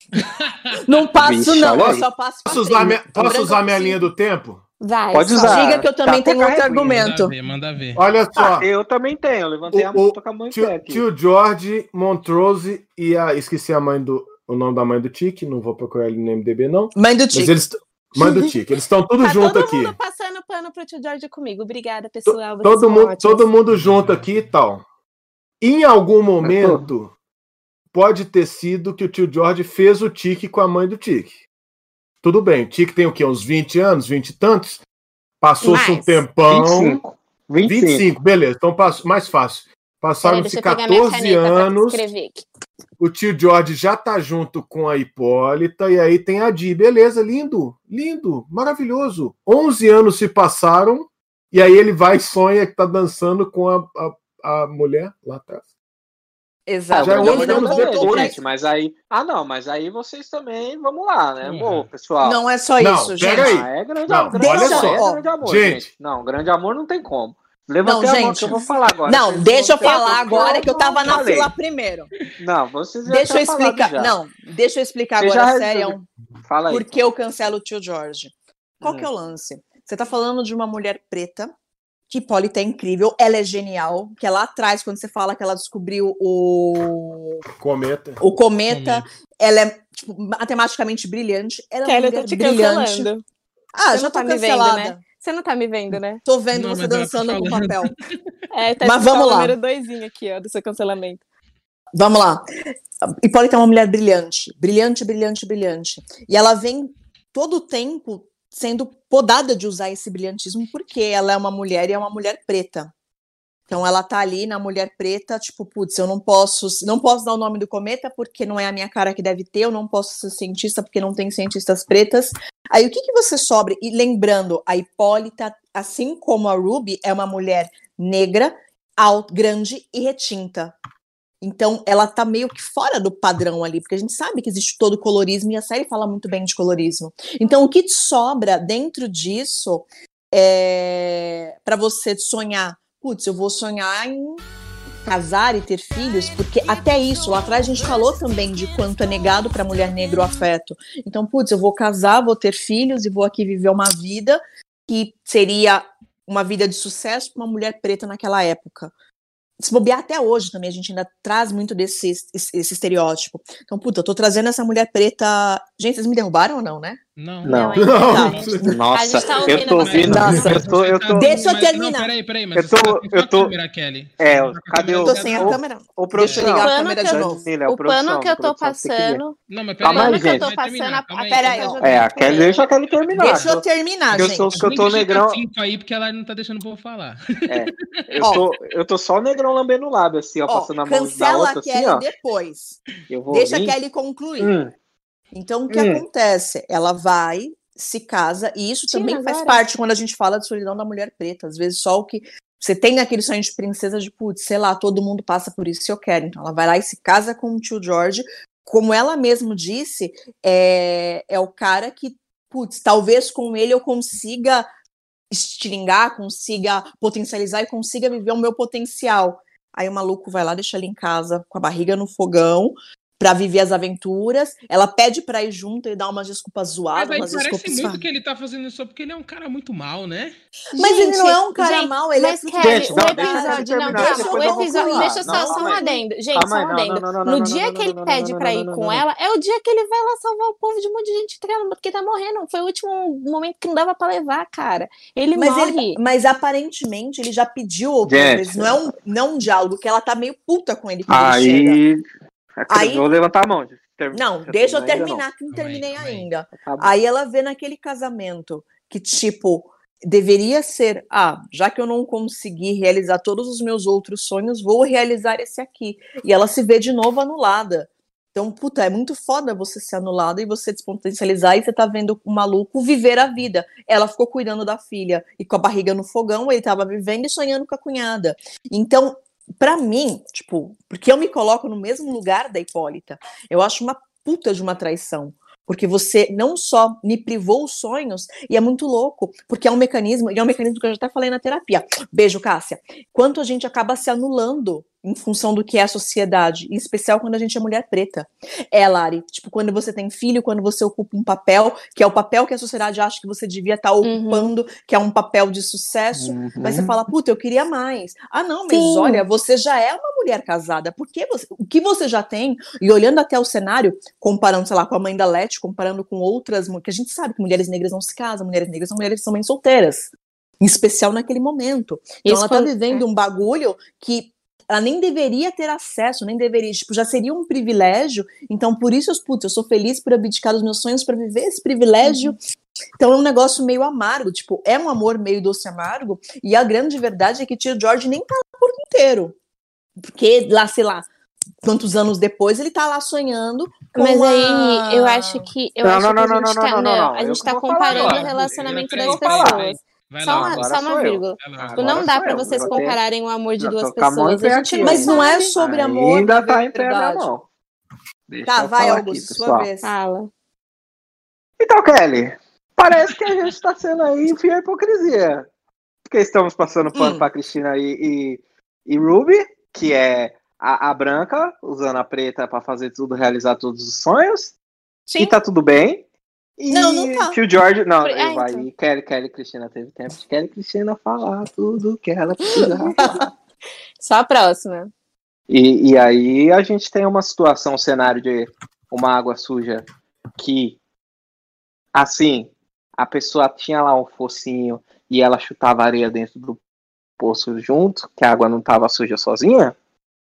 Não passo, Vixe, não, olha eu aí. só passo pra Posso usar, trilha. minha, posso Branca usar minha sim. linha do tempo? Vai, Pode só. usar. Diga que eu também Tá tenho outro até carreguinho, argumento. Manda ver, manda ver. Olha só, Ah, eu também tenho. Eu levantei a o, mão, o tô com a mão em pé tio, aqui. tio George, Montrose e a... Esqueci a mãe do, o nome da mãe do Tique, não vou procurar ele no M D B não. Mãe do Mas Tique. eles... Mãe do Tique, eles estão tudo Tá junto todo aqui. mundo passando pano pro tio George comigo. Obrigada, pessoal. Vocês Todo são mundo, ótimos. todo mundo junto aqui e tal. Em algum momento, pode ter sido que o tio George fez o Tique com a mãe do Tique. Tudo bem, o Tique tem o quê? Uns vinte anos, vinte e tantos? Passou-se um Mais. tempão. vinte e cinco. vinte e cinco. vinte e cinco, beleza. Então, passo, mais fácil. Peraí, Passaram-se deixa eu pegar minha quatorze caneta pra anos. escrever aqui. O tio George já tá junto com a Hipólita. E aí tem a Di. Beleza, lindo, lindo, maravilhoso. onze anos se passaram. E aí ele vai e sonha que tá dançando com a, a, a mulher lá atrás. Exato. Já é o onze grande amor anos dele, depois. gente, mas aí... Ah, não, mas aí vocês também, vamos lá, né? Uhum. Bom, pessoal. Não é só Não, isso, gente. pera aí. Ah, é grande, Não, amor, grande olha amor, só, é ó, grande amor, gente. gente. Não, grande amor não tem como. Levantei Não, a mão gente. que eu vou falar agora. Não, Vocês deixa eu vão ter- falar agora que eu tava na falei. fila primeiro. Não, vocês já Deixa eu tinham falado explicar. já. Não, deixa eu explicar Você agora já sério resolveu. Fala aí. por que eu cancelo o tio George. Qual Hum. que é o lance? Você tá falando de uma mulher preta, que Hipólita é incrível, ela é genial, que é lá atrás, quando você fala que ela descobriu o, Cometa. o cometa, ela é tipo, matematicamente brilhante. Ela é uma Kelly, eu tô mulher te brilhante. cancelando. Ah, Você já não tô tá me vendo, cancelada. né? Você não tá me vendo, né? Tô vendo Não, você mas ela tá dançando com falando. papel. É, tá Mas escrito vamos o lá. número doisinho aqui, ó, do seu cancelamento. Vamos lá. Hipólita é uma mulher brilhante, brilhante, brilhante, brilhante. E ela vem todo o tempo sendo podada de usar esse brilhantismo porque ela é uma mulher e é uma mulher preta. Então ela tá ali na mulher preta, tipo, putz, eu não posso, não posso dar o nome do cometa porque não é a minha cara que deve ter, eu não posso ser cientista porque não tem cientistas pretas. Aí o que que você sobra? E lembrando, a Hipólita, assim como a Ruby, é uma mulher negra, alta, grande e retinta. Então, ela tá meio que fora do padrão ali, porque a gente sabe que existe todo o colorismo e a série fala muito bem de colorismo. Então, o que te sobra dentro disso é para você sonhar, putz, eu vou sonhar em casar e ter filhos, porque até isso, lá atrás a gente falou também de quanto é negado para mulher negra o afeto. Então, putz, eu vou casar, vou ter filhos e vou aqui viver uma vida que seria uma vida de sucesso para uma mulher preta naquela época. Se bobear até hoje também, a gente ainda traz muito desse esse, esse estereótipo. Então, puta, eu tô trazendo essa mulher preta... Gente, vocês me derrubaram ou não, né? Não. Não. ainda Não. tá. Nossa, A gente tá eu ouvindo tô você. ouvindo. Nossa. Eu tô, eu tô. Deixa eu Mas- terminar. Não, peraí, peraí, mas Eu você tô- tá com eu a tô- câmera, Kelly. É, Você tá com a cadê câmera o- Tô ligada? sem a Ô, câmera. Ô, Deixa eu produção. ligar a pano câmera que de eu- novo. Danilo, O pano que eu tô produção, tem que ver. passando. Não, mas O peraí. Calma aí, pano que eu gente. tô Vai terminar, passando, calma aí. até Peraí, tá ó. jogando É, a pro Kelly meio. deixa a Kelly terminar. Deixa eu Eu, terminar, eu gente. sou- que eu tô Deixa negrão. cinco aí, porque ela não tá deixando o povo falar. eu, Ó. tô, eu tô só o negrão lambendo o lábio, assim, ó, Ó, passando a mão na cancela outra, a assim, Kelly ó. depois. Eu vou Deixa vir. a Kelly concluir. Hum, Então, o que Hum. acontece? Ela vai se casa, e isso Tira também faz agora. parte quando a gente fala de solidão da mulher preta. Às vezes só o que... Você tem aquele sonho de princesa de, putz, sei lá, todo mundo passa por isso se eu quero. Então ela vai lá e se casa com o tio George. Como ela mesma disse, é, é o cara que, putz, talvez com ele eu consiga estilingar, consiga potencializar e consiga viver o meu potencial. Aí o maluco vai lá, deixa ele em casa com a barriga no fogão pra viver as aventuras. Ela pede pra ir junto e dá umas desculpas zoadas, Mas aí umas parece desculpas... muito que ele tá fazendo isso só porque ele é um cara muito mal, né? Mas ele não é um cara gente, mau, ele mas é... Kelly, Gente, o não, deixa ele episódio, não, terminar, calma, depois o eu vou episódio, falar. deixa eu só, Não, só um calma aí. adendo, gente, Calma só aí, um não, adendo, não, não, não, no não, dia não, que ele não, pede não, pra não, ir não, com não, ela, é o dia que ele vai lá salvar o povo de um monte de gente criando, porque tá morrendo, foi o último momento que não dava pra levar, cara, ele Mas, morre. ele, mas aparentemente ele já pediu outras Gente. vezes, não é, um, não um diálogo, que ela tá meio puta com ele quando ele chega. Aí. Aí- Vou levantar a mão. Term- Não, já deixa eu terminou ainda terminar, que não Calma aí, terminei calma aí. ainda. não. Tá bom. Aí ela vê naquele casamento que, tipo, deveria ser, ah, já que eu não consegui realizar todos os meus outros sonhos, vou realizar esse aqui. E ela se vê de novo anulada. Então, puta, é muito foda você ser anulada e você despotencializar e você tá vendo o maluco viver a vida. Ela ficou cuidando da filha e com a barriga no fogão, ele tava vivendo e sonhando com a cunhada. Então, pra mim, tipo, porque eu me coloco no mesmo lugar da Hipólita, eu acho uma puta de uma traição. Porque você não só me privou os sonhos, e é muito louco, porque é um mecanismo, e é um mecanismo que eu já até falei na terapia. Beijo, Cássia. Quanto a gente acaba se anulando em função do que é a sociedade, em especial quando a gente é mulher preta. É, Lari, tipo, quando você tem filho, quando você ocupa um papel, que é o papel que a sociedade acha que você devia estar ocupando, uhum. que é um papel de sucesso, Uhum. mas você fala, puta, eu queria mais. Ah, não, mas Sim. olha, você já é uma mulher casada, por que você, o que você já tem, e olhando até o cenário, comparando, sei lá, com a mãe da Leti, comparando com outras, que a gente sabe que mulheres negras não se casam, mulheres negras são mulheres que são mães solteiras, em especial naquele momento. Então Isso ela tá quando- vivendo é. um bagulho que ela nem deveria ter acesso, nem deveria, tipo, já seria um privilégio, então por isso, eu, putz, eu sou feliz por abdicar dos meus sonhos para viver esse privilégio. Uhum. Então é um negócio meio amargo, tipo, é um amor meio doce amargo, e a grande verdade é que tio George nem tá lá por inteiro, porque lá, sei lá, quantos anos depois ele tá lá sonhando com Mas a... aí, eu acho que eu Não, acho não, que a não, gente não, tá, não, não, não, não, a eu gente que tá vou falar comparando agora. o relacionamento Eu das vou falar. pessoas. Vai Só lá, uma, agora só uma sou eu. vírgula. vai lá. Tipo, não Agora dá sou pra eu, vocês eu vou ter- compararem o amor de Já duas tô com a mão em pessoas. A pé gente aqui, não hein? Mas não é sabe. sobre amor, Ainda na tá em pé a minha verdade. mão. Deixa Tá, eu vai, falar Augusto, aqui, sua pessoal. vez. Fala. Então, Kelly, parece que a gente tá sendo aí fio à hipocrisia. Porque estamos passando pano Hum. pra Cristina e, e, e Ruby, que é a, a branca, usando a preta pra fazer tudo, realizar todos os sonhos. Sim. E tá tudo bem. E Não, não tá. tio George. Não, Por- eu ah, vai. então. Kelly, Kelly, Cristina teve tempo de Kelly Cristina falar tudo que ela precisava falar. Só a próxima. E, e aí a gente tem uma situação, um cenário de uma água suja que, assim, a pessoa tinha lá um focinho e ela chutava areia dentro do poço junto, que a água não estava suja sozinha.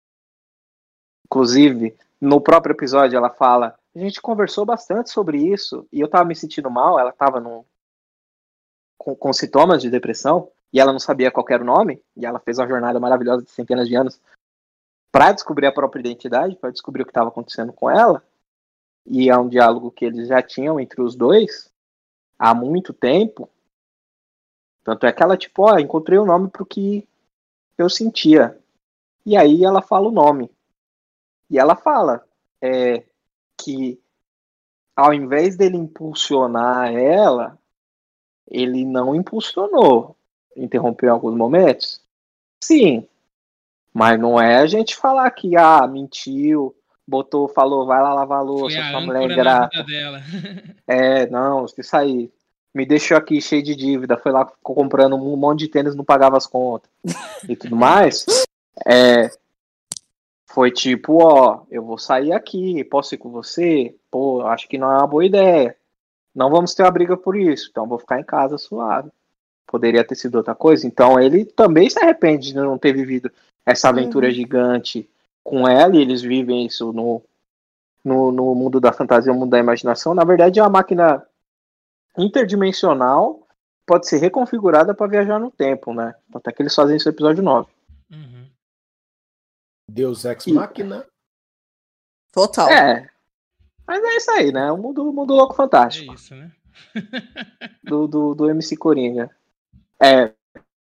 Inclusive, no próprio episódio ela fala, a gente conversou bastante sobre isso e eu tava me sentindo mal, ela tava num, com, com sintomas de depressão e ela não sabia qual era o nome, e ela fez uma jornada maravilhosa de centenas de anos para descobrir a própria identidade, para descobrir o que estava acontecendo com ela. E é um diálogo que eles já tinham entre os dois há muito tempo. Tanto é que ela, tipo, ó, encontrei o nome pro que eu sentia. E aí ela fala o nome. E ela fala é, que ao invés dele impulsionar ela, ele não impulsionou. Interrompeu em alguns momentos? Sim. Mas não é a gente falar que, ah, mentiu, botou, falou, vai lá lavar a louça, Foi a sua mulher é âncora na ingrata. vida dela. É, não, isso aí. Me deixou aqui cheio de dívida. Foi lá, ficou comprando um monte de tênis, não pagava as contas. E tudo mais. É, foi tipo, ó, eu vou sair aqui, posso ir com você? Pô, acho que não é uma boa ideia. Não vamos ter uma briga por isso, então vou ficar em casa suave. Poderia ter sido outra coisa. Então ele também se arrepende de não ter vivido essa aventura Uhum. gigante com ela, e eles vivem isso no, no, no mundo da fantasia, no mundo da imaginação. Na verdade, é uma máquina interdimensional, pode ser reconfigurada para viajar no tempo, né? Até que eles fazem isso no episódio nove. Uhum. Deus Ex E- Machina. Total. É. Mas é isso aí, né? O mundo, o mundo louco fantástico. É isso, né? do, do, do M C Coringa. É,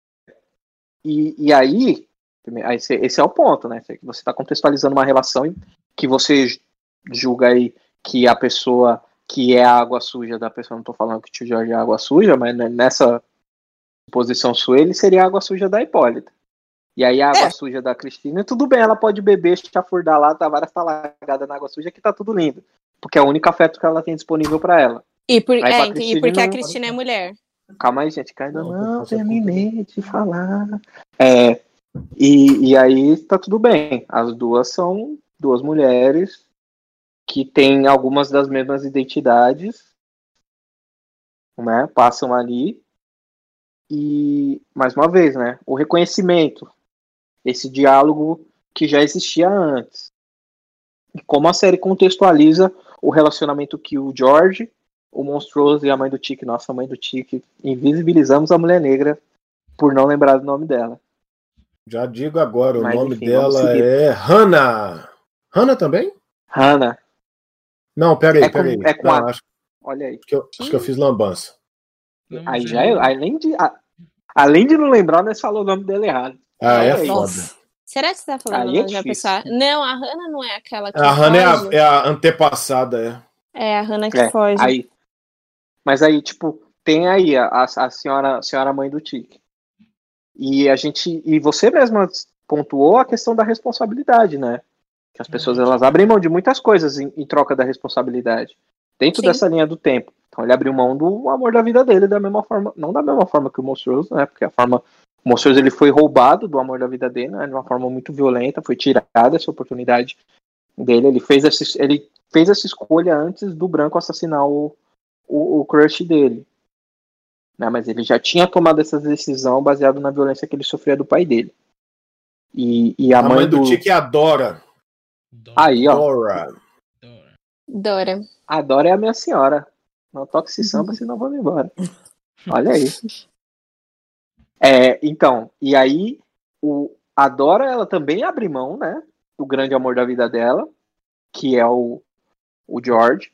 e, e aí, aí esse, esse é o ponto, né? Você está contextualizando uma relação que você julga aí que a pessoa que é a água suja da pessoa, não estou falando que o tio Jorge é água suja, mas nessa posição sua, ele seria a água suja da Hipólita. E aí a água é. suja da Cristina, tudo bem, ela pode beber, chafurdar lá, dar várias talagadas na água suja, que tá tudo lindo. Porque é o único afeto que ela tem disponível para ela. E, por, é, e porque não... a Cristina é mulher. Calma aí, gente, que ainda não, não terminei de falar. É, e, e aí tá tudo bem. As duas são duas mulheres que têm algumas das mesmas identidades, né? Passam ali. E, mais uma vez, né? O reconhecimento. Esse diálogo que já existia antes. E como a série contextualiza o relacionamento que o George, o Monstruoso e a mãe do Tique, nossa, a mãe do Tique, invisibilizamos a mulher negra por não lembrar do nome dela. Já digo agora, Mas, o nome enfim, dela é Hannah. Hannah também? Hannah. Não, peraí, é peraí. Com, é com não, a... acho, Olha aí. Acho que, eu, acho que eu fiz lambança. Não, aí já já é, além de, a, além de não lembrar, nós falou o nome dela errado. Ah, é, é foda. Nossa. Será que você tá falando aí o é nome da difícil. pessoa? Não, a Hannah não é aquela que A Hannah é foge. a, é a antepassada, é. É a Hannah que É, foge. aí. Mas aí, tipo, tem aí a, a senhora, a senhora mãe do Tique. E a gente. E você mesma pontuou a questão da responsabilidade, né? Que as pessoas elas abrem mão de muitas coisas em, em troca da responsabilidade. Dentro Sim. dessa linha do tempo. Então ele abriu mão do amor da vida dele da mesma forma. Não da mesma forma que o Monstruoso, né? Porque a forma. O Monstruoso ele foi roubado do amor da vida dele, né? De uma forma muito violenta, foi tirada essa oportunidade dele. Ele fez essa, ele fez essa escolha antes do Branco assassinar o, o, o crush dele. Né? Mas ele já tinha tomado essa decisão baseado na violência que ele sofria do pai dele. E, e a, a mãe, mãe do, do Tique adora. Aí, ó. Dora. Dora. A Dora é a minha senhora. Não toque esse samba, senão vamos embora. Olha aí. É, então, e aí o, a Dora, ela também abre mão, né? Do grande amor da vida dela, que é o, o George.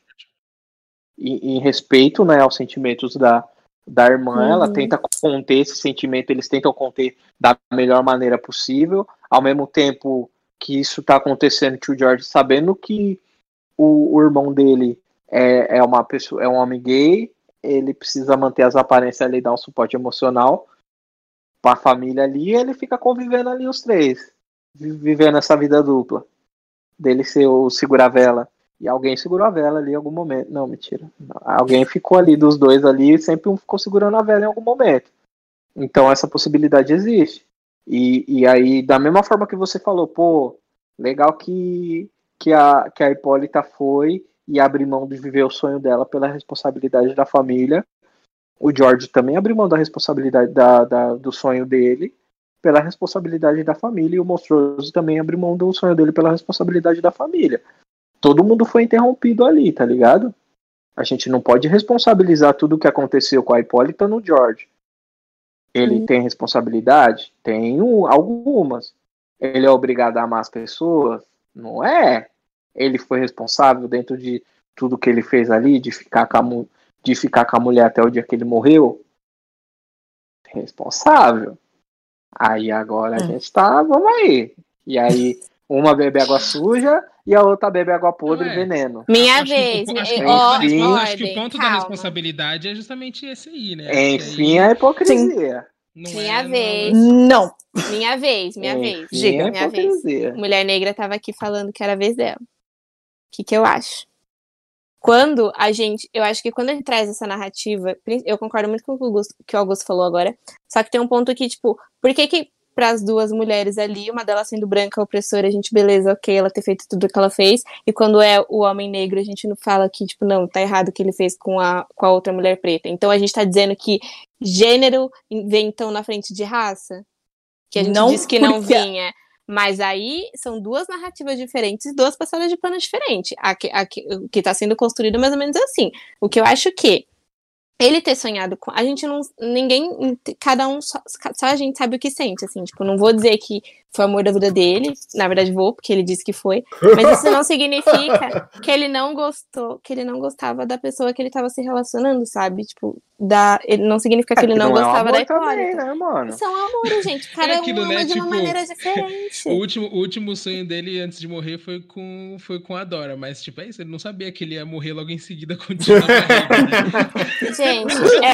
E, em respeito, né, aos sentimentos da, da irmã, uhum. Ela tenta conter esse sentimento, eles tentam conter da melhor maneira possível, ao mesmo tempo que isso tá acontecendo, que o George, sabendo que o, o irmão dele é, é uma pessoa, é um homem gay, ele precisa manter as aparências ali, dar um suporte emocional para a família ali, e ele fica convivendo ali os três, vivendo essa vida dupla, dele ser o segura-vela. E alguém segurou a vela ali em algum momento. Não, mentira. Alguém ficou ali dos dois ali e sempre um ficou segurando a vela em algum momento. Então essa possibilidade existe. E, e aí, da mesma forma que você falou, pô, legal que, que, a, que a Hipólita foi e abriu mão de viver o sonho dela pela responsabilidade da família. O George também abriu mão da responsabilidade da, da, do sonho dele pela responsabilidade da família. E o Monstruoso também abriu mão do sonho dele pela responsabilidade da família. Todo mundo foi interrompido ali, tá ligado? A gente não pode responsabilizar tudo o que aconteceu com a Hipólita no George. Ele Sim. tem responsabilidade? Tem algumas. Ele é obrigado a amar as pessoas? Não é. Ele foi responsável dentro de tudo que ele fez ali, de ficar com a, de ficar com a mulher até o dia que ele morreu? Responsável. Aí agora é. a gente tá, vamos aí. E aí, uma bebe água suja e a outra bebe água podre e veneno. Minha acho vez. Que, acho, Me... que oh, Enfim, ordem, acho que o ponto calma. da responsabilidade é justamente esse aí, né? Enfim, aí... a hipocrisia. Não minha é, vez. Não. Minha vez, minha Enfim, vez. Diga. Minha vez. Mulher Negra tava aqui falando que era a vez dela. O que, que eu acho? Quando a gente... Eu acho que quando a gente traz essa narrativa... Eu concordo muito com o que o Augusto, que o Augusto falou agora. Só que tem um ponto aqui, tipo... Por que que para as duas mulheres ali, uma delas sendo branca, opressora, a gente, beleza, ok, ela ter feito tudo que ela fez, e quando é o homem negro, a gente não fala que, tipo, não, tá errado o que ele fez com a, com a outra mulher preta. Então a gente tá dizendo que gênero vem então na frente de raça? Que a gente não disse que não vinha. Mas aí são duas narrativas diferentes, duas passadas de pano diferentes. A que, a que, o que tá sendo construído mais ou menos assim. O que eu acho que ele ter sonhado com... A gente não... Ninguém... Cada um... Só, só a gente sabe o que sente, assim. Tipo, não vou dizer que foi o amor da vida dele. Na verdade, vou, porque ele disse que foi. Mas isso não significa que ele não gostou... Que ele não gostava da pessoa que ele tava se relacionando, sabe? Tipo, da, ele não significa que É, ele que não, não é um gostava amor da Hipólita. também, né, mano? São amores, gente. Cada É aquilo, um ama né? de uma Tipo, maneira diferente. O último, o último sonho dele antes de morrer foi com, foi com a Dora, mas tipo, é isso, ele não sabia que ele ia morrer logo em seguida com o tiro na barriga, né? Gente,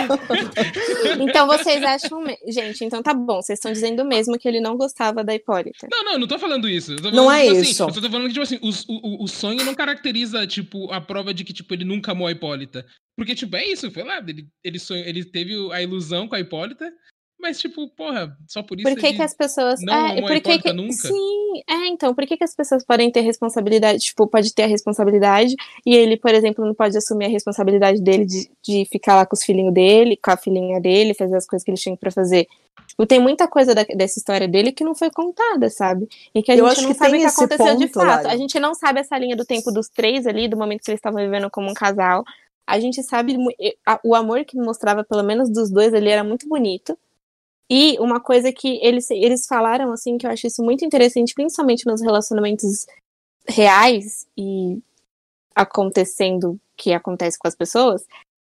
é... então vocês acham... Me... Gente, então tá bom, vocês estão dizendo mesmo que ele não gostava da Hipólita. Não, não, eu não tô falando isso. Eu tô falando, Não é tipo, isso. Assim, eu tô falando que, tipo assim, o, o, o sonho não caracteriza, tipo, a prova de que, tipo, ele nunca amou a Hipólita. Porque, tipo, é isso, foi lá, ele, ele, sonhou, ele teve a ilusão com a Hipólita, mas, tipo, porra, só por isso Por que ele que as pessoas... não é, amou por a que Hipólita que... nunca? Sim, é, então, por que que as pessoas podem ter responsabilidade, tipo, pode ter a responsabilidade e ele, por exemplo, não pode assumir a responsabilidade dele de, de ficar lá com os filhinhos dele, com a filhinha dele, fazer as coisas que ele tinha pra fazer. Tipo, tem muita coisa da, dessa história dele que não foi contada, sabe? E que a Eu gente acho não que sabe o tem que esse aconteceu de ponto, fato. Lari. A gente não sabe essa linha do tempo dos três ali, do momento que eles estavam vivendo como um casal. A gente sabe, mu- e- a- o amor que mostrava, pelo menos dos dois ali, era muito bonito. E uma coisa que eles, eles falaram, assim, que eu acho isso muito interessante, principalmente nos relacionamentos reais e acontecendo, que acontece com as pessoas,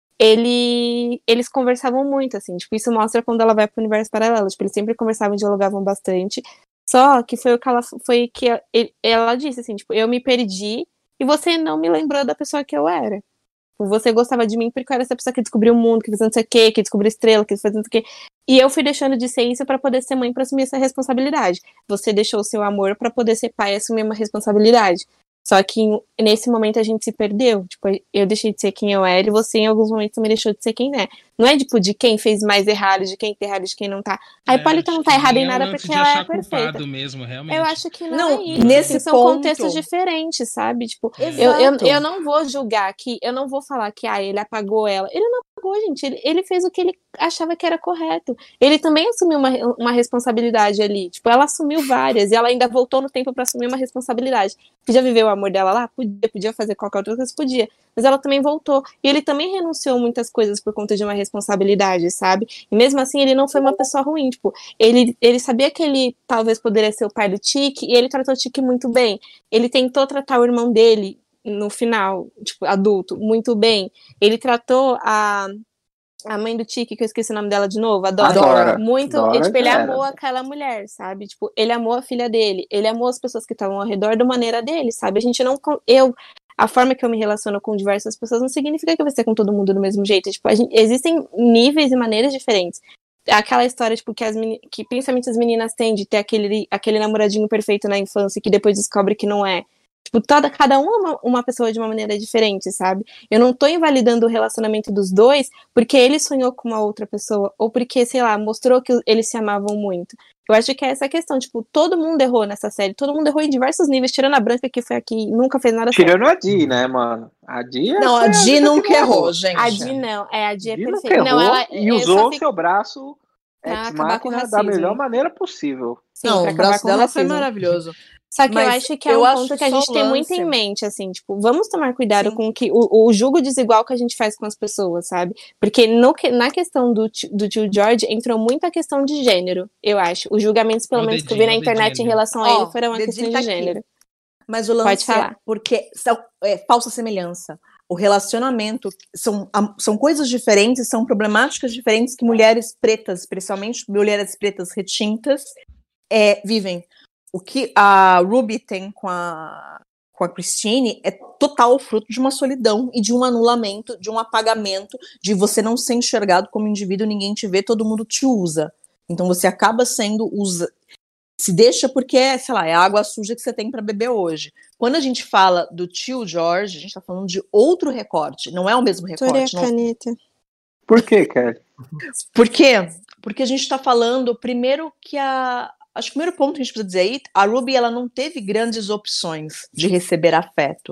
ele, eles conversavam muito, assim, tipo, isso mostra quando ela vai pro universo paralelo, tipo, eles sempre conversavam e dialogavam bastante, só que foi o que ela, foi que a- ele- ela disse, assim, tipo, eu me perdi e você não me lembrou da pessoa que eu era. Você gostava de mim porque eu era essa pessoa que descobriu o mundo, que fez não sei o quê, que descobriu estrela, que fez não sei o quê. E eu fui deixando de ser isso pra poder ser mãe, pra assumir essa responsabilidade. Você deixou o seu amor pra poder ser pai e assumir uma responsabilidade. Só que em- nesse momento a gente se perdeu. Tipo, eu deixei de ser quem eu era e você em alguns momentos também deixou de ser quem é. Não é tipo de quem fez mais errado, de quem tá errado, de quem não tá. A Hipólita É, não acho tá que errada em nem é o nada lance porque de ela é achar perfeita. culpado mesmo, realmente. Eu acho que não, Não, é isso. nesse assim, são ponto- contextos diferentes, sabe? Tipo, Exato. eu, eu, eu não vou julgar que, eu não vou falar que ah, ele apagou ela. Ele não apagou, gente. Ele, ele fez o que ele achava que era correto. Ele também assumiu uma, uma responsabilidade ali. Tipo, ela assumiu várias e ela ainda voltou no tempo pra assumir uma responsabilidade. Podia viver o amor dela lá? Podia. Podia fazer qualquer outra coisa? Podia. Mas ela também voltou. E ele também renunciou muitas coisas por conta de uma responsabilidade, sabe? E mesmo assim, ele não foi uma pessoa ruim. Tipo, ele, ele sabia que ele talvez poderia ser o pai do Tiki e ele tratou o Tiki muito bem. Ele tentou tratar o irmão dele no final, tipo, adulto, muito bem. Ele tratou a, a mãe do Tiki, que eu esqueci o nome dela de novo, a Dora. Dora. Muito, Dora e, tipo, ele já amou era. aquela mulher, sabe? Tipo, ele amou a filha dele, ele amou as pessoas que estavam ao redor da maneira dele, sabe? A gente não, eu, a forma que eu me relaciono com diversas pessoas não significa que eu vou ser com todo mundo do mesmo jeito. Tipo, a gente, existem níveis e maneiras diferentes. Aquela história, tipo, que, as meni- que principalmente as meninas têm de ter aquele, aquele namoradinho perfeito na infância que depois descobre que não é. Tipo, toda, cada um é uma, uma pessoa de uma maneira diferente, sabe? Eu não tô invalidando o relacionamento dos dois porque ele sonhou com uma outra pessoa ou porque, sei lá, mostrou que eles se amavam muito. Eu acho que é essa a questão, tipo, todo mundo errou nessa série, todo mundo errou em diversos níveis, tirando a Branca que foi aqui, nunca fez nada certo. Tirando a Di, né, mano? A Di Não, foi a Di única nunca que não errou, gente. A Di não, é, a Di é Di nunca perfeita. errou Não, ela e eu usou só o fico- seu braço Pra ex acabar com o máquina da racismo. melhor maneira possível. Sim, Não, pra o acabar braço com o dela foi racismo. maravilhoso. Só que eu Mas acho que é eu um acho ponto que a só gente o tem muito lance- em mente, assim, tipo, vamos tomar cuidado Sim. com que, o, o julgo desigual que a gente faz com as pessoas, sabe? Porque no, que- na questão do, ti- do tio George entrou muito a questão de gênero, eu acho. Os julgamentos, pelo Ó o menos que eu vi na dedinho, ó o internet dedinho em ali. relação a Ó, ele, foram uma dedinho questão tá de aqui. gênero. Mas o lance Pode falar. é porque são é, falsa semelhança. O relacionamento são, am- são coisas diferentes, são problemáticas diferentes que mulheres pretas, principalmente mulheres pretas retintas, é, vivem. O que a Ruby tem com a, com a Christine é total fruto de uma solidão e de um anulamento, de um apagamento, de você não ser enxergado como indivíduo, ninguém te vê, todo mundo te usa. Então você acaba sendo usa, se deixa porque é, sei lá, é a água suja que você tem para beber hoje. Quando a gente fala do tio George, a gente tá falando de outro recorte, não é o mesmo recorte. Não... caneta. Por que, Kelly? Por quê? Porque a gente tá falando, primeiro, que a. Acho que o primeiro ponto que a gente precisa dizer aí, a Ruby ela não teve grandes opções de receber afeto.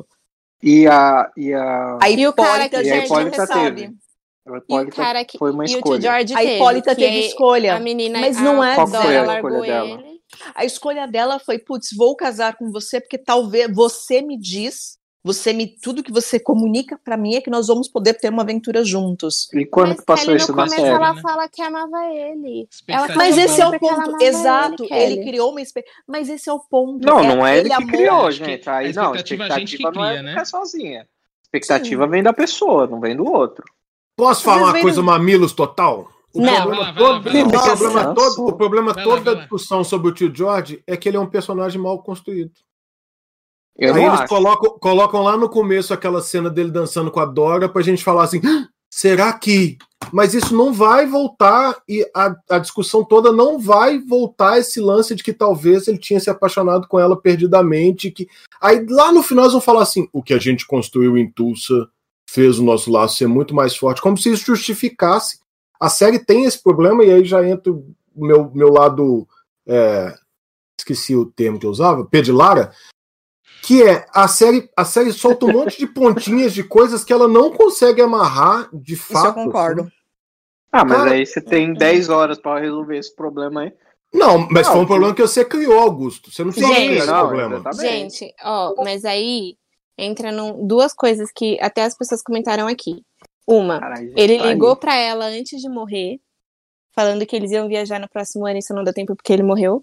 E a. E a, A E o cara que Hipólita, a e a gente Hipólita não sabe. teve. A E o Hipólita cara que. foi uma e o tio escolha. George A teve. Hipólita que teve escolha. A menina. Mas não a é Qual foi Dora a largou escolha dela? ele. A escolha dela foi, putz, vou casar com você porque talvez você me diz, Você me, tudo que você comunica pra mim é que nós vamos poder ter uma aventura juntos. E quando Mas que passou Kelly, isso no na começo série? ela né? fala que amava ele. Expectativa. Ela Mas esse é o porque ela ponto, amava exato. ele, Ele, Kelly. criou uma expectativa. Mas esse é o ponto. Não, não é ele que amou- criou, Acho que gente. a Aí não, a expectativa a gente expectativa que não é cria, né? ficar sozinha. A expectativa vem da pessoa, não vem do outro. Posso Às falar vezes uma vem coisa no- mamilos total? O Não. problema Vai lá, vai todo, lá, vai lá. o Nossa. problema todo, o problema Vai lá, todo vai da lá. discussão sobre o tio George é que ele é um personagem mal construído. Eu Aí não eles acho. colocam, colocam lá no começo aquela cena dele dançando com a Dora pra gente falar assim, "Ah, será que? Mas isso não vai voltar e a, a discussão toda não vai voltar a esse lance de que talvez ele tinha se apaixonado com ela perdidamente. Que... Aí lá no final eles vão falar assim, o que a gente construiu em Tulsa fez o nosso laço ser muito mais forte, como se isso justificasse. A série tem esse problema e aí já entra o meu, meu lado, é, esqueci o termo que eu usava, pedilara, que é a série, a série solta um monte de pontinhas de coisas que ela não consegue amarrar de fato. Isso eu concordo. assim. Ah, mas Cara, aí você tem dez horas pra resolver esse problema aí. Não, mas Não, foi um que- problema que você criou, Augusto. Você não precisa Gente, criar esse não, problema. exatamente. Gente, ó, mas aí entra num, duas coisas que até as pessoas comentaram aqui. Uma, Caralho, ele tá aí. ligou pra ela antes de morrer, falando que eles iam viajar no próximo ano e isso não deu tempo porque ele morreu.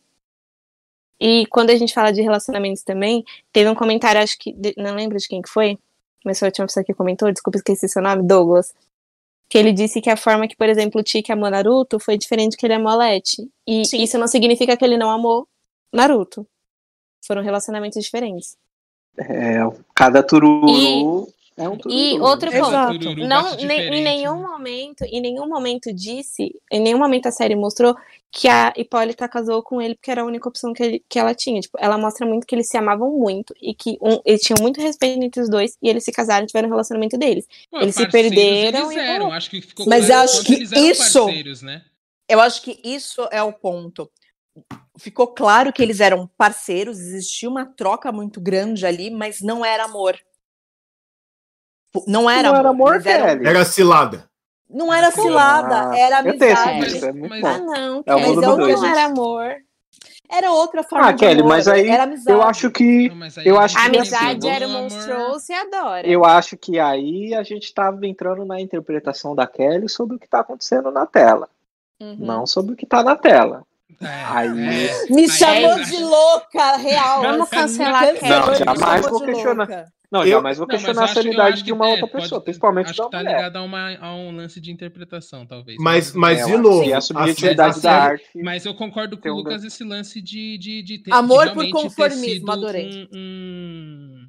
E quando a gente fala de relacionamentos também, teve um comentário, acho que, de- não lembro de quem que foi, mas foi a última pessoa que comentou, desculpa, esqueci seu nome, Douglas, que ele disse que a forma que, por exemplo, o Tiki amou Naruto foi diferente que ele amou a Leti. E Sim. isso não significa que ele não amou Naruto. Foram relacionamentos diferentes. É, cada tururu é um tururu. E outro né? ponto, Exato. Tururu não, bate ne- em diferente, nenhum né? momento, em nenhum momento disse, em nenhum momento a série mostrou que a Hipólita casou com ele porque era a única opção que, ele- que ela tinha. Tipo, ela mostra muito que eles se amavam muito e que um, eles tinham muito respeito entre os dois e eles se casaram e tiveram um relacionamento deles. Pô, Eles se parceiros perderam Eles e eram, rolou. acho que ficou Mas claro eu acho quanto que eles eram isso- parceiros, né? Eu acho que isso é o ponto. Ficou claro que eles eram parceiros, existia uma troca muito grande ali, mas não era amor. Não era Não amor. era amor, eles eram- Kelly. Era cilada. Não era Pô, cilada, ah, era eu tenho esse amizade. disco, é muito Mas- bom. Ah, não, É o Kelly, mundo mas dos dois. não era amor. Era outra forma Ah, de Kelly, amor, mas aí era amizade. eu acho que Não, mas aí eu a acho A que gente assim, amizade entrou era o no amor- Monstrous e a Dora. eu acho que aí a gente tá entrando na interpretação da Kelly sobre o que tá acontecendo na tela, Uhum. não sobre o que tá na tela. É, Aí- é. Me Aí chamou eu de acho- louca, real. Vamos assim, cancelar me a cancelou Kelly. e me Não, jamais chamou vou de questionar. louca. Não, Eu- jamais vou Não, mas questionar eu a acho, eu sanidade acho de uma é, outra pode- pessoa, principalmente acho da que tá mulher. ligado a, uma, a um lance de interpretação, talvez. Mas, mas É, de eu acho novo, que a a subjetividade série- da arte. Mas eu concordo com Tem o um- Lucas esse lance de, de, de ter, Amor de por realmente ter conformismo, sido adorei. um, um-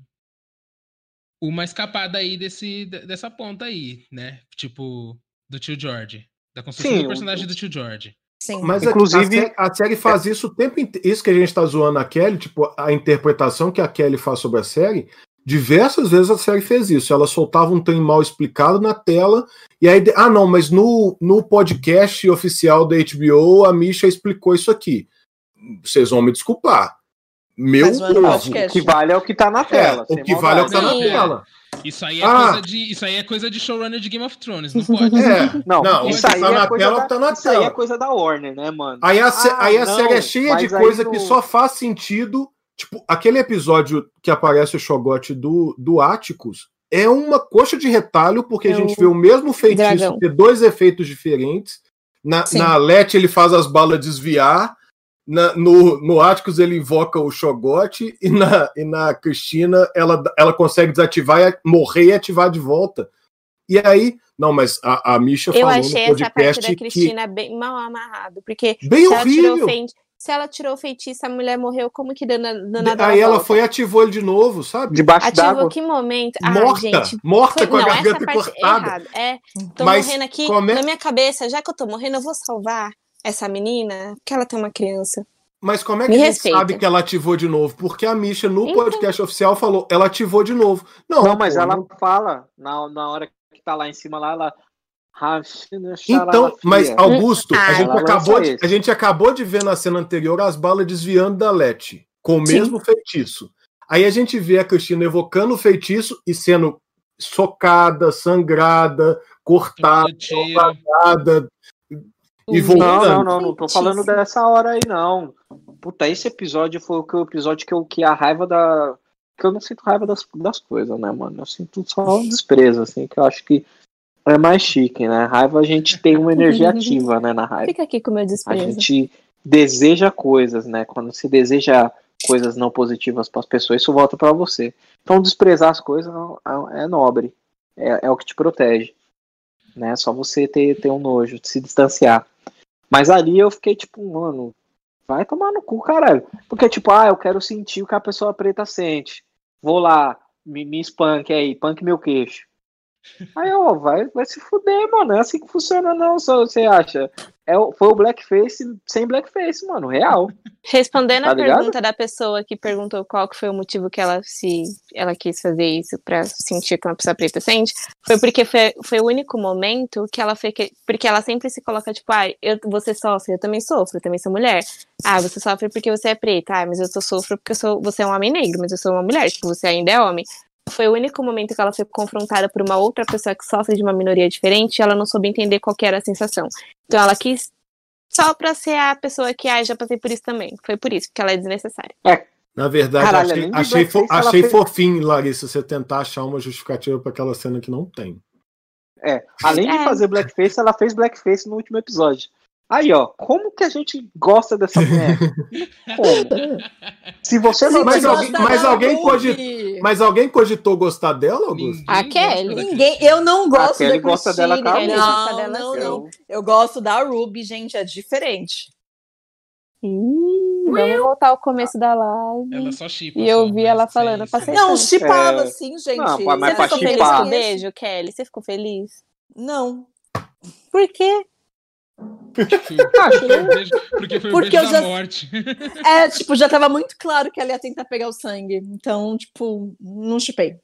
uma escapada aí desse, de- dessa ponta aí, né? Tipo, do tio George. Da construção Sim, do o- personagem do tio George. Sim. Mas Inclusive- a, série, a série faz isso o tempo inteiro. Isso que a gente tá zoando a Kelly, tipo, a interpretação que a Kelly faz sobre a série, diversas vezes a série fez isso. Ela soltava um trem mal explicado na tela, e aí, ah, não, mas no, no podcast oficial da H B O, a Misha explicou isso aqui. Vocês vão me desculpar. Meu Mas não é no povo. podcast. O que vale é o que tá na É, tela. o sem que vale é o que tá na Não, Sim. tela. Isso aí é, Ah. coisa, de, isso aí é coisa de showrunner de Game of Thrones, não pode. É, Não, não, isso o que aí tá é na coisa tela, da, tá na isso aí é tela. coisa da Warner, né, mano? Aí a, sé- Ah, aí a não, série é cheia de mas aí coisa no- que só faz sentido. Tipo, aquele episódio que aparece o Shogot do, do Atticus é uma coxa de retalho, porque É a gente o vê o mesmo feitiço dragão. ter dois efeitos diferentes. Na, Sim. na Leti ele faz as balas desviar. Na- no, no Atticus ele invoca o Shogot. E na, e na Cristina ela, ela consegue desativar, e morrer e ativar de volta. E aí, não, mas a, a Misha Eu falou achei no essa parte podcast da que Cristina bem mal amarrado, porque bem se ela, tirou horrível. o feiti- se ela tirou o feitiço, a mulher morreu, como que do, na- do nada Aí ela volta? foi e ativou ele de novo, sabe? Debaixo Ativou d'água. que momento? Ah, morta, gente. morta Foi, com a não, essa garganta parte é cortada. errada. É, tô Mas morrendo aqui, como é- na minha cabeça, já que eu tô morrendo, eu vou salvar essa menina, porque ela tem uma criança. Mas como é que Me a gente respeita. sabe que ela ativou de novo? Porque a Misha, no Então. podcast oficial, falou, ela ativou de novo. Não, Não, mas pô, ela não- fala, na, na hora que tá lá em cima, lá, ela. Então, mas Augusto, Ah, a, gente ela acabou lança de, esse. a gente acabou de ver na cena anterior as balas desviando da Leti, com o Sim. mesmo feitiço. Aí a gente vê a Cristina evocando o feitiço e sendo socada, sangrada, cortada, Tomando tiro. apagada, e Não, voltando. Não, não, não, não tô Feitiço. falando dessa hora aí, não. Puta, esse episódio foi o que- o episódio que, eu, que a raiva da, que eu não sinto raiva das, das coisas, né, mano? Eu sinto só um desprezo, assim, que eu acho que é mais chique, né? Raiva, a gente tem uma energia ativa, né, na raiva. Fica aqui com o meu A desprezo. gente deseja coisas, né? Quando se deseja coisas não positivas para as pessoas, isso volta para você. Então, desprezar as coisas é nobre. É, é o que te protege. Né? Só você ter, ter um nojo, se distanciar. Mas ali eu fiquei tipo, mano, vai tomar no cu, caralho. Porque, tipo, ah, eu quero sentir o que a pessoa preta sente. Vou lá, me, me espanque aí, panque meu queixo. Aí, ó, vai, vai se fuder, mano. É assim que funciona, não, só você acha. É, o- foi o blackface sem blackface, mano, real. Respondendo Tá a ligado? pergunta da pessoa que perguntou qual que foi o motivo que ela se ela quis fazer isso pra sentir que uma pessoa preta sente, foi porque foi, foi o único momento que ela foi que, porque ela sempre se coloca tipo, ah, eu, você sofre, eu também sofro, eu também sou mulher. Ah, você sofre porque você é preta. Ah, mas eu só sofro porque eu sou, você é um homem negro, mas eu sou uma mulher, tipo, você ainda é homem. Foi o único momento que ela foi confrontada por uma outra pessoa que sofre de uma minoria diferente e ela não soube entender qual que era a sensação. Então ela quis só pra ser a pessoa que, ah, já passei por isso também. Foi por isso, porque ela é desnecessária. Na verdade, Caralho, achei, além de achei, fo- blackface, ela achei fez- fofinho, Larissa, você tentar achar uma justificativa para aquela cena que não tem. É, além de É. fazer blackface, ela fez blackface no último episódio. Aí, ó, como que a gente gosta dessa mulher? Como? Se você não Mas vai alguém- gosta mas da alguém Ruby. pode- Mas alguém cogitou gostar dela, Augusto? Ninguém A gosta Kelly? da Ninguém, eu não gosto Kelly da gosta dela com a Christine. Ruby. Não, Dela não, sim. não. Eu gosto da Ruby, gente, é diferente. Ih, vamos voltar ao começo da live. Ela só chipa. E eu só, ouvi mas ela sem- falando, sem- passei- Não, Então, chipava, é, sim, gente. não, mas Você pra ficou Assim, feliz chipar- com o conheço. beijo, Kelly? Você ficou feliz? Não. Por quê? Porque foi o beijo, porque foi o Porque beijo eu da já- morte. É, tipo, já tava muito claro que ela ia tentar pegar o sangue. Então, tipo, não chipei.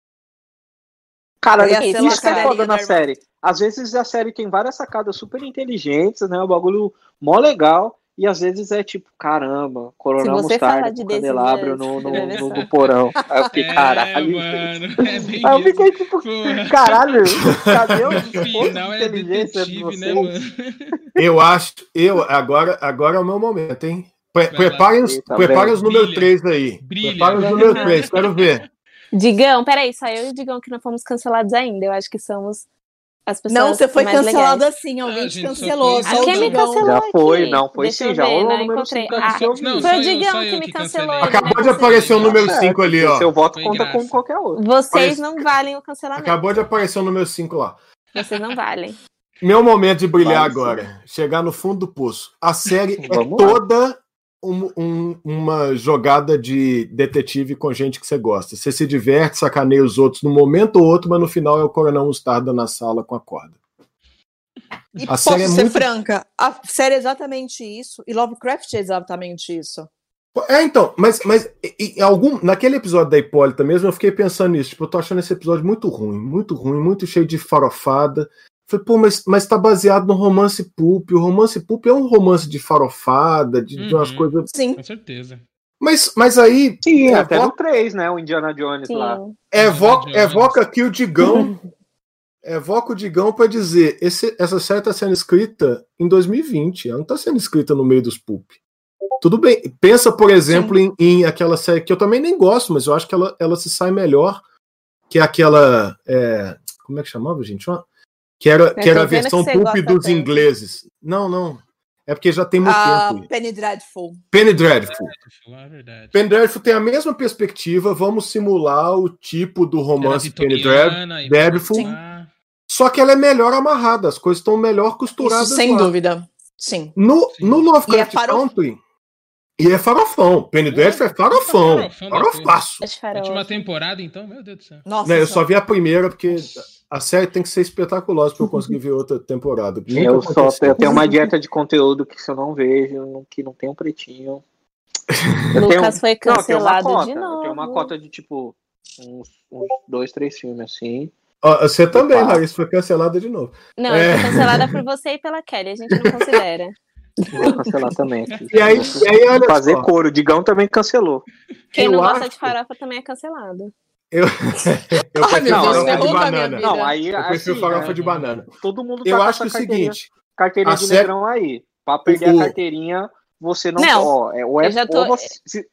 Cara, Eu ia isso ser que é lacraria foda na normal. série. Às vezes a série tem várias sacadas super inteligentes, né? O bagulho mó legal. E às vezes é tipo, caramba, coronel Se você falar mostarda de com This Is candelabro Us, no, você no, vai ver no, só. no porão. Aí eu fiquei, É, caralho. mano. É bem Aí eu isso. fiquei tipo, Porra. caralho, cadê o No ponto final de é inteligência de detetive, né, vocês? mano? Eu acho, eu agora, agora é o meu momento, hein? Pre- Vai lá. Preparem os, Eita, preparem velho. os número Brilha. três aí. Brilha. Preparem os Vamos número lá. três, quero ver. Digão, peraí, só eu e o Digão que não fomos cancelados ainda. Eu acho que somos as pessoas Não, você foi mais cancelado legais. assim, Ah, alguém te gente, só cancelou. foi- Só Ah, o quem me Digão. cancelou Já aqui? foi, não, foi Deixa sim, eu já ver, rolou não o número encontrei. cinco Ah, aqui, eu vi. Não, foi só o eu- Digão só eu que me que cancelou. cancelei. ele Acabou me de aparecer o cancelou. número Tá cinco ali, ó. Seu voto Foi conta graça. como qualquer outro. Vocês Aparece- não valem o cancelamento. Acabou de aparecer o número cinco lá. Vocês não valem. Meu momento de brilhar Vai sim. agora. Chegar no fundo do poço. A série é Vamos lá. toda um- um- uma jogada de detetive com gente que você gosta. Você se diverte, sacaneia os outros num momento ou outro, mas no final é o Coronel Mostarda na sala com a corda. E A posso série é ser muito- franca, a série é exatamente isso, e Lovecraft é exatamente isso. É, então, mas, mas e- e algum, naquele episódio da Hipólita mesmo, eu fiquei pensando nisso. Tipo, eu tô achando esse episódio muito ruim, muito ruim, muito cheio de farofada. Falei, pô, mas, mas tá baseado no romance pulp. O romance pulp é um romance de farofada, de, de umas Uhum. coisas. Sim. Com certeza. Mas, mas aí. Sim, é, até vo- no três, né? O Indiana Jones Sim. lá. evoca, Indiana Jones. evoca aqui o Digão. Evoca o Digão pra dizer: esse, essa série tá sendo escrita em dois mil e vinte. Ela não tá sendo escrita no meio dos pulp. Tudo bem. Pensa, por exemplo, em, em aquela série que eu também nem gosto, mas eu acho que ela, ela se sai melhor. Que é aquela. é, como é que chamava, gente? Ó, Que era, que era a tô vendo versão que você pulp gosta dos tanto. ingleses. Não, não. É porque já tem muito A tempo. Penny Dreadful. Penny Dreadful. É verdade. Penny Dreadful tem a mesma perspectiva. Vamos simular o tipo do Era romance Penny vitoriana e Dreadful. Sim. blá, Só que ela é melhor amarrada. As coisas estão melhor costuradas. Isso, sem lá. dúvida. Sim. No, Sim. no Lovecraft E é farof- Country. E é farofão. Penny Dreadful é farofão. Farofão da Farofaço. As A farol. última temporada, então, meu Deus do céu. Nossa, Né, eu só senhora. vi a primeira, porque a série tem que ser espetaculosa para eu conseguir ver outra temporada. Nunca Eu só aconteceu. eu tenho uma dieta de conteúdo que se eu não vejo, que não tem um pretinho. Eu Lucas foi não, eu tenho uma cancelado cota. de novo. Eu tenho uma cota de tipo uns, uns dois, três filmes assim. Ó, você também, Opa. Larissa, foi cancelada de novo. Não, É. eu fui cancelada por você e pela Kelly. A gente não considera. Vou cancelar também aqui. E aí, e aí olha Fazer só. coro. O Digão também cancelou. Quem Eu não gosta acho- de farofa também é cancelado. Eu, eu Ai, meu prefiro Deus, farofa ferrou de com a minha banana. vida. Não, aí Eu prefiro assim, farofa né, de banana. todo mundo tá Eu com acho que é essa o carteirinha, seguinte. carteirinha a de série- negrão aí. Pra perder O- a carteirinha, você não, Não, ó, é, ou é, eu já tô- ou você, se,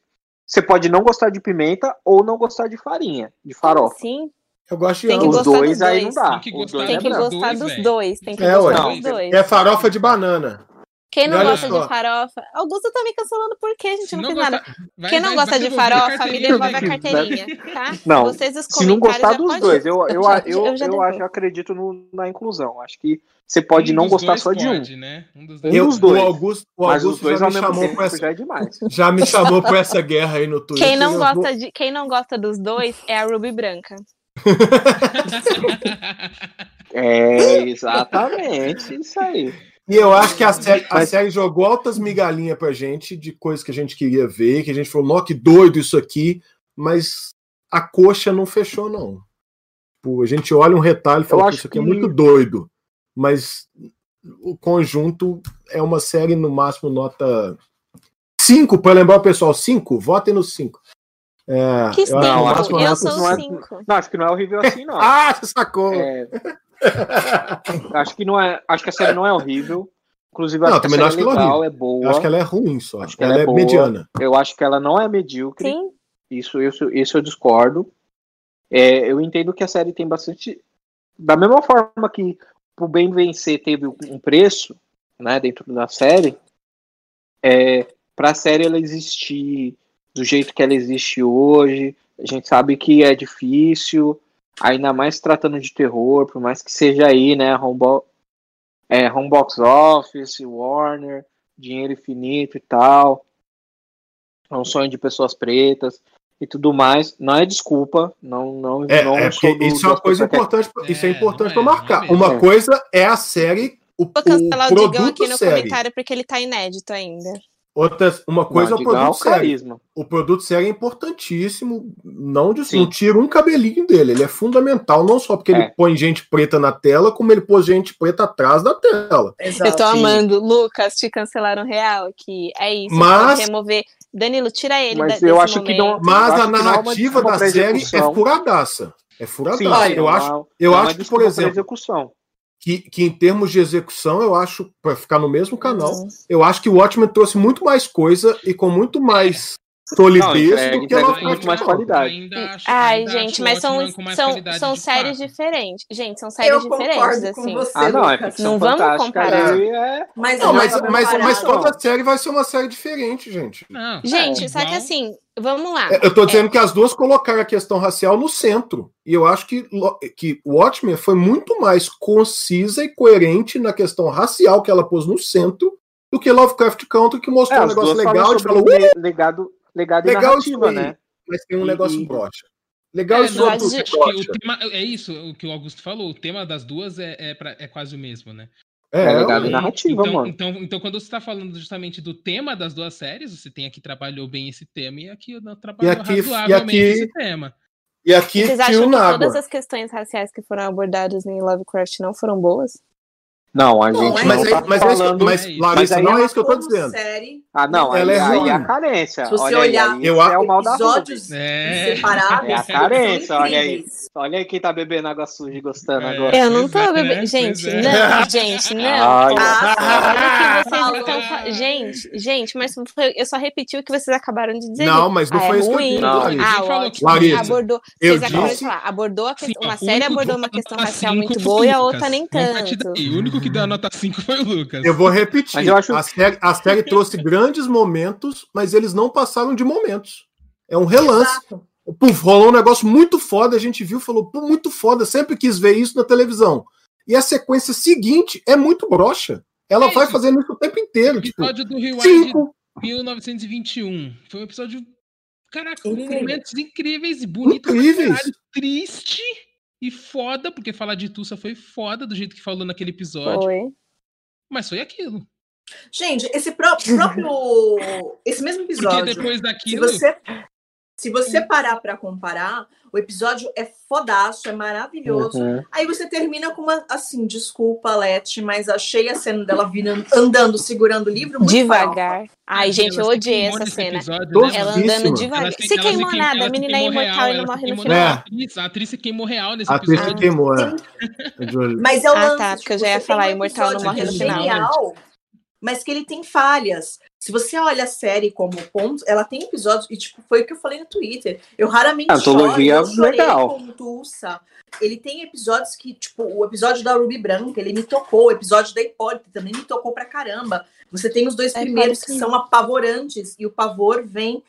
você pode não gostar de pimenta ou não gostar de farinha, de farofa. Sim. Eu gosto de Tem que ambos. Os gostar dois dos aí dois. não dá. Tem que Os gostar dois Tem é que dos branco. gostar dois, dos velho. dois. Tem que É, gostar ué. dos dois. É farofa de banana. Quem não E olha gosta só. de farofa... Augusto tá me cancelando por quê, gente? Se Eu não não fiz nada. gostar, vai- Quem não vai- gosta vai de devolver a farofa, me carteirinha devolve a dele. carteirinha, tá? Não, Vocês dos se não comentários gostar já dos pode- dois, eu, eu, já- eu, eu já eu devolvo. acho, acredito no, na inclusão. Acho que você pode Um não dos gostar dois só de um. pode, né? Um dos dois Um Eu, dos o dois. Augusto, o Mas os Augusto dois já ao me mesmo chamou tempo pra essa, já é demais. já me chamou pra essa guerra aí no Twitter. Quem não, eu gosta vou- de, quem não gosta dos dois é a Ruby Branca. É, exatamente isso aí. E eu acho que a série, a Mas- série jogou altas migalhinhas pra gente de coisas que a gente queria ver, que a gente falou, nó, que doido isso aqui, mas a coxa não fechou, não. Pô, a gente olha um retalho e fala, Eu "Pô, acho isso aqui é que- muito doido, mas o conjunto é uma série no máximo nota cinco, para lembrar o pessoal, cinco, votem no cinco. É, Que eu acho que no Não, máximo cinco? Eu nota sou não é- cinco. Não, acho que não é horrível assim, não. Ah, você sacou! É, acho que não é. Acho que a série não é horrível. Inclusive, Não, acho que a também não série é acho que ela é legal, horrível. é boa. Eu acho que ela é ruim só. Acho que Ela, ela é é boa. mediana. Eu acho que ela não é medíocre. Sim. Isso, isso, isso eu discordo. É, eu entendo que a série tem bastante. Da mesma forma que pro Bem Vencer teve um preço, né, dentro da série, é, para a série ela existir do jeito que ela existe hoje, a gente sabe que é difícil, ainda mais tratando de terror, por mais que seja aí, né, home, é, home box office, Warner, dinheiro infinito e tal, é um sonho de pessoas pretas e tudo mais, não é desculpa, não, não, É, não é sou porque do, isso é uma das coisa pessoas que- importante, isso é É, importante não para é, marcar. não é mesmo. Uma coisa é a série, o, Vou cancelar o o Digão produto aqui no série. comentário porque ele tá inédito ainda. Outra, uma coisa Não, é o Digão é o produto série. carisma. O produto série é importantíssimo, não, de, Sim. não tira um cabelinho dele, ele é fundamental, não só porque ele É. põe gente preta na tela, como ele pôs gente preta atrás da tela. Exato. Eu tô Sim. amando. Lucas, te cancelaram real aqui. É isso. Mas- Tem que remover. Danilo, tira ele Mas da, eu desse acho que não- momento. Mas Eu a acho que não é uma narrativa desculpa da pra série é execução. furadaça. É furadaça. Sim, Olha, eu não acho, é- eu não é acho uma que, por desculpa pra exemplo, execução. que, que em termos de execução, eu acho, para ficar no mesmo canal, Uhum. eu acho que o Watchmen trouxe muito mais coisa e com muito mais solidez Não, entrega- do que entrega a com Lovecraft muito mais Country. qualidade. Ainda acho, Ai, ainda gente, acho mas são, Watchmen com mais são, qualidade, são de séries fato. diferentes. Gente, são séries Eu diferentes, concordo com assim. você, Ah, não, é Lucas. ficção Não vamos fantástica comparar. ali, é... Mas, Não, mas, não dá pra mas, comparar, mas não. toda série vai ser uma série diferente, gente. Não, Gente, é, só que igual- assim, vamos lá. Eu tô dizendo que as duas colocaram a questão racial no centro. E eu acho que, Lo- que Watchmen foi muito mais concisa e coerente na questão racial que ela pôs no centro do que Lovecraft Country, que É, mostrou um as negócio duas legal falam e sobre falou, le- legado, legado e legal isso narrativa, aí, né? mas tem um E- negócio e- broxa. Legal É, isso não, outro acho outro que que o brocha. tema, é isso o que o Augusto falou. O tema das duas é, é, pra- é quase o mesmo, né? É, É legado e ué. narrativa, então, mano. Então, então, quando você está falando justamente do tema das duas séries, você tem aqui trabalhou bem esse tema e aqui não trabalhou E aqui- e razoavelmente aqui- esse tema. E aqui Vocês tio acham que na todas água. as questões raciais que foram abordadas em Lovecraft não foram boas? Não, a Não, gente mas não Mas, tá é, mas, é isso que- falando... mas, É isso. Larissa, Mas aí não é ela isso que eu tô Como dizendo. série, Ah, não, Ela aí, é aí ruim. é a carência. se você Olha aí, olhar aí, eu isso acho- é o mal da episódios Ruby. É. separados, É a eles carência, são olha aí. incríveis. Olha aí quem tá bebendo água suja e gostando É. agora. Eu não Pois tô é, bebendo. né? Gente, Pois é. não, gente, não. Ai, Ah, Olha o que vocês Falou. estão fa- Gente, gente, mas foi- eu só repeti o que vocês acabaram de dizer. Não, mas não ah, foi é isso que eu ruim. disse, Não. Larissa. Ah, Ninguém falou ótimo. que- Larissa, Abordou. eu Vocês acabaram de disse- falar. Abordou a, Sim, que- uma ó, o série único que abordou deu uma a questão nota racial cinco muito foi boa o e a Lucas. outra nem Vamos partir tanto. daí. O único que deu a nota cinco foi o Lucas. Eu vou repetir. Mas eu acho- A, série, a série trouxe grandes momentos, mas eles não passaram de momentos. É um relance. Exato. Puf, rolou um negócio muito foda, a gente viu, falou, pô, muito foda, sempre quis ver isso na televisão. E a sequência seguinte é muito broxa. Ela É vai isso. fazendo isso o tempo inteiro. O Tipo, episódio do Rewind cinco. mil novecentos e vinte e um. Foi um episódio, caraca, com Incrível. momentos incríveis e bonitos. Incríveis. pra caralho, triste e foda, porque falar de Tulsa foi foda, do jeito que falou naquele episódio. Foi. Mas foi aquilo. Gente, esse pró- próprio. Esse mesmo Porque episódio. depois Se daquilo. você, se você parar pra comparar, o episódio é fodaço, é maravilhoso. Uhum. Aí você termina com uma, assim, desculpa, Leti, mas achei a cena dela virando, andando, segurando o livro muito Devagar. Ai, gente, eu Ela se odiei queimou essa nesse cena. episódio, né, Doce. Ela mano? andando Ela devagar. se- Se ela queimou queimou- nada, ela a se menina é queimou imortal real, e não ela se morre no queimou final. É. na atriz, a atriz se queimou real nesse A atriz episódio. que queimou, é. Sim. Mas é o Ah, lance, tá, tipo, porque eu já ia você falar, tem um Imortal não episódio morre que no é final. genial, mas que ele tem falhas. Se você olha a série como ponto, ela tem episódios, e tipo, foi o que eu falei no Twitter. Eu raramente Antologia choro, eu chorei legal. com Tulsa. Ele tem episódios que, tipo, o episódio da Ruby Branca, ele me tocou, o episódio da Hipólita também me tocou pra caramba. Você tem os dois É, primeiros pode que sim. são apavorantes, e o pavor vem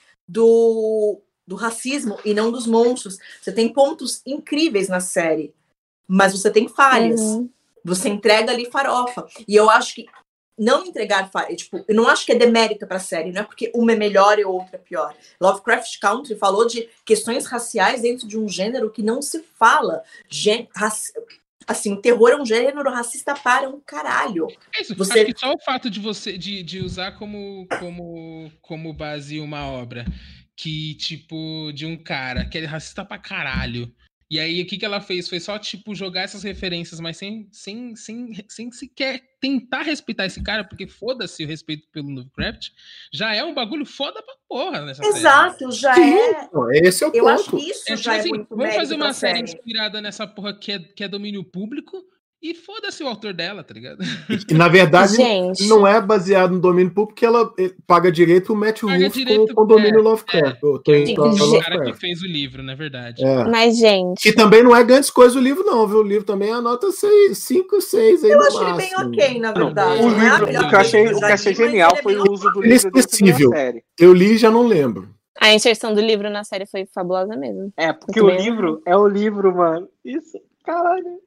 do, do racismo e não dos monstros. Você tem pontos incríveis na série, mas você tem falhas. Uhum. Você entrega ali farofa. E eu acho que não entregar falha, tipo, eu não acho que é demérito pra série, não é porque uma é melhor e outra é pior. Lovecraft Country falou de questões raciais dentro de um gênero que não se fala. Gê- raci- Assim, o terror é um gênero racista para um caralho. É isso. Você- Acho que só o fato de você de, de usar como, como, como base uma obra que, tipo, de um cara que é racista pra caralho. E aí, o que, que ela fez? Foi só, tipo, jogar essas referências, mas sem, sem, sem, sem sequer tentar respeitar esse cara, porque foda-se o respeito pelo Lovecraft, já é um bagulho foda pra porra nessa série. Exato, já Sim, é. pô, esse é o Eu acho ponto. que isso É, tipo já é assim, muito vamos mérito fazer uma pra série série. inspirada nessa porra que é, que é domínio público e foda-se o autor dela, tá ligado? E, na verdade, Gente. não é baseado no domínio público, porque ela eh, paga direito pro Matt Paga Ruff com direito, o condomínio é, Lovecraft. o Que é Twin o Towers Gente. cara que Lovecraft. fez o livro, na verdade. É. Mas, gente, Que também não é grandes coisas o livro, não, viu? O livro também é a nota cinco, seis aí Eu no acho ele bem máximo. ok, na Não, verdade. O Não é a livro, melhor o que eu achei, coisa o que que eu eu já achei li, mas genial ele é foi bem o uso do livro dentro da Inesquecível. série. Eu li e já não lembro. a inserção do livro na série foi fabulosa mesmo. É, porque Muito o bem. livro é o livro, mano. Isso, caralho.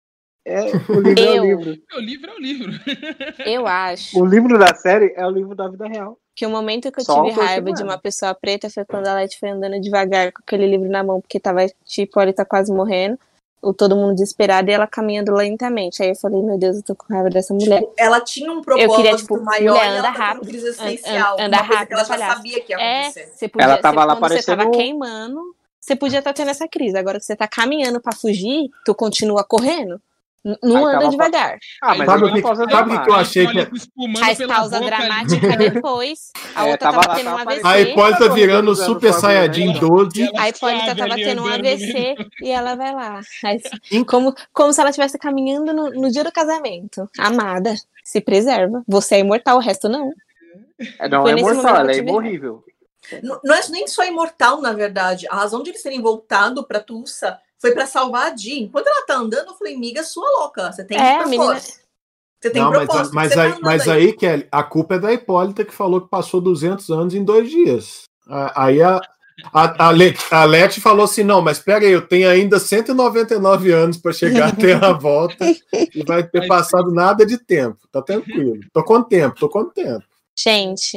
É, o livro é o Eu- livro. O livro é o livro. Eu acho O livro da série é o livro da vida real. que o momento que eu Só o tive autor que raiva não de é. uma pessoa preta foi quando a Letty foi andando devagar com aquele livro na mão, porque tava, tipo, ele tá quase morrendo, o todo mundo desesperado e ela caminhando lentamente. Aí eu falei, meu Deus, eu tô com raiva dessa mulher. Ela tinha um propósito queria, tipo, maior mulher, e ela anda tá tendo rápido, crise an- existencial. an- anda uma coisa que ela rápido, já palhaço. sabia que ia É, acontecer. você podia, Ela tava você- lá quando você tava parecendo- queimando, você podia estar tendo essa crise. Agora que você tá caminhando pra fugir, tu continua correndo, n- não Aí anda tava devagar. Ah, mas Sabe aí o que- uma pausa sabe o que dramática. eu achei que- Hipólito espumando Faz pela pausa boca ali. dramática depois. A É, outra tava tava, lá, tendo um tava A V C. A Hipólita Tava virando organizando Super o bagulho, Saiyajin né? doze. Ela A Hipólita suave tava ali tendo um andando, A V C né? e ela vai lá. Aí, Em- como, como se ela estivesse caminhando no, no dia do casamento. Amada, se preserva. Você é imortal, o resto não. É, não Foi é nesse mortal, momento que ela eu é tive imorrível. Não, não é nem só imortal, na verdade. A razão de eles terem voltado pra Tulsa foi pra salvar a Dee. Enquanto ela tá andando, eu falei, miga, sua louca. Você tem É, a propósito. menina- Você tem Não, mas, propósito. mas Você tá aí, andando mas aí, Kelly, a culpa é da Hipólita que falou que passou duzentos anos em dois dias. A- Aí a, a, a, Let, a Leti falou assim: não, mas pera aí, eu tenho ainda cento e noventa e nove anos para chegar até a volta e vai ter Mas- passado nada de tempo. Tá tranquilo. Tô com tempo, tô com tempo. Gente,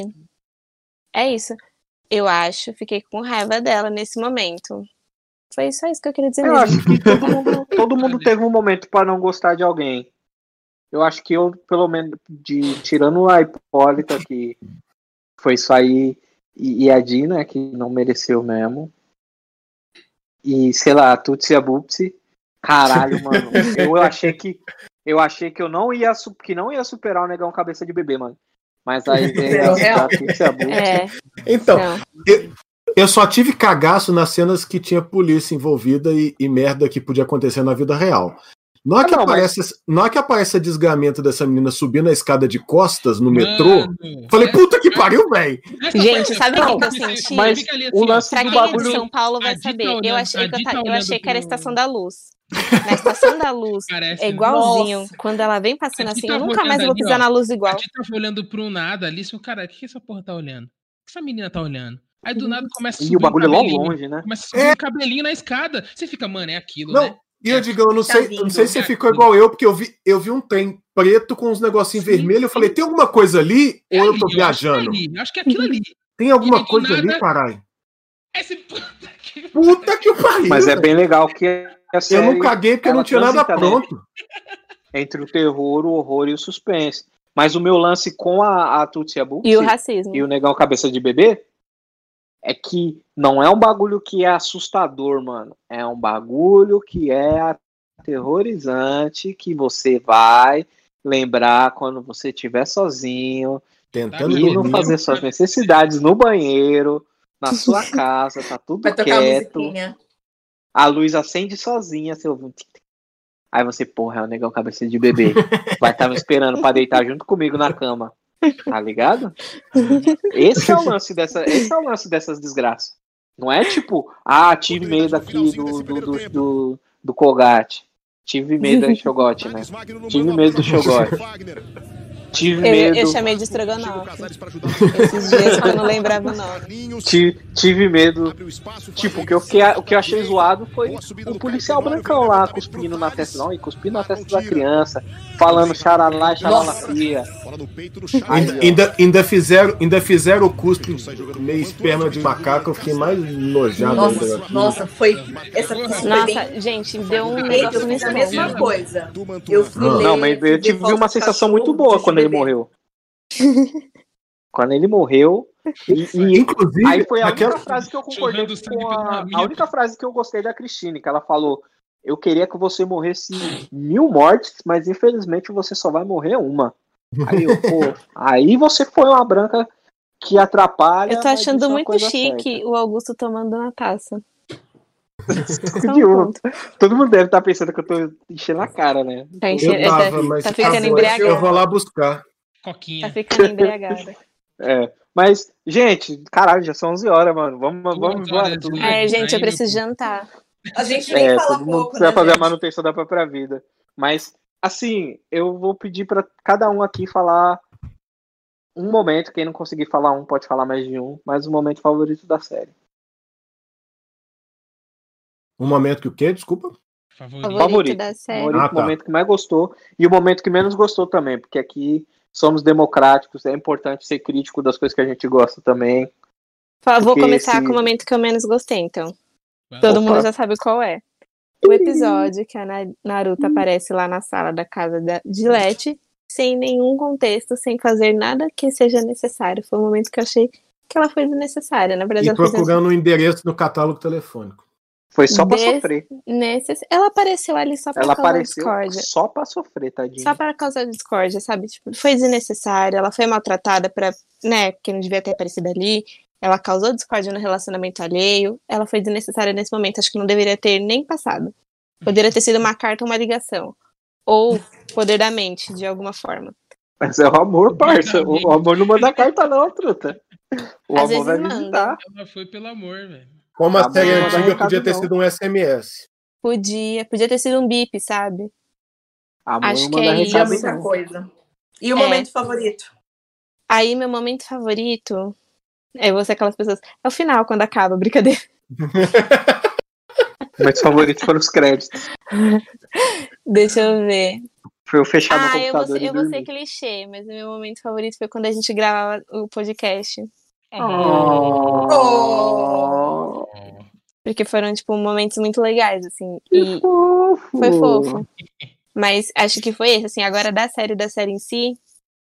é isso. Eu acho, fiquei com raiva dela nesse momento. Foi só isso que eu queria dizer Eu mesmo. acho que todo mundo, todo mundo teve um momento pra não gostar de alguém. Eu acho que eu, pelo menos, de, tirando a Hipólita, que foi isso aí, e, e a Dee, né, que não mereceu mesmo. E, sei lá, a Tutsi e a Bupsi. Caralho, mano. Eu achei que eu achei que eu não ia, su- que não ia superar o Negão Cabeça de Bebê, mano. Mas aí veio a, a Tutsi e a Bupsi. É, Então, não. eu só tive cagaço nas cenas que tinha polícia envolvida e, e merda que podia acontecer na vida real. Na hora, Ah, que, não, aparece, na hora que aparece a desgamento dessa menina subindo a escada de costas no metrô, Mano, falei, puta que pariu, velho. essa Gente, parte- sabe o que que eu Você- senti? Mas fica ali o assim, ó, lance Pra do quem é de bagulho- São Paulo vai a Dee tá saber. olhando- Eu achei a que, eu, Dee ta- tá eu achei olhando que era a pro- Estação da Luz. Na Estação da Luz Parece, é né? igualzinho. Nossa. Quando ela vem passando A assim, Dee eu tá nunca mais olhando vou ali, pisar ó. na luz A igual. Dee tava olhando pro nada ali, se o cara, o que que essa porra tá olhando? O que essa menina tá olhando? Aí do nada começa a subir E o bagulho é um lá cabelinho, longe, né? começa a subir um cabelinho na escada. Você fica, mano, é aquilo, Não, né? e eu digo, eu não Tá sei, eu vindo. não sei se você ficou igual eu, porque eu vi, eu vi um trem preto com uns negocinhos Sim, vermelhos. Eu falei, sim. tem alguma coisa ali? É Ou eu ali, tô acho que é viajando? ali, eu acho que é aquilo ali. Tem E alguma aí, do coisa ali, nada- caralho? Esse puta que Puta que pariu. Mas é velho. bem legal que a Eu série, não caguei porque ela não tinha nada transita, né, pronto. entre o terror, o horror e o suspense. Mas o meu lance com a, a Tutsi e a Bupsi E o racismo. e o Negão Cabeça de Bebê é que não é um bagulho que é assustador, mano. É um bagulho que é aterrorizante, que você vai lembrar quando você estiver sozinho, Tentando indo dormir. fazer suas necessidades no banheiro, na sua casa, tá tudo Vai tocar a quieto. musiquinha. A luz acende sozinha, você ouve um tic, tic. Aí você, porra, é o Negão Cabeça de Bebê. Vai estar me esperando pra deitar junto comigo na cama. Tá ligado? Esse é o lance dessa, esse é o lance dessas desgraças. Não é tipo, ah, tive medo aqui do, do, do, do, do Colgate. Tive medo da Chogote, né? Tive medo do Chogote. Tive Eu, medo. eu chamei de estrogonofe. Esses dias que eu não lembrava o nome. Tive, tive medo. Tipo, o que, eu, que, o que eu achei zoado foi o policial brancão lá cuspindo na testa. Não, e cuspindo na testa da criança, falando xaralá, xaralafia. Ainda, ainda, ainda, fizeram, ainda fizeram o cuspe meio esperma de macaco, eu fiquei mais nojado Nossa, ainda. nossa, foi. Essa foi Nossa, bem... gente, deu um Eu negócio fiz a muito mesma bom. coisa. Eu fui Não, ler, Não, mas fui eu ver tive foto uma de sensação cachorro, muito boa de quando ele bebê. morreu. Quando ele morreu. E, e Inclusive, aí foi a única aquela- frase que eu concordei Chorrando sangue com pela a, laminha. a única frase que eu gostei da Cristine, que ela falou: eu queria que você morresse mil mortes, mas infelizmente você só vai morrer uma. Aí eu, pô, aí você foi uma branca que atrapalha. Eu tô mas achando disse uma muito coisa chique certa. o Augusto tomando na taça. Só De um uma. ponto. Todo mundo deve estar pensando que eu tô enchendo a cara, né? Tá eu enchendo- tava, tá- mas tá ficando acabou. embriagado. Eu vou lá buscar. Tá Coquinha. ficando embriagada. É. Mas, gente, caralho, já são onze horas, mano. Vamos, Duas vamos embora. horas de Todo mundo. live. É, gente, eu Aí, preciso meu jantar. A gente nem É, fala todo mundo pouco, precisa né, fazer gente? a manutenção da própria vida. Mas, assim, eu vou pedir pra cada um aqui falar um momento. Quem não conseguir falar um, pode falar mais de um. Mas o momento favorito da série. Um momento que o quê? Desculpa. Favorito. Favorito Favorito. da O série. favorito, Ah, tá. momento que mais gostou. E o momento que menos gostou também. Porque aqui somos democráticos. É importante ser crítico das coisas que a gente gosta também. Fa- Vou Porque começar esse- com o momento que eu menos gostei, então. Vai Todo lá. mundo Opa. já sabe qual é. O episódio que a Na- Naruto aparece lá na sala da casa da, de Leti, sem nenhum contexto, sem fazer nada que seja necessário. Foi um momento que eu achei que ela foi desnecessária. Na verdade, E ela fez procurando o endereço no catálogo telefônico. Foi só pra Des- sofrer. necess... Ela apareceu ali só pra Ela causar apareceu discórdia. só pra sofrer, tadinha. Só para causar discórdia, sabe? Tipo, foi desnecessária, ela foi maltratada pra, né, porque não devia ter aparecido ali. Ela causou discórdia no relacionamento alheio. Ela foi desnecessária nesse momento. Acho que não deveria ter nem passado. Poderia ter sido uma carta ou uma ligação. Ou poder da mente, de alguma forma. Mas é o amor, parça. O, o amor não manda carta, não, truta. O Às amor vezes vai manda. visitar. Ela foi pelo amor, velho. Como a Ah, série mas não antiga, dá recado, podia ter não. sido um S M S. Podia. Podia ter sido um bip, sabe? Amor Acho não que manda é Tinha recado, isso. muita não. coisa. E o É. momento favorito? Aí, meu momento favorito... É você aquelas pessoas... É o final, quando acaba, brincadeira. Meus favoritos foram os créditos. Deixa eu ver. Foi eu fechar Ah, no eu vou, computador ser, e eu vou ser dormir. clichê, mas o meu momento favorito foi quando a gente gravava o podcast. Oh. Porque foram, tipo, momentos muito legais, assim. E Fofo. foi fofo. Mas acho que foi esse, assim. Agora, da série, da série em si,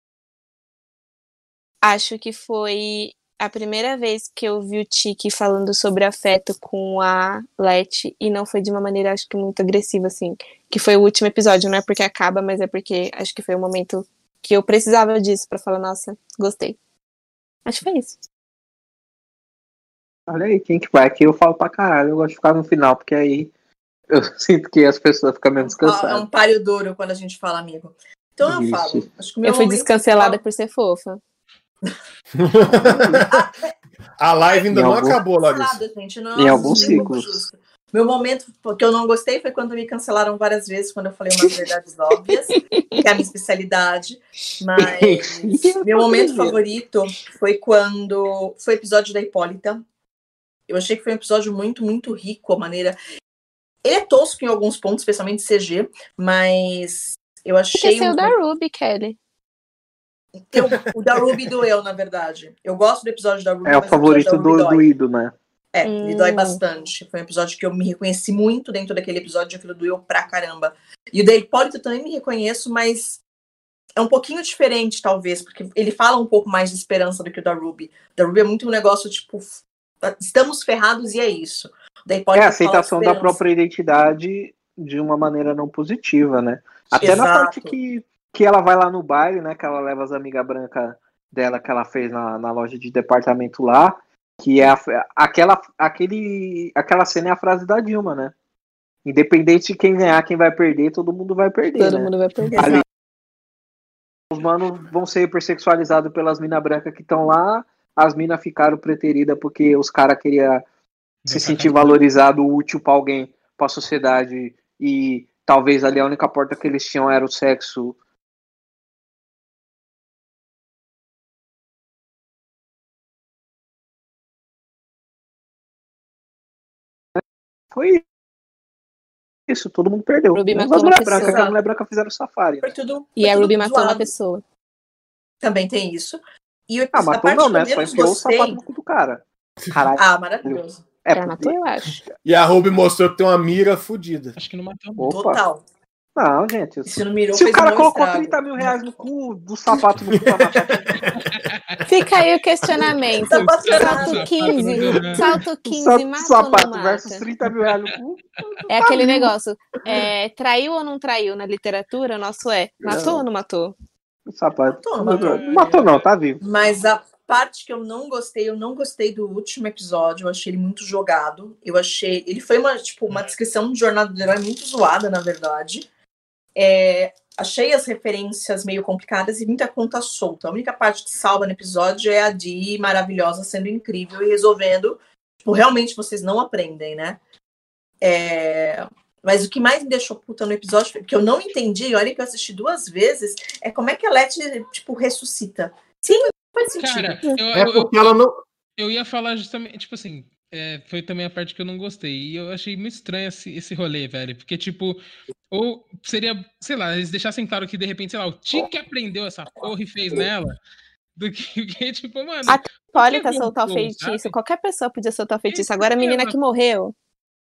acho que foi a primeira vez que eu vi o Tiki falando sobre afeto com a Leti, e não foi de uma maneira, acho que muito agressiva, assim. Que foi o último episódio, não é porque acaba, mas é porque acho que foi o momento que eu precisava disso pra falar, nossa, gostei. Acho que foi isso. Olha aí, quem que vai? Aqui eu falo pra caralho. Eu gosto de ficar no final, porque aí eu sinto que as pessoas ficam menos É cansadas. um páreo duro quando a gente fala, amigo. Então eu Isso. falo. Acho que o meu Eu fui momento descancelada favorito- por ser fofa. A live ainda Em não algum- acabou, Larissa. Cancelada, gente. Não, Em alguns não tem como ciclos. justo. Meu momento que eu não gostei foi quando me cancelaram várias vezes, quando eu falei umas verdades óbvias, que é a minha especialidade. Mas meu momento favorito foi quando foi o episódio da Hipólita. Eu achei que foi um episódio muito, muito rico, a maneira. Ele é tosco em alguns pontos, especialmente C G, mas eu achei. Esqueceu um- da Ruby, Kelly. Eu- o da Ruby doeu, na verdade. Eu gosto do episódio da Ruby, É o mas favorito episódio da Ruby do, dói. do Ido, né? É, Hum. me dói bastante. Foi um episódio que eu me reconheci muito dentro daquele episódio, aquilo doeu pra caramba. E o da Hipólito eu também me reconheço, mas é um pouquinho diferente, talvez, porque ele fala um pouco mais de esperança do que o da Ruby. O da Ruby é muito um negócio, tipo, estamos ferrados e é isso. O da É Hipólito a aceitação fala da própria identidade de uma maneira não positiva, né? Até na Exato. parte que, que ela vai lá no baile, né? Que ela leva as amigas brancas dela que ela fez na, na loja de departamento lá. Que é a, aquela, aquele, aquela cena é a frase da Dilma, né? Independente de quem ganhar, quem vai perder, todo mundo vai perder. Todo né? mundo vai perder. Ali os manos vão ser hipersexualizados pelas minas brancas que estão lá, as minas ficaram preteridas porque os caras queriam se sentir valorizado, útil pra alguém, pra sociedade, e talvez ali a única porta que eles tinham era o sexo. Foi isso, todo mundo perdeu. Ruby As matou uma mulher branca, pessoa. que a mulher branca fizeram safari. Foi tudo, E foi a tudo Ruby matou uma zoado. pessoa. Também tem isso. E o Ah, a matou parte não, que eu né? Só menos enfiou o gostei... sapato no cu do cara. Caralho. Ah, maravilhoso. É Ela matou, porque... eu acho. E a Ruby mostrou que tem uma mira fodida. Acho que não matou. Opa. Total. Não, gente. E se não mirou, Se o fez cara um colocou estrago. trinta mil reais no cu, do sapato no cu pra matar. Fica aí o questionamento. Sapato Salto quinze. Salto quinze, mata ou sapato não versus mata? trinta mil reais no cu. É aquele negócio. É, traiu ou não traiu na literatura? O nosso é. Matou ou não matou? O sapato. Matou, não matou. Não matou, não, tá vivo. Mas a parte que eu não gostei, eu não gostei do último episódio, eu achei ele muito jogado. Eu achei. Ele foi uma, tipo, uma descrição de jornada do herói muito zoada, na verdade. É, achei as referências meio complicadas e muita conta solta. A única parte que salva no episódio é a Dee maravilhosa, sendo incrível e resolvendo. Tipo, realmente vocês não aprendem, né? É, mas o que mais me deixou puta no episódio, que eu não entendi, olha que eu assisti duas vezes, é como é que a Letty, tipo, ressuscita. Sim, não faz sentido. Cara, eu, É eu, eu, porque ela não. eu ia falar justamente, tipo assim, é, foi também a parte que eu não gostei. E eu achei muito estranho esse, esse rolê, velho. Porque, tipo, ou seria, sei lá, eles deixassem claro que, de repente, sei lá, o Tiki aprendeu essa porra e fez nela. Do que, que tipo, mano. A Hipólita que soltar o bom, feitiço. sabe? Qualquer pessoa podia soltar o feitiço. Isso Agora a menina mesmo. que morreu.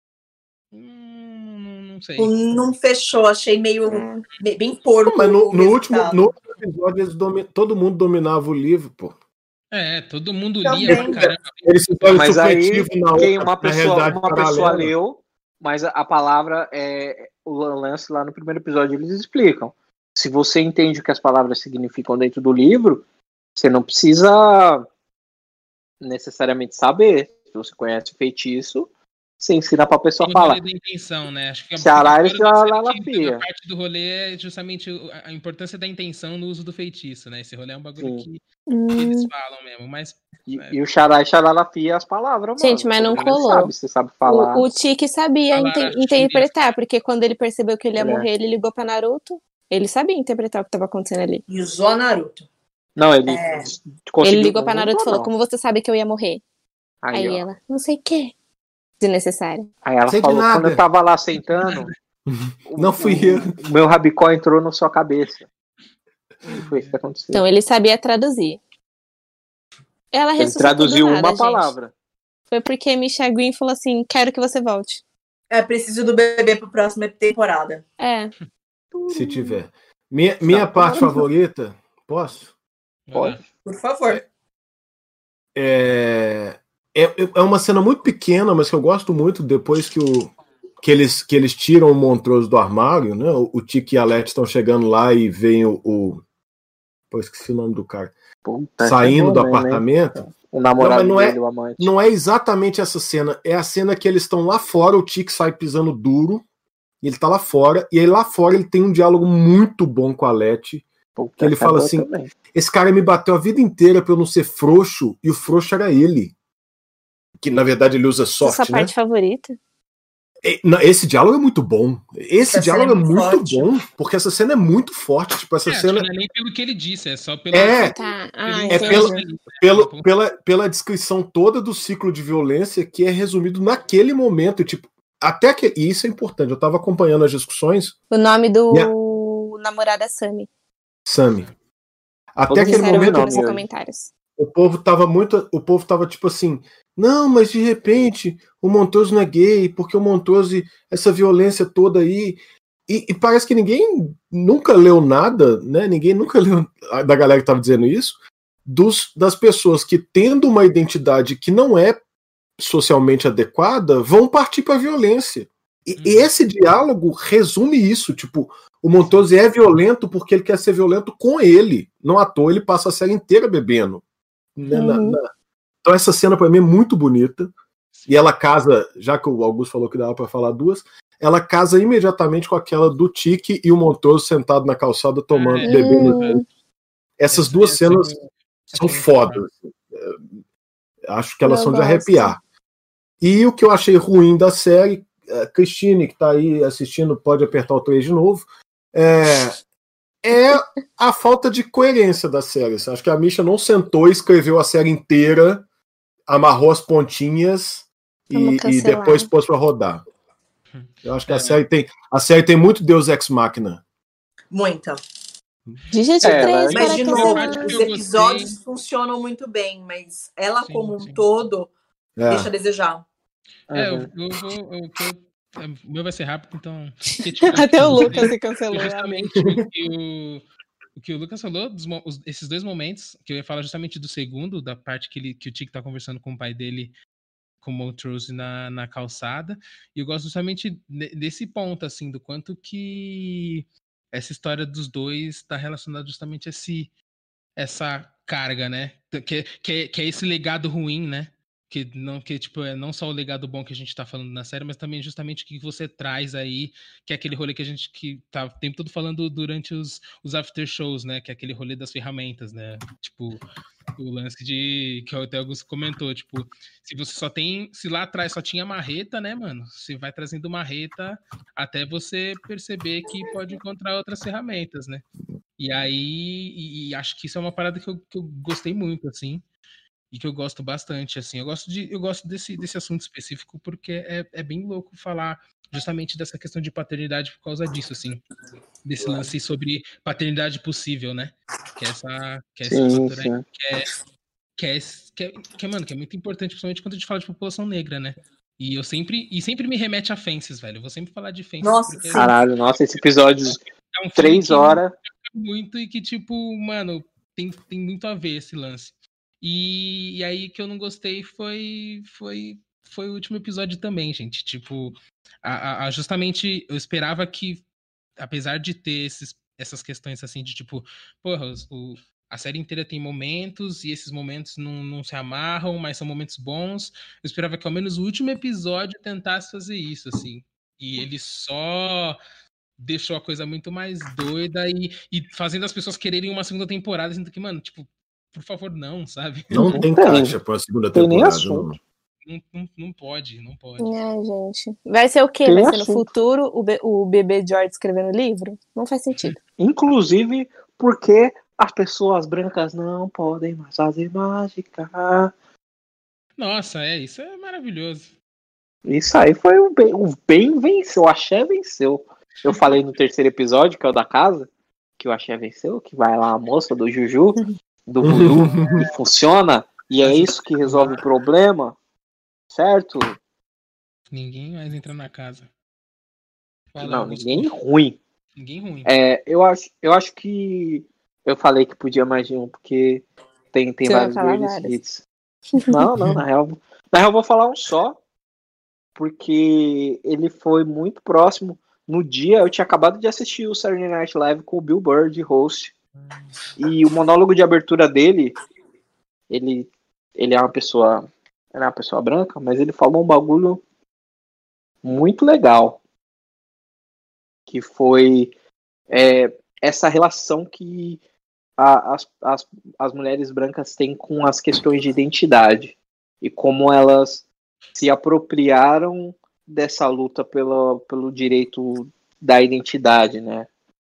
Hum, não, não sei. Tipo, não fechou, achei meio É. bem, bem porco. Mas no, o no último, resultado. no último episódio, eles domi... todo mundo dominava o livro, pô. É, todo mundo Também. lia pra caramba. Eles fizeram Mas aí, supletivo na quem outra, uma na pessoa, realidade uma pessoa paralela. leu, mas a, a palavra é o lance lá no primeiro episódio eles explicam. Se você entende o que as palavras significam dentro do livro, você não precisa necessariamente saber. Se você conhece o feitiço, você ensina pra pessoa Tem o falar. rolê da intenção, né? Acho que a, Se a Lara, se a agora Lara nessa Fia. quinta parte do rolê é justamente o- a a importância da intenção no uso do feitiço, né? Esse rolê é um bagulho Sim. que, Hum. que eles falam mesmo, mas E, e o Xará e Xaralafia as palavras, Gente, mano. mas não Todo mundo colou. sabe, você sabe falar. O, o Tiki sabia Falar inte- a interpretar, porque quando ele percebeu que ele ia É. morrer, ele ligou pra Naruto. Ele sabia interpretar o que estava acontecendo ali. E usou a Naruto. Não, ele É. conseguiu. Ele ligou pra não Naruto e usou, falou: não. Como você sabe que eu ia morrer? Aí, Aí ó. ela, não sei o que. Desnecessário. Aí ela Sei de falou, nada. quando eu tava lá sentando, o- Não fui o, eu. o meu rabicó entrou na sua cabeça. E foi isso que aconteceu. Então ele sabia traduzir. Ela Ele ressuscitou traduziu do nada, uma gente. palavra. Foi porque Misha Green falou assim: quero que você volte. É preciso do bebê pro próxima temporada. É. Se tiver. Minha, minha Não, parte não. favorita, posso? Vai lá. Por favor. É, é, é uma cena muito pequena, mas que eu gosto muito depois que, o, que, eles, que eles tiram o Montrose do armário, né? O, o Tiki e a Letty estão chegando lá e vem o, o. Pô, esqueci o nome do cara. Puta, Saindo que do bom, né? apartamento. O namorado Não, mas não é- dele, o amante. Não é exatamente essa cena, é a cena que eles estão lá fora, o Tiki sai pisando duro, ele tá lá fora, e aí lá fora ele tem um diálogo muito bom com a Letty. Puta, que ele fala acabou assim, também. Esse cara me bateu a vida inteira pra eu não ser frouxo, e o frouxo era ele. Que na verdade ele usa Essa é a sorte, sua né? parte favorita. E- não, Esse diálogo é muito bom. Esse Essa diálogo é cena é muito muito forte. bom, porque essa cena é muito forte. Tipo, essa É, acho cena. que não é nem pelo que ele disse, é só pelo. É, Tá. Ah, ele- é entendi. pelo- Pelo- pelo, pela, pela descrição toda do ciclo de violência que é resumido naquele momento. Tipo, até que. E isso é importante. Eu tava acompanhando as discussões, O nome do Yeah. namorado é Sammy. Sammy. Até Todo aquele mundo Disseram sabe momento o aqui nos nome hoje. comentários. o povo tava muito. O povo tava tipo assim. Não, mas de repente o Montrose não é gay, porque o Montrose, essa violência toda aí. E, e parece que ninguém nunca leu nada, né? Ninguém nunca leu, da galera que tava dizendo isso, dos, das pessoas que, tendo uma identidade que não é socialmente adequada, vão partir para violência. E, Hum. e esse diálogo resume isso. Tipo, o Montrose é violento porque ele quer ser violento com ele. Não à toa, ele passa a série inteira bebendo. Né, na- Uhum. na- Então essa cena para mim é muito bonita. E ela casa, já que o Augusto falou que dava para falar duas, ela casa imediatamente com aquela do Tiki e o Montrose sentado na calçada tomando, É. bebendo. Hum. essas Essa- duas essa cenas eu- são essa eu- fodas. É, acho que elas Eu são de gosto. arrepiar. E o que eu achei ruim da série, é, Cristine, que está aí assistindo, pode apertar o três de novo, é, é a falta de coerência da série. Acho que a Misha não sentou e escreveu a série inteira, amarrou as pontinhas Vamos e, e cancelar. depois pôs para rodar. Eu acho que a É. série tem a série tem muito Deus Ex Machina. Muita. Diga de É, três mas Mas, para de a novo, parte cancelar. que os eu episódios gostei- funcionam muito bem, mas ela, Sim, como um sim. todo, É. deixa a desejar. É, eu, Uhum. eu vou. eu- que eu- é, o meu vai ser rápido, então. que, tipo, Até o eu Lucas gostei- se cancelou. Foi Amém. justamente o que o, o que o Lucas falou, dos mo- os- esses dois momentos, que eu ia falar justamente do segundo, da parte que, ele, que o Tic tá conversando com o pai dele, com o Montrose na, na calçada, e eu gosto justamente de- desse ponto, assim, do quanto que essa história dos dois tá relacionada justamente a esse, essa carga, né? Que, que, é- que é esse legado ruim, né? Que não, que, tipo, é não só o legado bom que a gente tá falando na série, mas também justamente o que você traz aí, que é aquele rolê que a gente que tá o tempo todo falando durante os, os after shows, né? Que é aquele rolê das ferramentas, né? Tipo, o lance de que até o Augusto comentou, tipo, se você só tem, se lá atrás só tinha marreta, né, mano? Você vai trazendo marreta até você perceber que pode encontrar outras ferramentas, né? E aí, e, e acho que isso é uma parada que eu, que eu gostei muito, assim, e que eu gosto bastante, assim. Eu gosto, de, eu gosto desse, desse assunto específico porque é, é bem louco falar justamente dessa questão de paternidade por causa disso, assim. Desse lance sobre paternidade possível, né? Que é essa, que é esse Sim, fator aí sim. que é, que é, que é, que é, mano, que é muito importante, principalmente quando a gente fala de população negra, né? E eu sempre, e sempre me remete a Fences, velho. Eu vou sempre falar de Fences Nossa, porque sim. Caralho, nossa, esse episódio, é um filme três que horas. muito e que, tipo, mano, tem, tem muito a ver esse lance. E, e aí que eu não gostei foi, foi, foi o último episódio também, gente. Tipo, a, a- a- justamente eu esperava que, apesar de ter esses, essas questões assim de tipo, porra, os- o, a série inteira tem momentos e esses momentos não, não se amarram, mas são momentos bons. Eu esperava que ao menos o último episódio tentasse fazer isso, assim. E ele só deixou a coisa muito mais doida e, e fazendo as pessoas quererem uma segunda temporada, sendo que, mano, tipo, por favor, não, sabe? Não Não tem tem. caixa para a segunda Tem nem temporada. assunto. Não. Não, não, não pode, não pode. Ai, gente. Vai ser o quê? Tem Vai ser no assunto. futuro o, be- o bebê George escrevendo livro? Não faz sentido. Inclusive, porque as pessoas brancas não podem mais fazer mágica. Nossa, é, isso é maravilhoso. Isso aí foi o bem, o bem venceu, o axé venceu. Eu falei no terceiro episódio, que é o da casa, que o axé venceu, que vai lá a moça do Juju, do voodoo, que funciona, e é isso que resolve o problema, certo? Ninguém mais entra na casa. Fala, Não, Augusto. ninguém ruim. Ninguém ruim. É, eu, acho, eu acho que eu falei que podia mais de um, porque tem, tem Você vai vários falar greatest vários. hits. Não, não, na real, na real eu vou falar um só, porque ele foi muito próximo. No dia, eu tinha acabado de assistir o Saturday Night Live com o Bill Burr de host, e o monólogo de abertura dele, ele, ele é uma pessoa, ele é uma pessoa branca, mas ele falou um bagulho muito legal, que foi é, essa relação que a, as, as, as mulheres brancas têm com as questões de identidade e como elas se apropriaram dessa luta pela, pelo direito da identidade, né?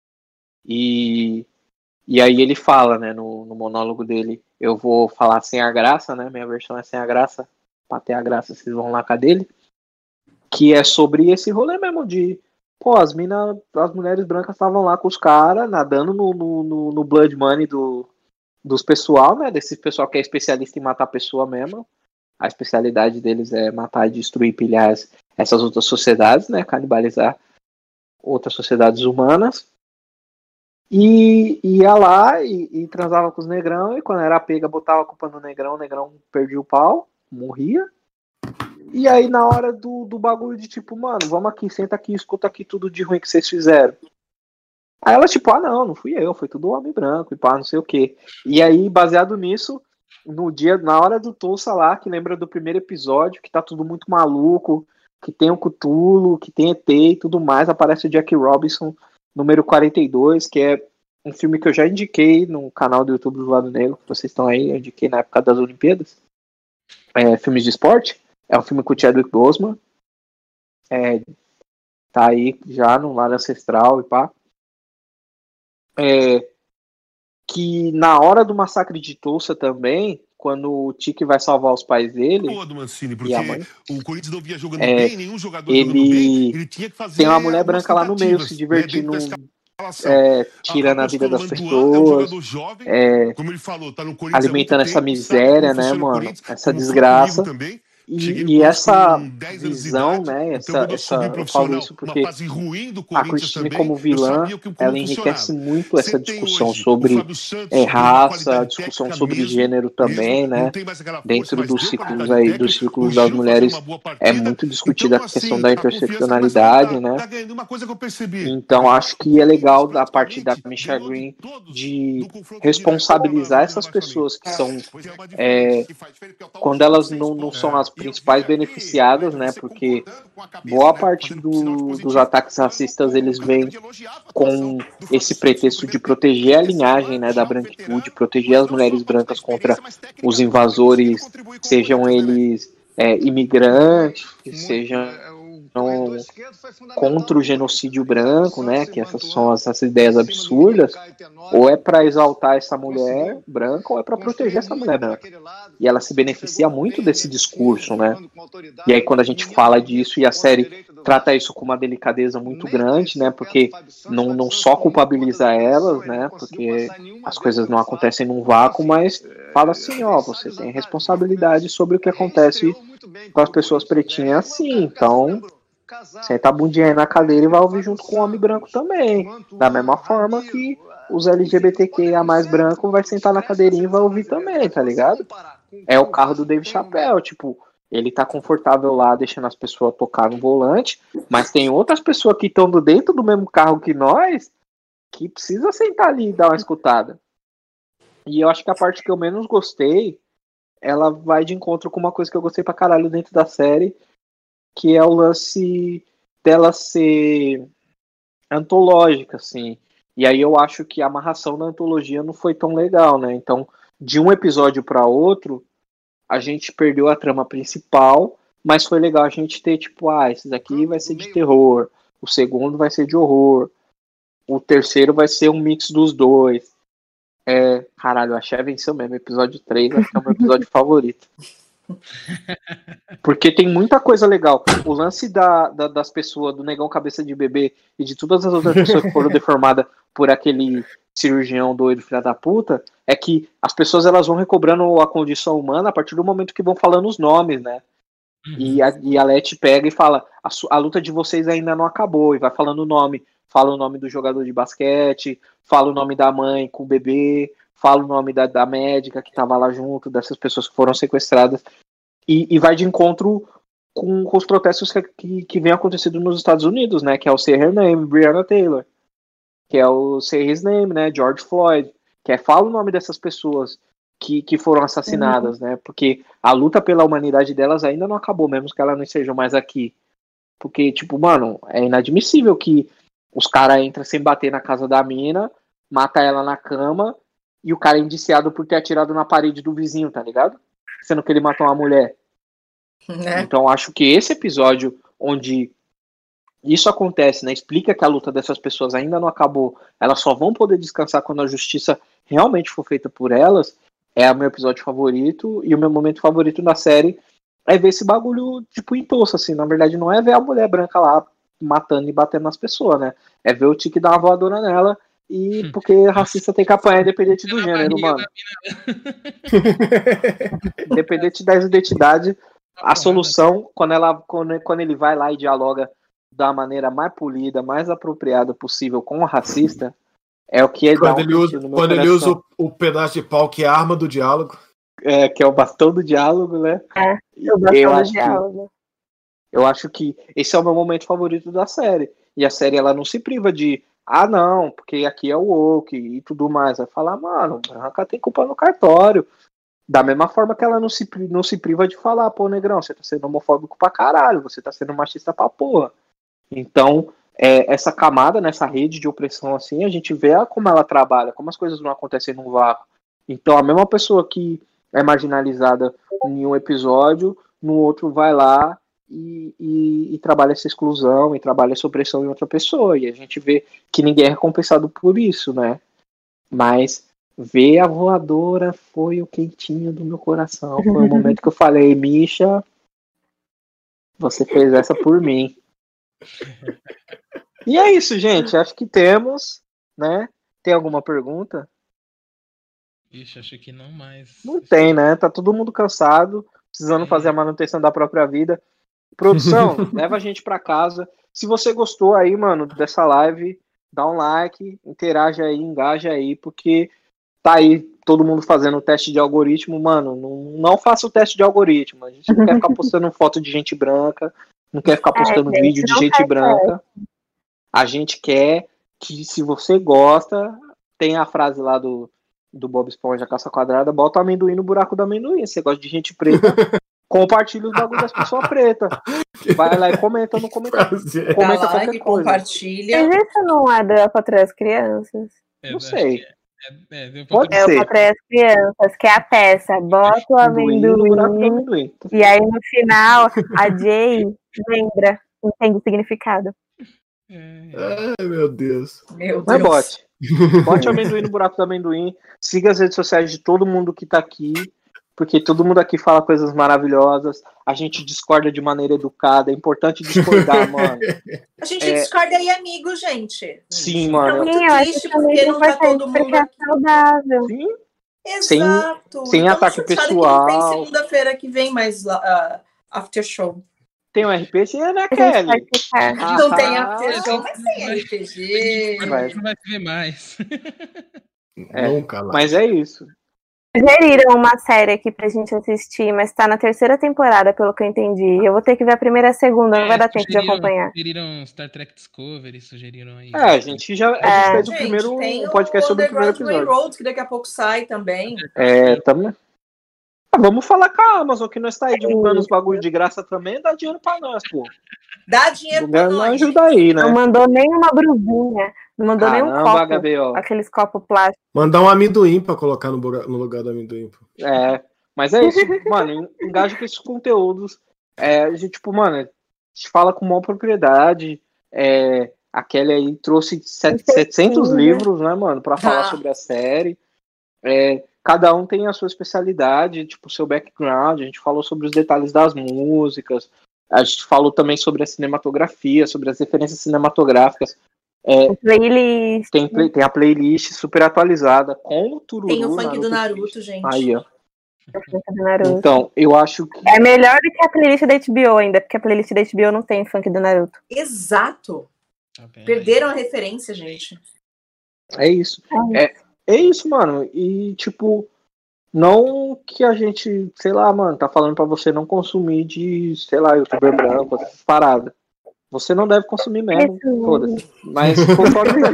E, e aí ele fala, né, no, no monólogo dele, eu vou falar sem a graça, né? Minha versão é sem a graça, pra ter a graça vocês vão lá com a dele, que é sobre esse rolê mesmo de, pô, as minas, as mulheres brancas estavam lá com os caras, nadando no, no, no, no blood money do, dos pessoal, né? Desse pessoal que é especialista em matar pessoa mesmo. A especialidade deles é matar, destruir, pilhar essas outras sociedades, né? Canibalizar outras sociedades humanas. E ia lá e, e transava com os negrão, e quando era pega, botava a culpa no negrão, o negrão perdia o pau, morria. E aí na hora do, do bagulho de tipo, mano, vamos aqui, senta aqui, escuta aqui tudo de ruim que vocês fizeram. Aí ela tipo, ah não, não fui eu, foi tudo homem branco e pá, não sei o que. E aí, baseado nisso, no dia, na hora do Tulsa lá, que lembra do primeiro episódio, que tá tudo muito maluco, que tem o Cthulhu, que tem E T e tudo mais, aparece o Jack Robinson, número quarenta e dois, que é um filme que eu já indiquei no canal do YouTube do Lado Negro, vocês estão aí, eu indiquei na época das Olimpíadas, é, filmes de esporte, é um filme com o Chadwick Boseman, é, tá aí já no lado ancestral e pá, é, que na hora do massacre de Tulsa também, quando o Tiki vai salvar os pais dele Boa do Mancini, porque e a mãe, o Corinthians não via jogando é, bem, nenhum jogador jogando bem, ele ele tinha que fazer tem uma mulher algumas branca lá no meio se tentativas, né, divertindo, dentro da escalação. é, tirando a vida Apostou no das Antoine, é um pessoas, jogador jovem, é, como ele falou, tá no Corinthians há muito alimentando essa tempo, sabe como miséria, né, funciona o mano? Corinthians, Essa como foi desgraça. comigo também. E, Cheguei no e Corinthians essa com dez anos de visão, idade, né? então Essa, quando eu essa, subi eu falo profissional, isso uma porque fase ruim do a Corinthians Christine, também, como eu vilã, sabia que, como ela enriquece funcionava. muito Você essa tem discussão hoje o sobre Fábio Santos, é, que deu uma raça, qualidade discussão técnica sobre mesmo, gênero mesmo, também, não né? tem mais aquela força, Dentro mas dos deu ciclos qualidade aí, técnica, dos o ciclos das Gil fazia uma mulheres, boa é partida, muito discutida então a questão assim, da a confiança começa a interseccionalidade, tá, né? tá ganhando. Uma coisa que eu percebi, Então Caio, acho o que é Corinthians legal da parte da praticamente Misha ganhou de Green todos de no confronto direto na responsabilizar zona de essas rebaixamento. pessoas que são Pois é uma é, diferença que faz diferença, porque o tal quando Gil tem elas seis não, não pontos. são as E eu principais vi aqui, beneficiadas, Cleiton, né? você Porque concordando com a cabeça, boa né, parte fazendo sinal de do, dos positivo, ataques quando racistas o, eles o Caio vêm Grande elogiava a atuação com do Fábio esse Santos no pretexto de primeiro tempo. proteger a trinta e cinco linhagem, né, anos, da já um branquitude, veterano, proteger mas as não só mulheres a parte da brancas contra experiência, mas os tecnicamente ele conseguiu invasores, contribuir com o sejam Corinthians, né, velho? eles é, imigrantes, Muito. sejam É, o corredor esquerdo foi fundamental contra o no Corinthians genocídio ali, cara. O branco, né, Santos e que o essas Mantuan são as, essas em ideias cima do menino absurdas, Caio Tenório, ou é para exaltar essa é, mulher conseguiu branca, ou é para proteger construir essa muito mulher por branca. aquele lado, E ela se beneficia chegou muito bem desse ali no fundo, discurso, né? jogando com E aí, autoridade. quando a gente Menino fala bonito, disso, e a ponta série direita do trata Vasco. isso com uma delicadeza muito Nem grande, né? desceu perto do Porque Fábio Santos. não, Fábio não Santos só tomou conta da culpabiliza marcação, elas, ele não né? conseguiu Porque passar nenhuma as vez coisas pelo não Fábio. acontecem num Então, vácuo, assim, mas fala é, assim, ó, você adversários tem análise. responsabilidade sobre o que acontece Reestreou muito bem com as pelo pessoas Corinthians. pretinhas É, assim. o Casão Então, lembrou. Casão, senta a bundinha aí na cadeira e vai ouvir Fábio junto com o homem branco Santos, também. Da mesma Mantuan, forma que Ramiro, os enfim, LGBTQIA mais podemos ser branco vai sentar na discretos na cadeirinha e vai seleção ouvir brasileira, também, mas tá você ligado? comparar com o É que o o carro do Vasco David tem no Chappelle, tipo, ele tá confortável lá, deixando as pessoas tocar no volante, mas tem outras pessoas que estão dentro do mesmo carro que nós, que precisa sentar ali e dar uma escutada. E eu acho que a parte que eu menos gostei, ela vai de encontro com uma coisa que eu gostei pra caralho dentro da série, que é o lance dela ser antológica, assim. E aí eu acho que a amarração da antologia não foi tão legal, né? Então, de um episódio para outro, a gente perdeu a trama principal, mas foi legal a gente ter, tipo, ah, esse daqui vai ser de terror, o segundo vai ser de horror, o terceiro vai ser um mix dos dois. É, caralho, a Cher venceu mesmo, episódio três, acho que é o meu episódio favorito. Porque tem muita coisa legal. O lance da, da, das pessoas, do negão cabeça de bebê e de todas as outras pessoas que foram deformadas por aquele cirurgião doido, filha da puta, é que as pessoas elas vão recobrando a condição humana a partir do momento que vão falando os nomes, né? Uhum. E, a, e a Leti pega e fala, a, a luta de vocês ainda não acabou, e vai falando o nome, fala o nome do jogador de basquete, fala o nome da mãe com o bebê, fala o nome da, da médica que tava lá junto, dessas pessoas que foram sequestradas, e, e vai de encontro com, com os protestos que, que, que vem acontecendo nos Estados Unidos, né? Que é o Say Her Name, Breonna Taylor, que é o Say His Name, né? George Floyd, que é fala o nome dessas pessoas que, que foram assassinadas, uhum. né? Porque a luta pela humanidade delas ainda não acabou, mesmo que elas não estejam mais aqui. Porque, tipo, mano, é inadmissível que os caras entram sem bater na casa da mina, mata ela na cama, e o cara é indiciado por ter atirado na parede do vizinho, tá ligado? Sendo que ele matou uma mulher. É. Então, acho que esse episódio, onde isso acontece, né, explica que a luta dessas pessoas ainda não acabou, elas só vão poder descansar quando a justiça realmente for feita por elas, é o meu episódio favorito, e o meu momento favorito da série é ver esse bagulho, tipo, em tosso, assim, na verdade não é ver a mulher branca lá matando e batendo nas pessoas, né, é ver o Tiki dar uma voadora nela, e porque racista tem que apanhar independente do gênero, mano. Independente da identidade, a solução, quando, ela, quando, quando ele vai lá e dialoga da maneira mais polida, mais apropriada possível com o racista, é o que é quando ele usa, quando coração. Ele usa o, o pedaço de pau que é a arma do diálogo. É, que é o bastão do diálogo, né? É, o bastão eu do acho diálogo. Que, eu acho que esse é o meu momento favorito da série. E a série, ela não se priva de ah, não, porque aqui é o woke e tudo mais. Vai falar, mano, branca tem culpa no cartório. Da mesma forma que ela não se, não se priva de falar, pô, negrão, você tá sendo homofóbico pra caralho, você tá sendo machista pra porra. Então, é, essa camada, nessa rede de opressão, assim, a gente vê como ela trabalha, como as coisas não acontecem num vácuo. Então, a mesma pessoa que é marginalizada em um episódio, no outro vai lá e, e, e trabalha essa exclusão, e trabalha essa opressão em outra pessoa. E a gente vê que ninguém é recompensado por isso, né? Mas ver a voadora foi o quentinho do meu coração. Foi o momento que eu falei, Misha, você fez essa por mim. E é isso, gente. Acho que temos, né? Tem alguma pergunta? Ixi, acho que não mais. Não tem, né? Tá todo mundo cansado, precisando É. fazer a manutenção da própria vida. Produção, leva a gente pra casa. Se você gostou aí, mano, dessa live, dá um like, interage aí, engaja aí, porque tá aí todo mundo fazendo o teste de algoritmo. Mano, não, não faça o teste de algoritmo. A gente não quer ficar postando foto de gente branca, não quer ficar postando É, vídeo de não gente faz branca. A gente quer que, se você gosta, tem a frase lá do, do Bob Esponja, Caça Quadrada, bota o amendoim no buraco do amendoim. Se você gosta de gente preta, compartilha os bagulhos das pessoas pretas. Vai lá e comenta no comentário. Frase. Dá Comenta like, qualquer coisa. compartilha. Mas isso não é da Patrulha das Crianças? É, Não acho sei. que É, é, é, Pode É o ser. Patrulha das Crianças, que é a peça. Bota o Amendoim no buraco do amendoim. amendoim. E aí no final, a Jay lembra, entende o significado. É, é. Ai, meu Deus. Meu Mas Deus. bote. Bote o amendoim no buraco do amendoim. Siga as redes sociais de todo mundo que tá aqui. Porque todo mundo aqui fala coisas maravilhosas. A gente discorda de maneira educada. É importante discordar, mano. A gente É. discorda aí, amigo, gente. Sim, Tá mano. muito Sim, eu acho triste que porque também não tá importante, todo porque mundo é aqui. saudável. Sim. Sem- Exato. sem Então, ataque chateada que não tem pessoal. segunda-feira que vem mais uh, after show. Tem um R P G, né, A gente Kelly? pode ficar. Ah, Não tem ah, after a show, gente mas não tem vai- R P A gente G. Vai. não vai se ver mais. É, Nunca mais. Mas é isso. Sugeriram uma série aqui pra gente assistir, mas tá na terceira temporada, pelo que eu entendi. Eu vou ter que ver a primeira e a segunda, não vai dar tempo de sugeriram- acompanhar. Sugeriram Star Trek Discovery, sugeriram aí. É, a gente já a gente É. fez o Gente, primeiro tem um podcast o sobre o primeiro Underground episódio. Railroad, que daqui a pouco sai também. É, tamo... Ah, vamos falar com a Amazon, que nós tá aí divulgando os bagulhos de graça também, dá dinheiro pra nós, pô. Dá dinheiro pra Não nós. ajuda aí, né? Não mandou nem uma brusinha, não mandou nem um Caramba, copo, H B O. aqueles copos plásticos. Mandar um amendoim pra colocar no, bura- no lugar do amendoim. Pô. É, mas é isso, mano, engaja com esses conteúdos. É, a gente, tipo, mano, a gente fala com maior propriedade. É, a Kelly aí trouxe set- setecentos livros, né, mano, pra falar Ah. sobre a série. É, cada um tem a sua especialidade, tipo, o seu background. A gente falou sobre os detalhes das músicas. A gente falou também sobre a cinematografia, sobre as referências cinematográficas. É, Playlist. tem, play- tem a playlist super atualizada com o Tururu. Tem o funk do Naruto Naruto, gente. Aí, ó. do Naruto. Então, eu acho que. É melhor do que a playlist da H B O ainda, porque a playlist da H B O não tem funk do Naruto. Exato. Tá vendo aí? Perderam a referência, gente. É isso. É, é isso, mano. E, tipo, não que a gente, sei lá, mano, tá falando pra você não consumir de, sei lá, youtuber branco, essas paradas. Você não deve consumir mesmo, Isso. foda-se. Mas concordo com a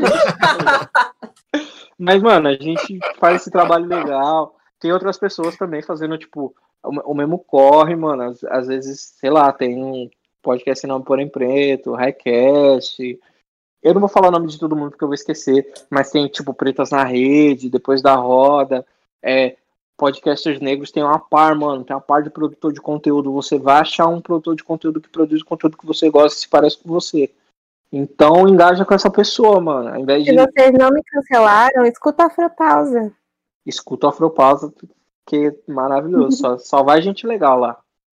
gente. Mas, mano, a gente faz esse trabalho legal. Tem outras pessoas também fazendo, tipo, o o mesmo corre, mano. Às, às vezes, sei lá, tem um podcast Não Porém Preto, Highcast. Eu não vou falar o nome de todo mundo porque eu vou esquecer, mas tem, tipo, Pretas na Rede, Depois da Roda, é, podcasters negros, tem uma par, mano, tem uma par de produtor de conteúdo. Você vai achar um produtor de conteúdo que produz o conteúdo que você gosta e se parece com você. Então, engaja com essa pessoa, mano. Ao invés de Se vocês não me cancelaram, escuta a Afropausa. escuta o Afropausa, que é maravilhoso. Só, só vai gente legal lá.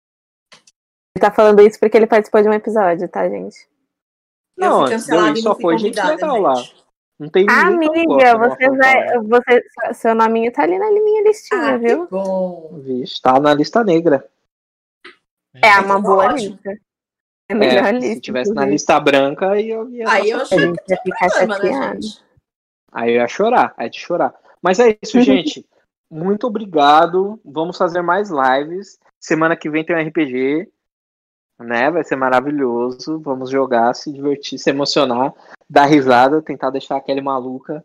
Ele tá falando isso porque ele participou de um episódio, tá, gente? Eu Não, fui antes cancelada deu e isso, não só fui foi gente convidada, legal lá. gente. Não tem ninguém que eu gosto Amiga, no você vai. Afropausa. Você, seu nominho tá ali na minha listinha, Ah, viu? que bom. Vixe, tá na lista negra. É Então uma tá boa ótimo. lista. É a melhor É, lista. se tivesse na inclusive. lista branca, aí eu ia Aí eu passar achei A que gente ia ficar problema, né, chateado. gente? Aí eu ia chorar, aí de chorar. Mas é isso, gente. Muito obrigado. Vamos fazer mais lives. Semana que vem tem um R P G, né? Vai ser maravilhoso. Vamos jogar, se divertir, se emocionar, dar risada, tentar deixar aquele maluca.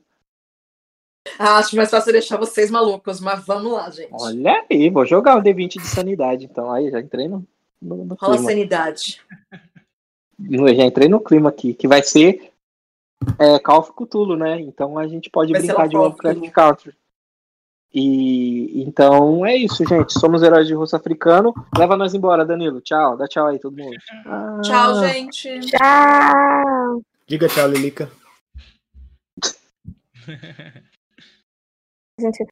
Ah, acho mais fácil deixar vocês malucos, mas vamos lá, gente. Olha aí, vou jogar o D vinte de sanidade. Então aí já entrei no, no, no Rola clima. sanidade. eu já entrei no clima aqui, que vai ser é, Call of Cthulhu, né? Então a gente pode Vai ser brincar de Call of Lovecraft Country. E então é isso, gente. Somos heróis de russo africano. Leva nós embora, Danilo. Tchau. Dá tchau aí, todo mundo. Tchau, Ah. gente. Tchau! Diga tchau, Lilica. Gente,